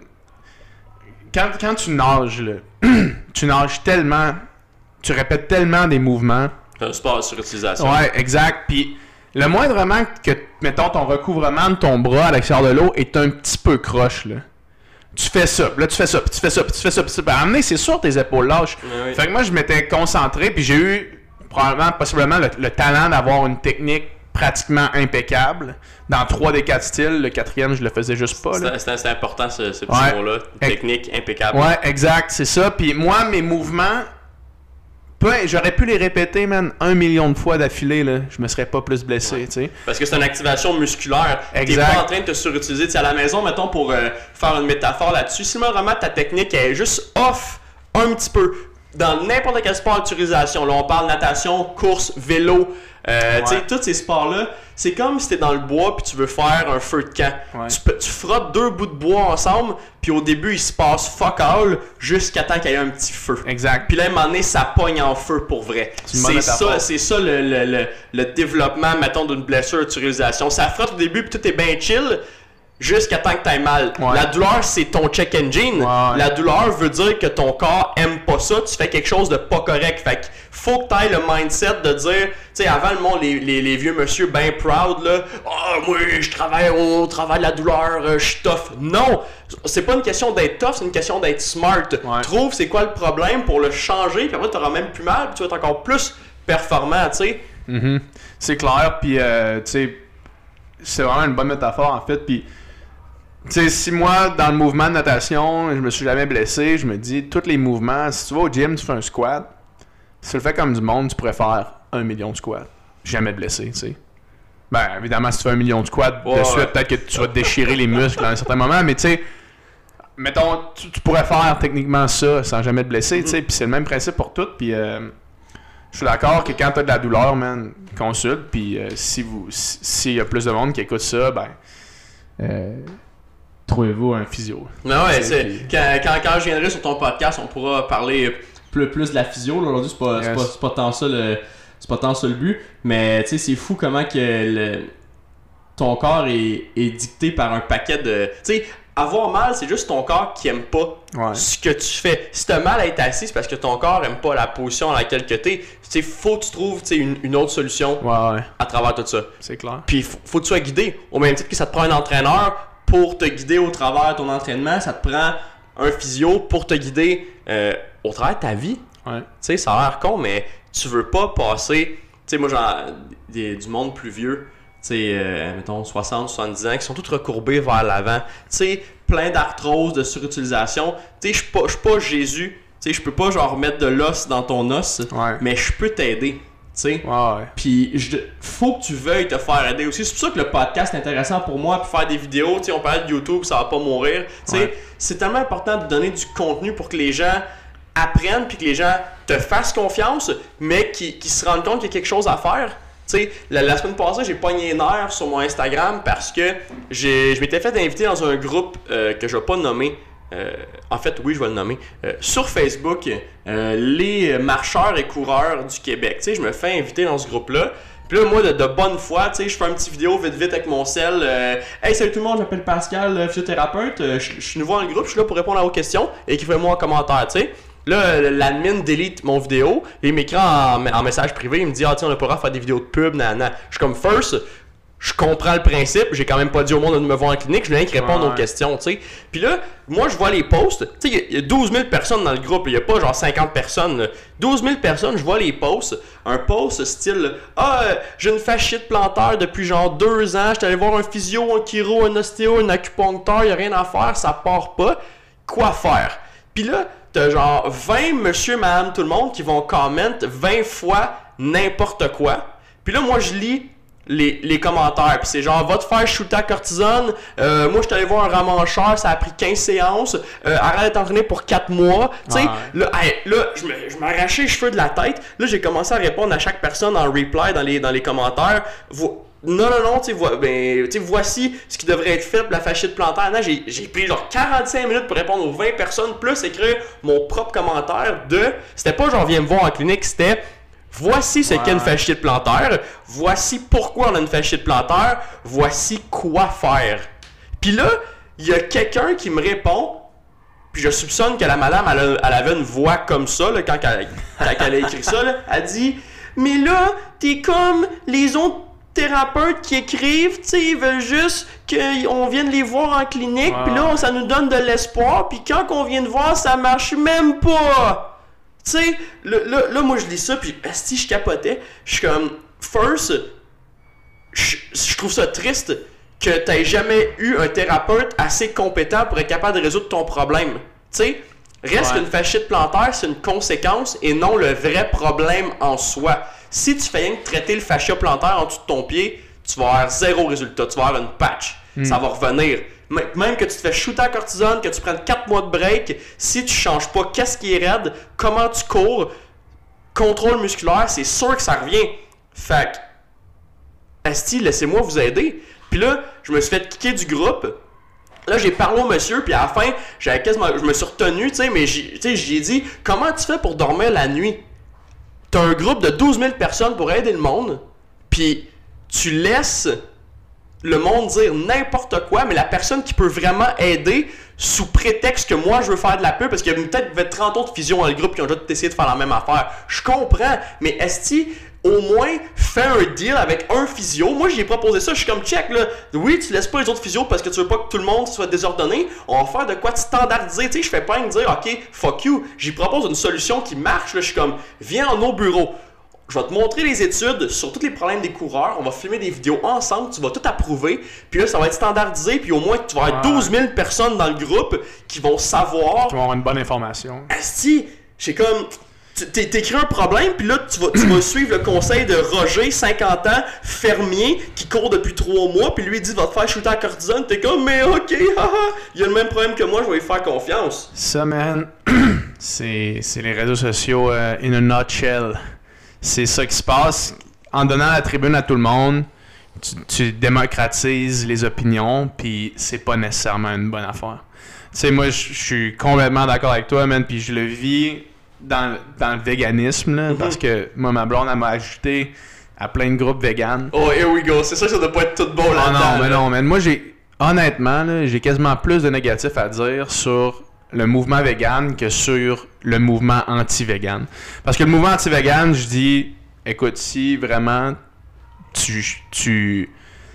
Quand, quand tu nages, là, tu nages tellement, tu répètes tellement des mouvements. C'est un sport sur utilisation. Ouais, exact. Puis le moindrement que, mettons, ton recouvrement de ton bras à l'extérieur de l'eau est un petit peu croche, là. Tu fais ça, puis là tu fais ça, puis tu fais ça, puis tu fais ça, puis tu fais ça. À amener, c'est sûr tes épaules lâches. Oui, oui. Fait que moi, je m'étais concentré, puis j'ai eu probablement, possiblement, le, le talent d'avoir une technique pratiquement impeccable. Dans trois des quatre styles, le quatrième, je le faisais juste pas. Là. C'est, c'est important ce, ce petit ouais. mot-là. Technique impeccable. Ouais, exact, c'est ça. Puis moi, mes mouvements, peu, j'aurais pu les répéter, man, un million de fois d'affilée, là. Je me serais pas plus blessé, ouais. tu sais. Parce que c'est une activation musculaire. Exact. T'es pas en train de te surutiliser. T'sais, à la maison, mettons, pour euh, faire une métaphore là-dessus, si vraiment ta technique est juste off un petit peu, dans n'importe quel sport d'utilisation, là, on parle natation, course, vélo, euh, ouais. tu sais, tous ces sports-là, c'est comme si t'es dans le bois puis tu veux faire un feu de camp. Ouais. Tu, tu frottes deux bouts de bois ensemble, puis au début, il se passe fuck all jusqu'à temps qu'il y ait un petit feu. Exact. Puis là, à un moment donné, ça pogne en feu pour vrai. C'est, c'est ça, c'est ça le, le, le, le développement, mettons, d'une blessure d'utilisation. Ça frotte au début puis tout est bien chill. Jusqu'à temps que t'ailles mal. Ouais. La douleur, c'est ton check engine. Ouais, ouais. La douleur veut dire que ton corps aime pas ça. Tu fais quelque chose de pas correct. Fait que faut que t'ailles le mindset de dire, tu sais, avant le monde, les, les, les vieux monsieur ben proud, là, ah, oh, moi, je travaille au travail de la douleur, je suis tough. Non! C'est pas une question d'être tough, c'est une question d'être smart. Ouais. Trouve c'est quoi le problème pour le changer, puis après, t'auras même plus mal, puis tu vas être encore plus performant, tu sais. Mm-hmm. C'est clair, puis, euh, tu sais, c'est vraiment une bonne métaphore, en fait, puis. Tu sais, si moi, dans le mouvement de natation, je me suis jamais blessé, je me dis, tous les mouvements, si tu vas au gym, tu fais un squat, si tu le fais comme du monde, tu pourrais faire un million de squats. Jamais blessé, tu sais. Ben, évidemment, si tu fais un million de squats, oh, de suite, ouais. peut-être que tu vas te déchirer les muscles à un certain moment, mais tu sais, mettons, tu, tu pourrais faire techniquement ça sans jamais te blesser, tu sais, puis c'est le même principe pour tout, puis euh, je suis d'accord que quand tu as de la douleur, man, consulte, puis euh, si vous, s'il y a plus de monde qui écoute ça, ben... Euh, trouvez-vous un physio. Non, ouais, c'est, puis... quand, quand, quand je viendrai sur ton podcast, on pourra parler plus, plus de la physio. Là. Aujourd'hui, c'est pas, yes. c'est, pas, c'est pas tant ça le, c'est pas tant ça le but. Mais tu sais, c'est fou comment que le, ton corps est, est dicté par un paquet de... Tu sais, avoir mal, c'est juste ton corps qui aime pas ouais. ce que tu fais. Si t'as mal à être assis, c'est parce que ton corps aime pas la position dans laquelle que t'es. Tu sais, faut que tu trouves une, une autre solution ouais, ouais. à travers tout ça. C'est clair. Puis faut, faut que tu sois guidé. Au même titre que ça te prend un entraîneur pour te guider au travers de ton entraînement, ça te prend un physio pour te guider euh, au travers de ta vie. Ouais. Tu sais, ça a l'air con, mais tu veux pas passer... Tu sais, moi, genre, des, du monde plus vieux, tu sais, euh, mettons, soixante, soixante-dix ans, qui sont tous recourbés vers l'avant. Tu sais, plein d'arthrose, de surutilisation. Tu sais, je suis pas Jésus. Tu sais, je peux pas, genre, mettre de l'os dans ton os, ouais. mais je peux t'aider. Tu sais, ouais. Puis je, faut que tu veuilles te faire aider aussi. C'est pour ça que le podcast est intéressant pour moi, puis faire des vidéos. Tu sais, on parle de YouTube, ça va pas mourir. Tu sais, ouais. C'est tellement important de donner du contenu pour que les gens apprennent, puis que les gens te fassent confiance, mais qu'ils, qu'ils se rendent compte qu'il y a quelque chose à faire. Tu sais, la, la semaine passée, j'ai pogné les nerfs sur mon Instagram parce que j'ai, je m'étais fait inviter dans un groupe euh, que je vais pas nommer, Euh, en fait, oui, je vais le nommer. Euh, sur Facebook, euh, les marcheurs et coureurs du Québec. Tu sais, je me fais inviter dans ce groupe-là. Puis là, moi, de, de bonne foi, tu sais, je fais une petite vidéo vite vite avec mon sel. Euh, hey, salut tout le monde, j'appelle Pascal, euh, physiothérapeute. Euh, je suis nouveau dans le groupe, je suis là pour répondre à vos questions. Écrivez-moi en commentaire, tu sais. Là, l'admin délite mon vidéo et il m'écrit en, en message privé. Il me dit, ah, tiens, on a pas le droit de faire des vidéos de pub, nanana. Je suis comme, first, je comprends le principe. J'ai quand même pas dit au monde de me voir en clinique. Je viens qu'ils répondre ouais. aux questions, tu sais. Puis là, moi, je vois les posts. Tu sais, il y a douze mille personnes dans le groupe. Il y a pas genre cinquante personnes. Là. douze mille personnes, je vois les posts. Un post style, ah, euh, j'ai une fasciite plantaire depuis genre deux ans. J'étais allé voir un physio, un chiro, un ostéo, un acupuncteur. Il y a rien à faire, ça part pas. Quoi faire? Puis là, t'as genre vingt monsieur, madame, tout le monde qui vont comment vingt fois n'importe quoi. Puis là, moi, je lis les, les commentaires. Puis c'est genre, va te faire shooter à cortisone. Euh, moi, je suis allé voir un ramancheur, ça a pris quinze séances. Euh, arrête d'être entraîné pour quatre mois. Tu sais, ouais. là, hey, là, je, me, je m'arrachais les cheveux de la tête. Là, j'ai commencé à répondre à chaque personne en reply dans les, dans les commentaires. Vous, non, non, non, tu sais, ben, voici ce qui devrait être fait pour la fasciite plantaire. Non, j'ai, j'ai pris genre quarante-cinq minutes pour répondre aux vingt personnes, plus écrire mon propre commentaire de... C'était pas genre, viens me voir en clinique, c'était... Voici ce ouais. qu'est une fasciite plantaire, voici pourquoi on a une fasciite plantaire, voici quoi faire. Puis là, il y a quelqu'un qui me répond, puis je soupçonne que la madame, elle, a, elle avait une voix comme ça, là, quand, elle, quand elle a écrit ça, là, elle dit « Mais là, t'es comme les autres thérapeutes qui écrivent, tu sais, ils veulent juste qu'on vienne les voir en clinique, wow. puis là, ça nous donne de l'espoir, puis quand on vient de voir, ça marche même pas! » Tu sais, là, là, là, moi, je lis ça, puis si je capotais, je suis comme, first, je, je trouve ça triste que tu n'aies jamais eu un thérapeute assez compétent pour être capable de résoudre ton problème. Tu sais, reste ouais. qu'une fasciite plantaire, c'est une conséquence et non le vrai problème en soi. Si tu fais rien que traiter le fascia plantaire en dessous de ton pied, tu vas avoir zéro résultat, tu vas avoir une patch. Mm. Ça va revenir. Même que tu te fais shooter à cortisone, que tu prennes quatre mois de break, si tu changes pas qu'est-ce qui est raide, comment tu cours, contrôle musculaire, c'est sûr que ça revient. Fait que, asti, laissez-moi vous aider. Puis là, je me suis fait kicker du groupe. Là, j'ai parlé au monsieur, puis à la fin, j'avais quasiment, je me suis retenu, tu sais, mais j'ai, j'ai dit, comment tu fais pour dormir la nuit? T'as un groupe de douze mille personnes pour aider le monde, puis tu laisses le monde dire n'importe quoi, mais la personne qui peut vraiment aider, sous prétexte que moi je veux faire de la pub, parce qu'il y a peut-être trente autres physios dans le groupe qui ont déjà essayé de faire la même affaire. Je comprends, mais est-ce au moins fais un deal avec un physio? Moi j'ai proposé ça, je suis comme check là. Oui, tu laisses pas les autres physios parce que tu veux pas que tout le monde soit désordonné. On va faire de quoi de standardiser. Tu sais, je fais pas rien de dire ok, fuck you. J'y propose une solution qui marche. Là, je suis comme viens en nos bureaux. Je vais te montrer les études sur tous les problèmes des coureurs. On va filmer des vidéos ensemble. Tu vas tout approuver. Puis là, ça va être standardisé. Puis au moins, tu vas avoir ouais. douze mille personnes dans le groupe qui vont savoir. Qui vont avoir une bonne information. Asti, j'ai comme. T'écris un problème, puis là, tu vas, tu vas suivre le conseil de Roger, cinquante ans, fermier, qui court depuis trois mois, puis lui, il dit, va te faire shooter à cortisone. T'es comme, mais ok, haha, il a le même problème que moi, je vais lui faire confiance. Ça, man, c'est, c'est les réseaux sociaux uh, in a nutshell. C'est ça qui se passe. En donnant la tribune à tout le monde, tu, tu démocratises les opinions, puis c'est pas nécessairement une bonne affaire. Tu sais, moi, je suis complètement d'accord avec toi, man, puis je le vis dans, dans le véganisme, là, mm-hmm. parce que moi, ma blonde, elle m'a ajouté à plein de groupes véganes. Oh, here we go. C'est ça que ça doit pas être tout bon là-dedans. Oh non, mais là. non, man. Moi, j'ai, honnêtement, là, j'ai quasiment plus de négatifs à dire sur le mouvement vegan que sur le mouvement anti-vegan. Parce que le mouvement anti-vegan, je dis, écoute, si vraiment tu, tu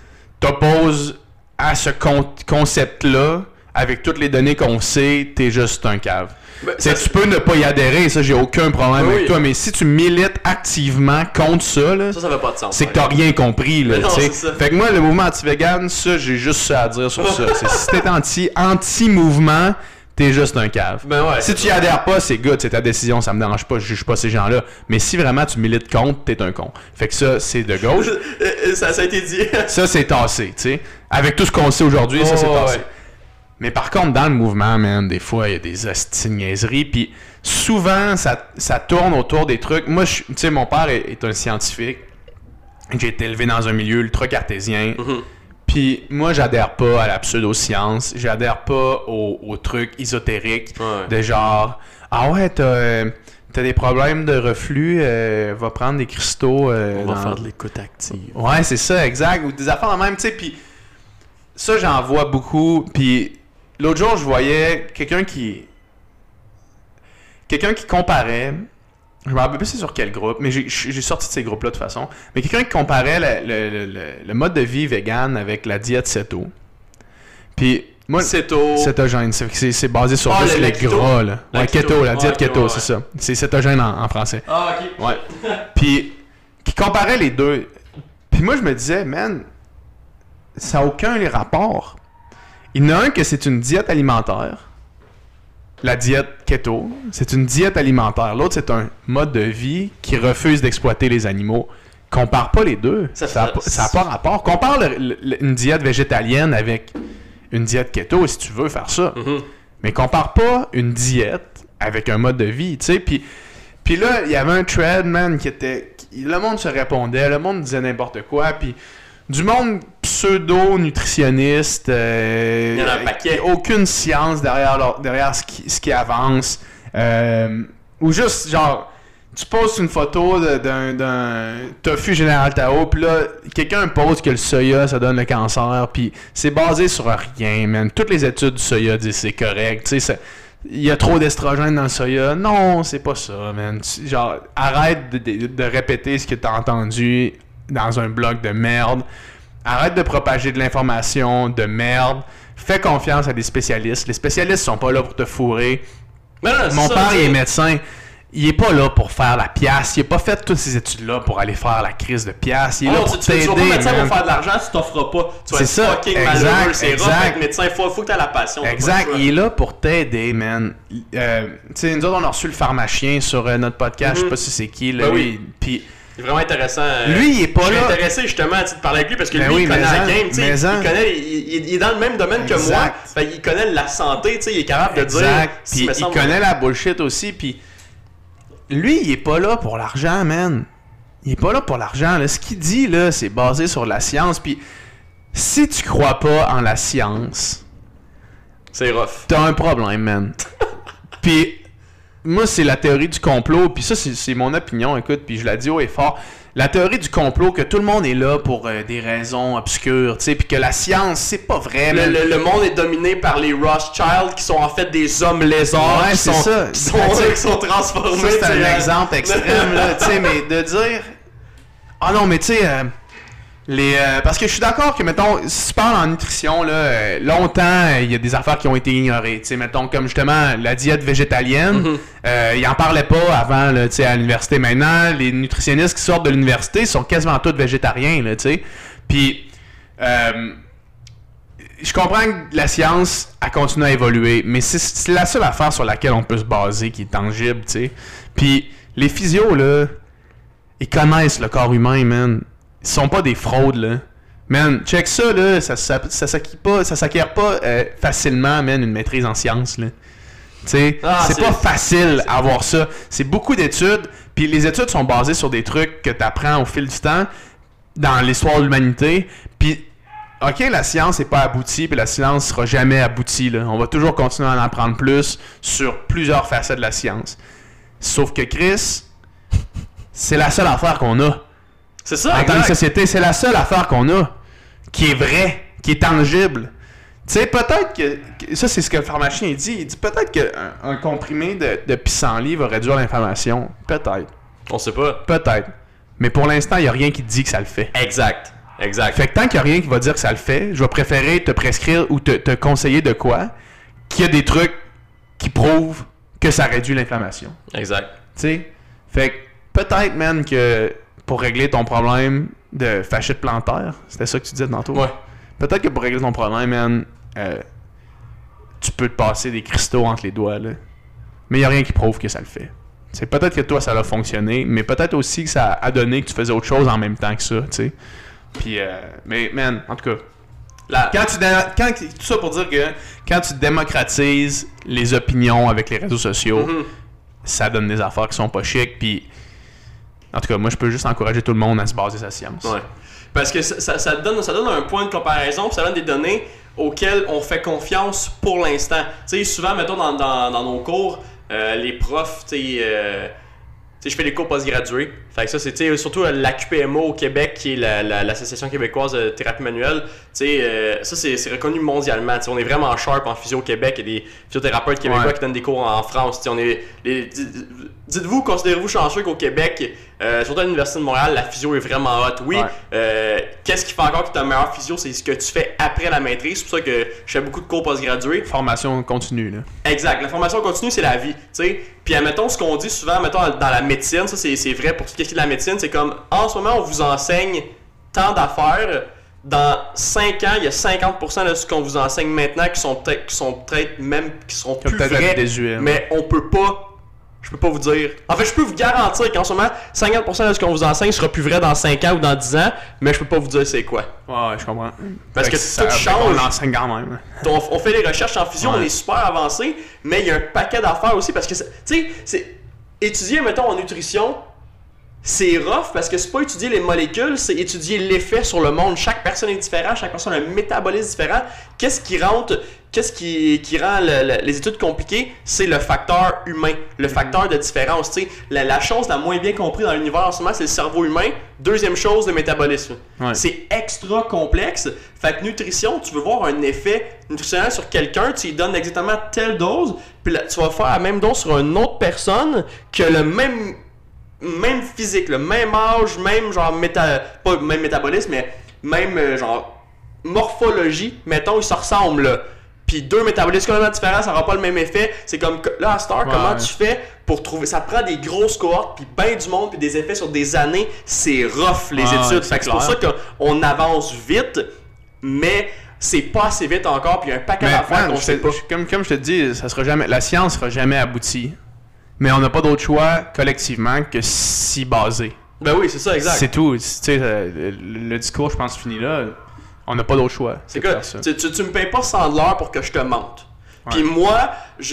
t'opposes à ce con- concept-là, avec toutes les données qu'on sait, t'es juste un cave. Ben, ça, tu peux ne pas y adhérer, ça, j'ai aucun problème oui. avec toi, mais si tu milites activement contre ça, là, ça, ça fait pas de sens. C'est que t'as rien compris. Là, non, c'est ça. Fait que moi, le mouvement anti-vegan, ça, j'ai juste ça à dire sur ça. C'est, si t'es anti, anti-mouvement, t'es juste un cave. Ben ouais, si tu y adhères pas, c'est good, c'est ta décision, ça me dérange pas, je juge pas ces gens-là. Mais si vraiment tu milites contre, t'es un con. Fait que ça, c'est de gauche. ça, ça a été dit. Ça, c'est tassé, tu sais. Avec tout ce qu'on sait aujourd'hui, oh, ça, c'est tassé. Ouais. Mais par contre, dans le mouvement, man, des fois, il y a des hosties de niaiseries, puis souvent, ça, ça tourne autour des trucs. Moi, tu sais, mon père est, est un scientifique. J'ai été élevé dans un milieu ultra cartésien. Mm-hmm. Puis moi, j'adhère pas à la pseudo-science. J'adhère pas aux, aux trucs ésotériques Ouais. de genre « Ah ouais, t'as, euh, t'as des problèmes de reflux, euh, va prendre des cristaux. Euh, » On va dans... faire de l'écoute active. Ouais, c'est ça, exact. Ou des affaires de même, tu sais. Puis ça, j'en vois beaucoup. Puis l'autre jour, je voyais quelqu'un qui... Quelqu'un qui comparait... Je me rappelle plus c'est sur quel groupe, mais j'ai, j'ai sorti de ces groupes-là de toute façon. Mais quelqu'un qui comparait le, le, le, le mode de vie vegan avec la diète Ceto. Puis moi, Ceto. cétogène, c'est, c'est, c'est basé sur Ah, juste le- les le keto. gras, là. La Ouais, keto, keto. la diète Ouais, keto, ouais, c'est ouais. ça. C'est cétogène en, en français. Ah, ok. Ouais. Puis, qui comparait les deux. Puis moi, je me disais, man, ça n'a aucun les rapports. Il y en a un que c'est une diète alimentaire. La diète keto, c'est une diète alimentaire. L'autre, c'est un mode de vie qui refuse d'exploiter les animaux. Compare pas les deux. Ça Ça n'a fait- pas, ça a pas rapport. Compare le- le- une diète végétalienne avec une diète keto si tu veux faire ça. Mhm. Mais compare pas une diète avec un mode de vie, tu sais. Puis, puis là, il y avait un thread, man, qui était... qui- le monde se répondait, le monde disait n'importe quoi, puis du monde pseudo-nutritionniste, euh, Il y en a un paquet. aucune science derrière, leur- derrière ce, qui, ce qui avance, euh, ou juste, genre, tu postes une photo de- d'un, d'un tofu Général Tao, puis là, quelqu'un pose que le soya, ça donne le cancer, puis c'est basé sur rien, man. Toutes les études du soya disent que c'est correct, tu sais, ça- il y a trop d'estrogène dans le soya. Non, c'est pas ça, man. Tu- Genre, arrête de, de- de répéter ce que t'as entendu dans un blog de merde. Arrête de propager de l'information de merde. Fais confiance à des spécialistes. Les spécialistes sont pas là pour te fourrer. Mais non, c'est Mon ça, père, tu il sais. est médecin. Il est pas là pour faire la pièce. Il a pas fait toutes ces études-là pour aller faire la crise de pièce. Il est Ah là non, pour tu, tu, tu vas pas t'aider, médecin man. pour faire de l'argent, tu t'offres pas. Tu vas C'est être ça, fucking exact, malheureux, c'est rough exact. avec médecin. Faut, faut que t'aies la passion. t'as pas Exact, le choix. il est là pour t'aider, man. Euh, tu sais, nous autres, on a reçu le pharmacien sur euh, notre podcast, je sais pas si c'est qui, là, Ben lui. oui. Puis C'est vraiment intéressant. euh, lui, il est pas je suis là. intéressé justement à te parler avec lui parce que Ben lui, oui, il connaît mais la en, game. tu sais, mais Il, en. connaît, il, il- il est dans le même domaine que moi. Exact. Fait, il connaît la santé, tu sais, il est capable de dire. Exact. si, Puis me il semble- connaît la bullshit aussi. Puis lui, il est pas là pour l'argent, man. Il est pas là pour l'argent. Là. Ce qu'il dit, là, c'est basé sur la science. Puis si tu crois pas en la science, C'est rough. t'as un problème, man. Puis moi, c'est la théorie du complot. Puis ça, c'est, c'est mon opinion, écoute. Puis je la dis haut et fort. La théorie du complot, que tout le monde est là pour euh, des raisons obscures, tu sais, puis que la science, c'est pas vrai, Le, man. le- le monde est dominé par les Rothschild qui sont en fait des hommes lézards Ouais, qui, c'est sont, ça. qui, sont, Tu sais, qui sont transformés. Ça, c'est tu sais, un euh, exemple extrême, là, tu sais, mais de dire... Ah non, mais tu sais, euh, les... euh, parce que je suis d'accord que, mettons, si tu parles en nutrition, là, euh, longtemps, euh, il y a des affaires qui ont été ignorées, tu sais, mettons, comme justement la diète végétalienne, Mhm. euh, ils en parlaient pas avant, là, tu sais, à l'université. Maintenant, les nutritionnistes qui sortent de l'université sont quasiment tous végétariens, là, tu sais. Puis... Euh, je comprends que la science a continué à évoluer, mais c'est, c'est la seule affaire sur laquelle on peut se baser qui est tangible, tu sais. Puis les physios, là, ils connaissent le corps humain, man. Ils sont pas des fraudes, là. Man, check ça, là, ça, ça, ça s'acquiert pas, ça s'acquiert pas euh, facilement, man, une maîtrise en sciences, là. Tu sais, Ah, c'est, c'est- pas facile à avoir ça. C'est beaucoup d'études, puis les études sont basées sur des trucs que tu apprends au fil du temps dans l'histoire de l'humanité, puis OK, la science n'est pas aboutie, puis la science sera jamais aboutie. Là. On va toujours continuer à en apprendre plus sur plusieurs facettes de la science. Sauf que Chris, c'est la seule affaire qu'on a. C'est ça, En tant que exact. société, c'est la seule affaire qu'on a qui est vraie, qui est tangible. Tu sais, peut-être que, que- ça, c'est ce que le pharmacien il dit. Il dit peut-être qu'un un comprimé de, de pissenlit va réduire l'inflammation. Peut-être. On sait pas. Peut-être. Mais pour l'instant, il n'y a rien qui dit que ça le fait. Exact. Exact. Fait que tant qu'il n'y a rien qui va dire que ça le fait, je vais préférer te prescrire ou te, te conseiller de quoi qu'il y a des trucs qui prouvent que ça réduit l'inflammation. Exact. Tu sais? Fait que peut-être, man, que pour régler ton problème de fascite plantaire, c'était ça que tu disais tantôt? Ouais. Peut-être que pour régler ton problème, man, euh, tu peux te passer des cristaux entre les doigts, là. Mais il n'y a rien qui prouve que ça le fait. C'est peut-être que toi, ça a fonctionné, mais peut-être aussi que ça a donné que tu faisais autre chose en même temps que ça, tu sais. Puis, euh, mais, man, en tout cas, La... quand tu dé- quand, tout ça pour dire que quand tu démocratises les opinions avec les réseaux sociaux, Mhm. ça donne des affaires qui sont pas chic. Puis, en tout cas, moi, je peux juste encourager tout le monde à se baser sur la science. Ouais. Parce que ça, ça, ça, donne, ça donne un point de comparaison, puis ça donne des données auxquelles on fait confiance pour l'instant. Tu sais, souvent, mettons, dans, dans, dans nos cours, euh, les profs, tu sais, euh, tu sais, je fais des cours postgradués. Fait que ça, c'est, tu sais, surtout l'A Q P M O au Québec, qui est la, la, l'Association québécoise de thérapie manuelle. Tu sais, euh, ça, c'est, c'est reconnu mondialement. Tu sais, on est vraiment sharp en physio au Québec. Il y a des physiothérapeutes québécois ouais. qui donnent des cours en France. Tu sais, on est, les, dites-vous, considérez-vous chanceux qu'au Québec, euh, surtout à l'Université de Montréal, la physio est vraiment hot. Oui, ouais. euh, qu'est-ce qui fait encore que tu as un meilleur physio? C'est ce que tu fais après la maîtrise. C'est pour ça que je fais beaucoup de cours postgradués. Formation continue, là. Exact. La formation continue, c'est la vie. Tu sais. Puis, admettons, ce qu'on dit souvent, mettons, dans la médecine, ça, c'est, c'est vrai pour tout ce qui est de la médecine, c'est comme, en ce moment, on vous enseigne tant d'affaires. Dans cinq ans, il y a cinquante pour cent de ce qu'on vous enseigne maintenant qui sont peut-être, qui sont peut-être même, qui seront plus vrais, mais on peut pas, je peux pas vous dire. En fait, je peux vous garantir qu'en ce moment, cinquante pour cent de ce qu'on vous enseigne sera plus vrai dans cinq ans ou dans dix ans, mais je peux pas vous dire c'est quoi. Ouais, je comprends. Parce que, que ça, tout change. On enseigne quand même. On, on fait des recherches en fusion, ouais. on est super avancé, mais il y a un paquet d'affaires aussi parce que, tu sais, c'est étudier, mettons, en nutrition. C'est rough parce que c'est pas étudier les molécules, c'est étudier l'effet sur le monde. Chaque personne est différente, chaque personne a un métabolisme différent. Qu'est-ce qui rentre, qu'est-ce qui, qui rend le, le, les études compliquées? C'est le facteur humain, le facteur de différence. Tu sais, la, la chose la moins bien comprise dans l'univers en ce moment, c'est le cerveau humain. Deuxième chose, le métabolisme. Ouais. C'est extra complexe. Fait que nutrition, tu veux voir un effet nutritionnel sur quelqu'un, tu lui donnes exactement telle dose, puis là, tu vas faire la même dose sur une autre personne que le même... même physique, le même âge, même genre méta... pas même métabolisme, mais même euh, genre morphologie, mettons, ils se ressemblent là. Puis deux métabolismes complètement différents, ça n'aura pas le même effet. C'est comme là à Star, ouais, comment ouais. tu fais pour trouver. Ça prend des grosses cohortes, puis ben du monde, puis des effets sur des années. C'est rough les ouais, études. Fait que c'est pour ça qu'on avance vite, mais c'est pas assez vite encore, puis il y a un paquet d'affaires qu'on sait pas. Comme, comme je te dis, ça sera jamais, la science sera jamais aboutie. Mais on n'a pas d'autre choix collectivement que s'y baser. Ben oui, c'est ça, exact. C'est tout. Tu sais, le, le discours, je pense, fini là. On n'a pas d'autre choix. C'est que tu, tu, tu me payes pas cent dollars pour que je te mente. Ouais. Puis moi, je,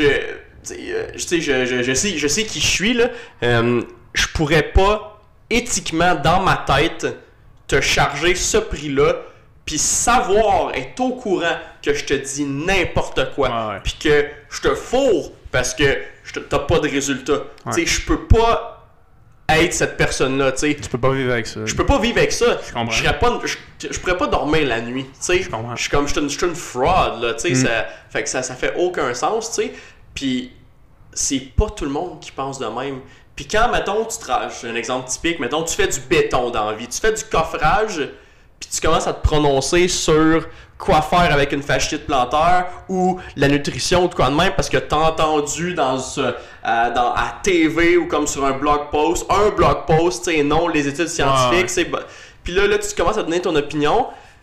je, sais, je, je, je, sais, je sais qui je suis, là. Euh, je pourrais pas, éthiquement, dans ma tête, te charger ce prix-là, puis savoir, être au courant que je te dis n'importe quoi, ouais, ouais. puis que je te fourre parce que t'as pas de résultat. Ouais. Tu sais, je peux pas être cette personne-là, tu sais. Tu peux pas vivre avec ça. Je peux pas vivre avec ça. Je comprends. Je serais pas, je, je pourrais pas dormir la nuit, tu sais. Je comprends. Je suis comme, je suis une, une fraud, là, tu sais. Mm. Ça, fait que ça, ça fait aucun sens, tu sais. Puis c'est pas tout le monde qui pense de même. Puis quand, mettons, tu travailles, j'ai un exemple typique, mettons, tu fais du béton dans la vie, tu fais du coffrage, puis tu commences à te prononcer sur quoi faire avec une fasciite plantaire ou la nutrition ou de quoi de même parce que t'as entendu dans, ce, euh, dans à T V ou comme sur un blog post, un blog post, tu sais, non, les études scientifiques, ouais. c'est... Puis là, là, tu commences à donner ton opinion.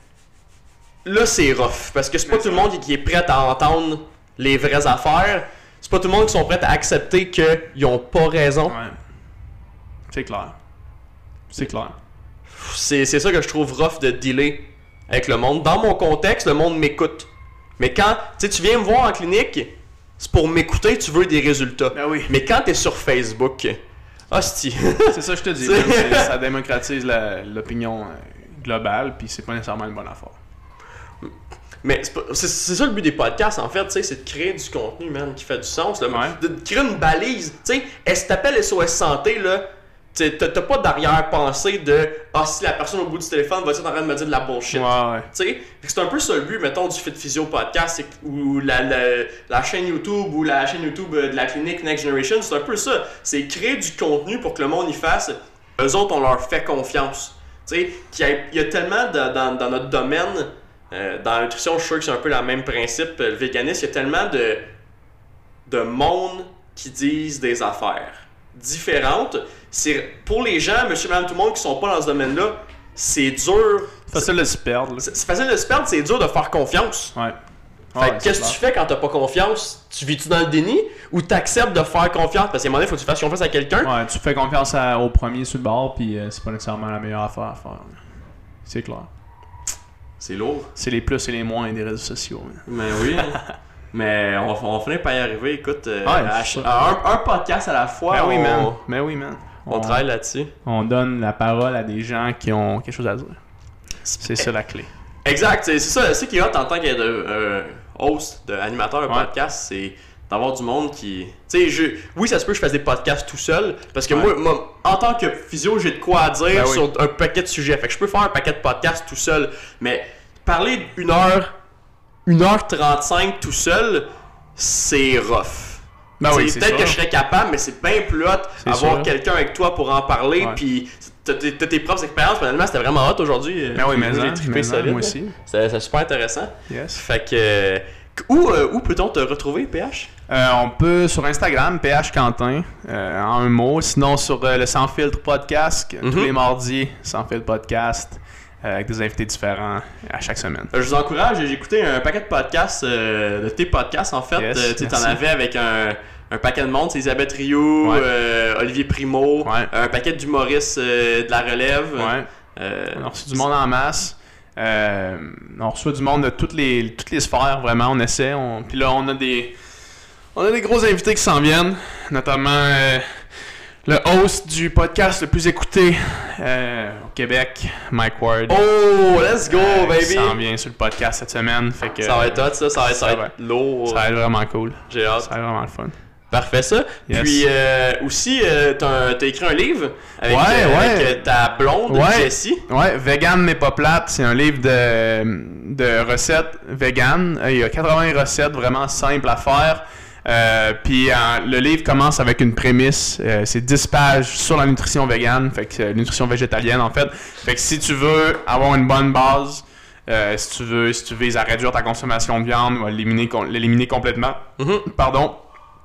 Là, c'est rough parce que c'est pas tout le monde qui est prêt à entendre les vraies affaires. C'est pas tout le monde qui sont prêts à accepter qu'ils ont pas raison. Ouais. C'est clair. C'est clair. C'est, c'est ça que je trouve rough de dealer avec le monde. Dans mon contexte, le monde m'écoute. Mais quand tu viens me voir en clinique, c'est pour m'écouter, tu veux des résultats. Ben oui. Mais quand tu es sur Facebook, hostie. C'est ça que je te dis. C'est, ça démocratise la, l'opinion globale, puis c'est pas nécessairement une bonne affaire. Mais c'est, pas, c'est, c'est ça le but des podcasts, en fait, c'est de créer du contenu, man, qui fait du sens. Là, ouais. De, de créer une balise. Tu sais, est-ce que t'appelles S O S Santé, là? T'as, t'as pas d'arrière-pensée de « Ah, si la personne au bout du téléphone va être en train de me dire de la bullshit. » Ouais, ouais. Tu sais, c'est un peu ça le but, mettons, du Fit Physio Podcast, c'est, ou la, la, la chaîne YouTube, ou la chaîne YouTube de la clinique Next Generation, c'est un peu ça. C'est créer du contenu pour que le monde y fasse. Eux autres, on leur fait confiance. Tu sais, il y, y a tellement de, dans, dans notre domaine, euh, dans la nutrition, je suis sûr que c'est un peu le même principe, le véganisme, il y a tellement de, de monde qui disent des affaires différentes. C'est, pour les gens, monsieur, madame, tout le monde qui sont pas dans ce domaine-là, c'est dur. C'est facile de se perdre. C'est, c'est facile de se perdre, c'est dur de faire confiance. Ouais. Fait ouais, que qu'est-ce que tu fais quand t'as pas confiance? Tu vis-tu dans le déni ou t'acceptes de faire confiance? Parce qu'à un moment donné, il faut que tu fasses confiance à quelqu'un. Ouais, tu fais confiance à, au premier sur le bord, puis euh, c'est pas nécessairement la meilleure affaire à faire. C'est clair. C'est lourd. C'est les plus et les moins des réseaux sociaux. Mais oui. Mais on, on finit par y arriver. Écoute, euh, ouais, à, à un, un podcast à la fois. Mais on, oui, man. Mais oui, man. On, on travaille là-dessus. On donne la parole à des gens qui ont quelque chose à dire. C'est ça la clé. Exact, c'est ça, c'est ce qui est hot en tant que euh, host, de animateur de ouais. podcast, c'est d'avoir du monde qui... Tu sais, je... oui, ça se peut que je fasse des podcasts tout seul, parce que ouais. moi, moi, en tant que physio, j'ai de quoi à dire ben sur oui. un paquet de sujets. Fait que je peux faire un paquet de podcasts tout seul, mais parler une heure, une heure trente-cinq tout seul, c'est rough. Ben oui, c'est peut-être sûr. que je serais capable, mais c'est bien plus hot avoir quelqu'un avec toi pour en parler, ouais. puis... T'as tes, tes propres expériences, finalement, c'était vraiment hot aujourd'hui. Ben oui, mais j'ai non, trippé mais solide. non, moi aussi. C'est, c'est super intéressant. Yes. Fait que. Euh, où euh, où peut-on te retrouver, P H? Euh, on peut sur Instagram, P H Quentin, euh, en un mot. Sinon, sur euh, le Sans Filtre Podcast, mm-hmm. tous les mardis, Sans Filtre Podcast, euh, avec des invités différents à chaque semaine. Je vous encourage, j'ai écouté un paquet de podcasts, euh, de tes podcasts en fait. Yes, euh, tu en avais avec un. Un paquet de monde, c'est Elisabeth Rioux, ouais. euh, Olivier Primo, ouais. un paquet d'humoristes euh, de la relève. Ouais. Euh, on a reçu du monde en masse. Euh, on reçoit du monde de toutes les, toutes les sphères, vraiment. On essaie. On... Puis là, on a des on a des gros invités qui s'en viennent, notamment euh, le host du podcast le plus écouté euh, au Québec, Mike Ward. Oh, let's go, euh, baby! Il s'en vient sur le podcast cette semaine. Fait que, ça va être hot, ça. Ça va être, ça ça va être va. lourd. Ça va être vraiment cool. J'ai hâte. Ça va être vraiment le fun. Parfait ça. Yes. Puis euh, aussi, euh, t'as, t'as écrit un livre avec, ouais, euh, ouais. avec euh, ta blonde, ouais. Jessie. Ouais, Vegan mais pas plate, c'est un livre de, de recettes vegan. Il y a quatre-vingts recettes vraiment simples à faire. Euh, puis euh, le livre commence avec une prémisse. Euh, c'est dix pages sur la nutrition végane, fait que euh, nutrition végétalienne en fait. Fait que si tu veux avoir une bonne base, euh, si tu veux, si tu vises à réduire ta consommation de viande ou à l'éliminer, l'éliminer complètement, Mm-hmm. pardon.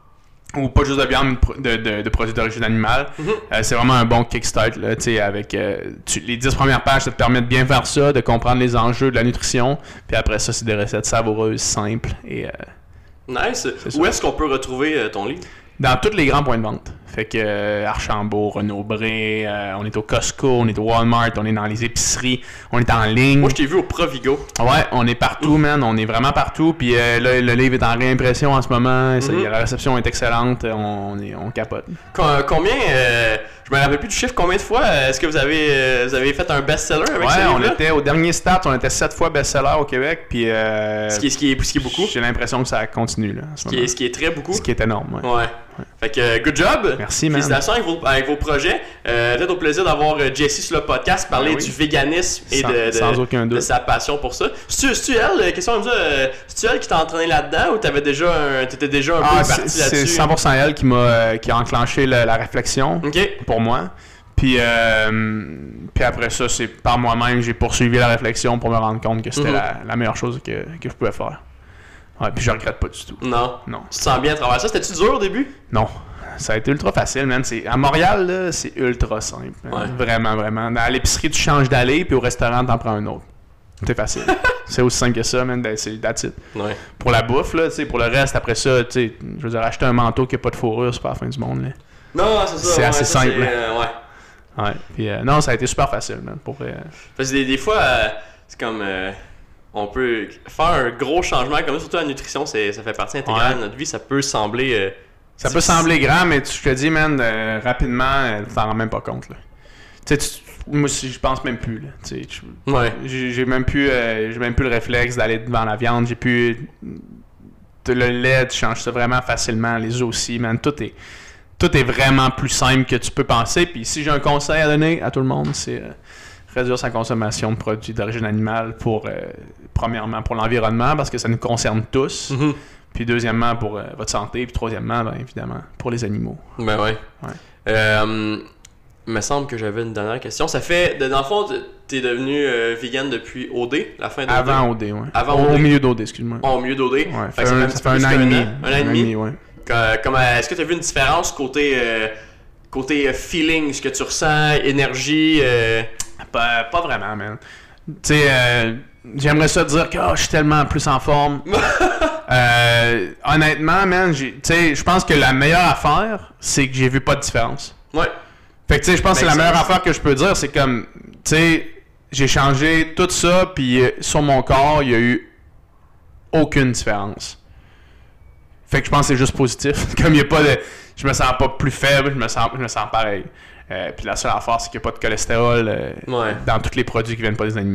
Ou pas juste de viande, de, de, de produits d'origine animale. Mm-hmm. Euh, c'est vraiment un bon kickstart. Là, avec, euh, tu, les dix premières pages, ça te permet de bien faire ça, de comprendre les enjeux de la nutrition. Puis après ça, c'est des recettes savoureuses, simples. Et, euh, nice. Où est-ce qu'on peut retrouver euh, ton livre? Dans tous les grands points de vente. Fait que euh, Archambault, Renaud-Bré, euh, on est au Costco, on est au Walmart, on est dans les épiceries, on est en ligne. Moi, je t'ai vu au Provigo. Ouais, on est partout, man. On est vraiment partout. Puis euh, là, le livre est en réimpression en ce moment. Mm-hmm. Ça, la réception est excellente. On, on, est, on capote. Com- combien, euh, je me rappelle plus du chiffre, combien de fois euh, est-ce que vous avez, euh, vous avez fait un best-seller avec ouais, ce livre-là? Ouais, on était au dernier stat, on était sept fois best-seller au Québec. Puis, euh, ce, qui est, ce, qui est, ce qui est beaucoup. J'ai l'impression que ça continue. Là, ce, qui est, ce qui est très beaucoup. Ce qui est énorme, ouais. Ouais. ouais. Fait que, good job! Merci, man. Félicitations avec vos, avec vos projets. Euh, peut-être au plaisir d'avoir euh, Jessie sur le podcast, parler oui. du véganisme et sans, de, de, sans aucun doute. de sa passion pour ça. C'est-tu, c'est-tu elle, question comme ça, euh, c'est-tu elle qui t'a entraîné là-dedans ou t'avais déjà un, t'étais déjà un ah, peu parti c'est, là-dessus? C'est cent pour cent elle qui m'a euh, qui a enclenché la, la réflexion okay. pour moi. Puis, euh, puis après ça, c'est par moi-même, j'ai poursuivi la réflexion pour me rendre compte que c'était mm-hmm. la, la meilleure chose que, que je pouvais faire. Ouais, puis je regrette pas du tout. Non. Non. Tu te sens bien à travers ça? C'était-tu dur au début? Non. Ça a été ultra facile, man. C'est, à Montréal, là, c'est ultra simple. Ouais. Vraiment, vraiment. À l'épicerie, tu changes d'aller, puis au restaurant, t'en prends un autre. C'est facile. C'est aussi simple que ça, man. C'est that's it. Ouais. Pour la bouffe, là, pour le reste, après ça, tu sais, je veux dire, acheter un manteau qui n'a pas de fourrure, c'est pas la fin du monde. Là. Non, c'est ça. C'est ouais, assez ça, simple. C'est, euh, ouais. Ouais. Puis, euh, non, ça a été super facile, man. Pour, euh... Parce que des, des fois, euh, c'est comme. Euh, on peut faire un gros changement, comme ça, surtout la nutrition, c'est, ça fait partie intégrale ouais. de notre vie. Ça peut sembler. Euh, ça difficile. peut sembler grand, mais tu, je te dis, man, euh, rapidement, euh, tu t'en rends même pas compte. Là. Tu sais, moi, je pense même plus. Là, tu sais, je, ouais. j'ai, j'ai, même plus, euh, j'ai même plus le réflexe d'aller devant la viande. J'ai plus. Le lait, tu changes ça vraiment facilement. Les œufs aussi, man. Tout est, tout est vraiment plus simple que tu peux penser. Puis si j'ai un conseil à donner à tout le monde, c'est. Euh, réduire sa consommation de produits d'origine animale pour, euh, premièrement, pour l'environnement, parce que ça nous concerne tous. Mm-hmm. Puis deuxièmement, pour euh, votre santé. Puis troisièmement, bien évidemment, pour les animaux. Ben ouais. ouais. Euh, il me semble que j'avais une dernière question. Ça fait, dans le fond, t'es devenu euh, vegan depuis O D, la fin d'O D? Avant O D, oui. Avant au, O D. Au milieu d'O D, excuse-moi. Oh, au milieu d'O D? Ouais, fait ça fait un, ça fait un an et demi. Un an et demi? ouais. Comme, est-ce que tu as vu une différence côté, euh, côté feeling, ce que tu ressens, énergie? Euh... Pas, pas vraiment, man. Tu sais, euh, j'aimerais ça dire que oh, je suis tellement plus en forme. euh, honnêtement, man, tu sais, je pense que la meilleure affaire, c'est que j'ai vu pas de différence. Ouais. Fait que tu sais, je pense que la meilleure affaire que je peux dire, c'est comme, tu sais, j'ai changé tout ça, puis euh, sur mon corps, il y a eu aucune différence. Fait que je pense que c'est juste positif. Comme il y a pas de, je me sens pas plus faible, je me sens, je me sens pareil. Euh, puis la seule affaire, c'est qu'il n'y a pas de cholestérol euh, ouais. dans tous les produits qui viennent pas des animaux.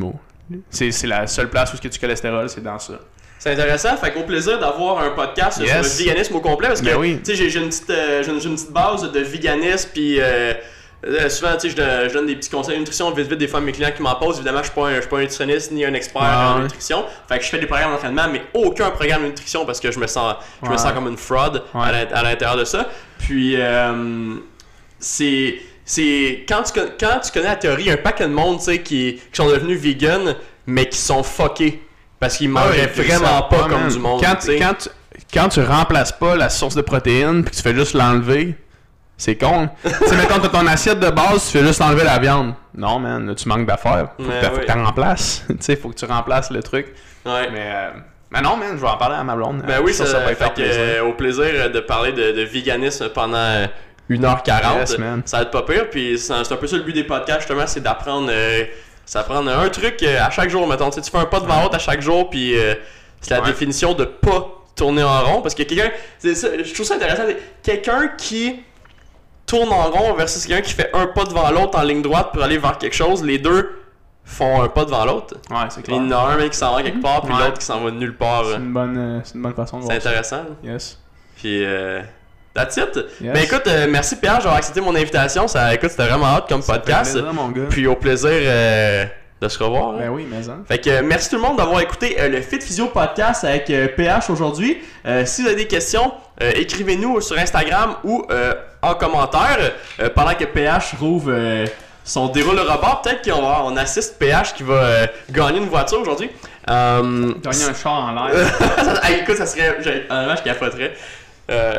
c'est, c'est la seule place où ce que tu cholestérol, c'est dans ça. C'est intéressant, fait qu'au plaisir d'avoir un podcast yes. sur le véganisme au complet, parce que ben oui. j'ai, j'ai, une petite, euh, j'ai, une, j'ai une petite base de véganisme, puis euh, euh, souvent je, je donne des petits conseils de nutrition, vite vite des fois mes clients qui m'en posent, évidemment je suis pas un, je suis pas un nutritionniste ni un expert ah, en ouais. nutrition, fait que je fais des programmes d'entraînement, mais aucun programme de nutrition parce que je me sens, je ouais. me sens comme une fraude ouais. à l'intérieur de ça, puis euh, c'est... c'est quand tu, quand tu connais la théorie, il y a un paquet de monde qui, qui sont devenus vegan, mais qui sont fuckés. Parce qu'ils mangeaient ah oui, vraiment pas, pas comme man. du monde. Quand, quand, tu, quand tu remplaces pas la source de protéines puis que tu fais juste l'enlever, c'est con. Tu sais, mettons, t'as ton assiette de base, tu fais juste enlever la viande. Non, man, là, tu manques d'affaires. Faut, ouais, faut oui. que tu remplaces. Tu sais, faut que tu remplaces le truc. Ouais. Mais, euh, mais non, man, je vais en parler à ma blonde. Ben oui, ça, ça, ça va être plaisir. Euh, au plaisir de parler de, de véganisme pendant une heure quarante. Yes, ça va être pas pire. Puis c'est un, c'est un peu ça le but des podcasts, justement, c'est d'apprendre. Euh, Ça prend un truc à chaque jour, mettons. Tu fais un pas devant l'autre à chaque jour, puis euh, c'est la ouais. définition de pas tourner en rond. Parce que quelqu'un, c'est ça, je trouve ça intéressant, quelqu'un qui tourne en rond versus quelqu'un qui fait un pas devant l'autre en ligne droite pour aller vers quelque chose, les deux font un pas devant l'autre. Ouais, c'est clair. Il y en a un mec qui s'en va quelque part, puis ouais. l'autre qui s'en va de nulle part. C'est une bonne, euh, c'est une bonne façon de voir. C'est intéressant. Ça. Yes. Puis, euh, that's it. Yes. Ben écoute, euh, merci Pierre d'avoir accepté mon invitation. Ça, écoute, c'était vraiment hot comme ça podcast. Fait plaisir, mon gars. Puis au plaisir. Euh, de se revoir. Ben hein? oui, mais ça. Fait que euh, merci tout le monde d'avoir écouté euh, le Fit Physio Podcast avec euh, P H aujourd'hui. Euh, si vous avez des questions, euh, écrivez-nous sur Instagram ou euh, en commentaire. Euh, pendant que P H rouvre euh, son déroule rebord, peut-être qu'on va, on assiste P H qui va euh, gagner une voiture aujourd'hui. Euh, gagner un char en l'air. Hey, écoute, ça serait... Honnêtement, je capoterais. Euh,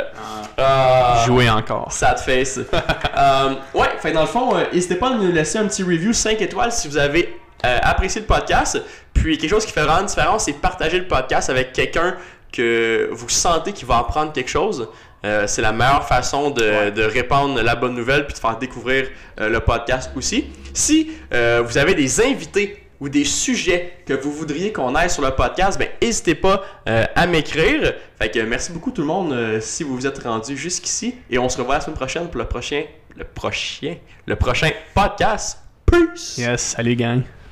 ah. euh, Jouer encore. Sad face. euh, ouais, fait dans le fond, euh, n'hésitez pas à nous laisser un petit review cinq étoiles si vous avez euh, apprécié le podcast. Puis quelque chose qui fait vraiment une différence, c'est partager le podcast avec quelqu'un que vous sentez qui va apprendre quelque chose. Euh, c'est la meilleure façon de, ouais. de répandre la bonne nouvelle puis de faire découvrir euh, le podcast aussi. Si euh, vous avez des invités ou des sujets que vous voudriez qu'on aille sur le podcast, ben n'hésitez pas euh, à m'écrire. Fait que merci beaucoup tout le monde euh, si vous vous êtes rendu jusqu'ici et on se revoit la semaine prochaine pour le prochain le prochain le prochain podcast. Peace. Yes, salut gang.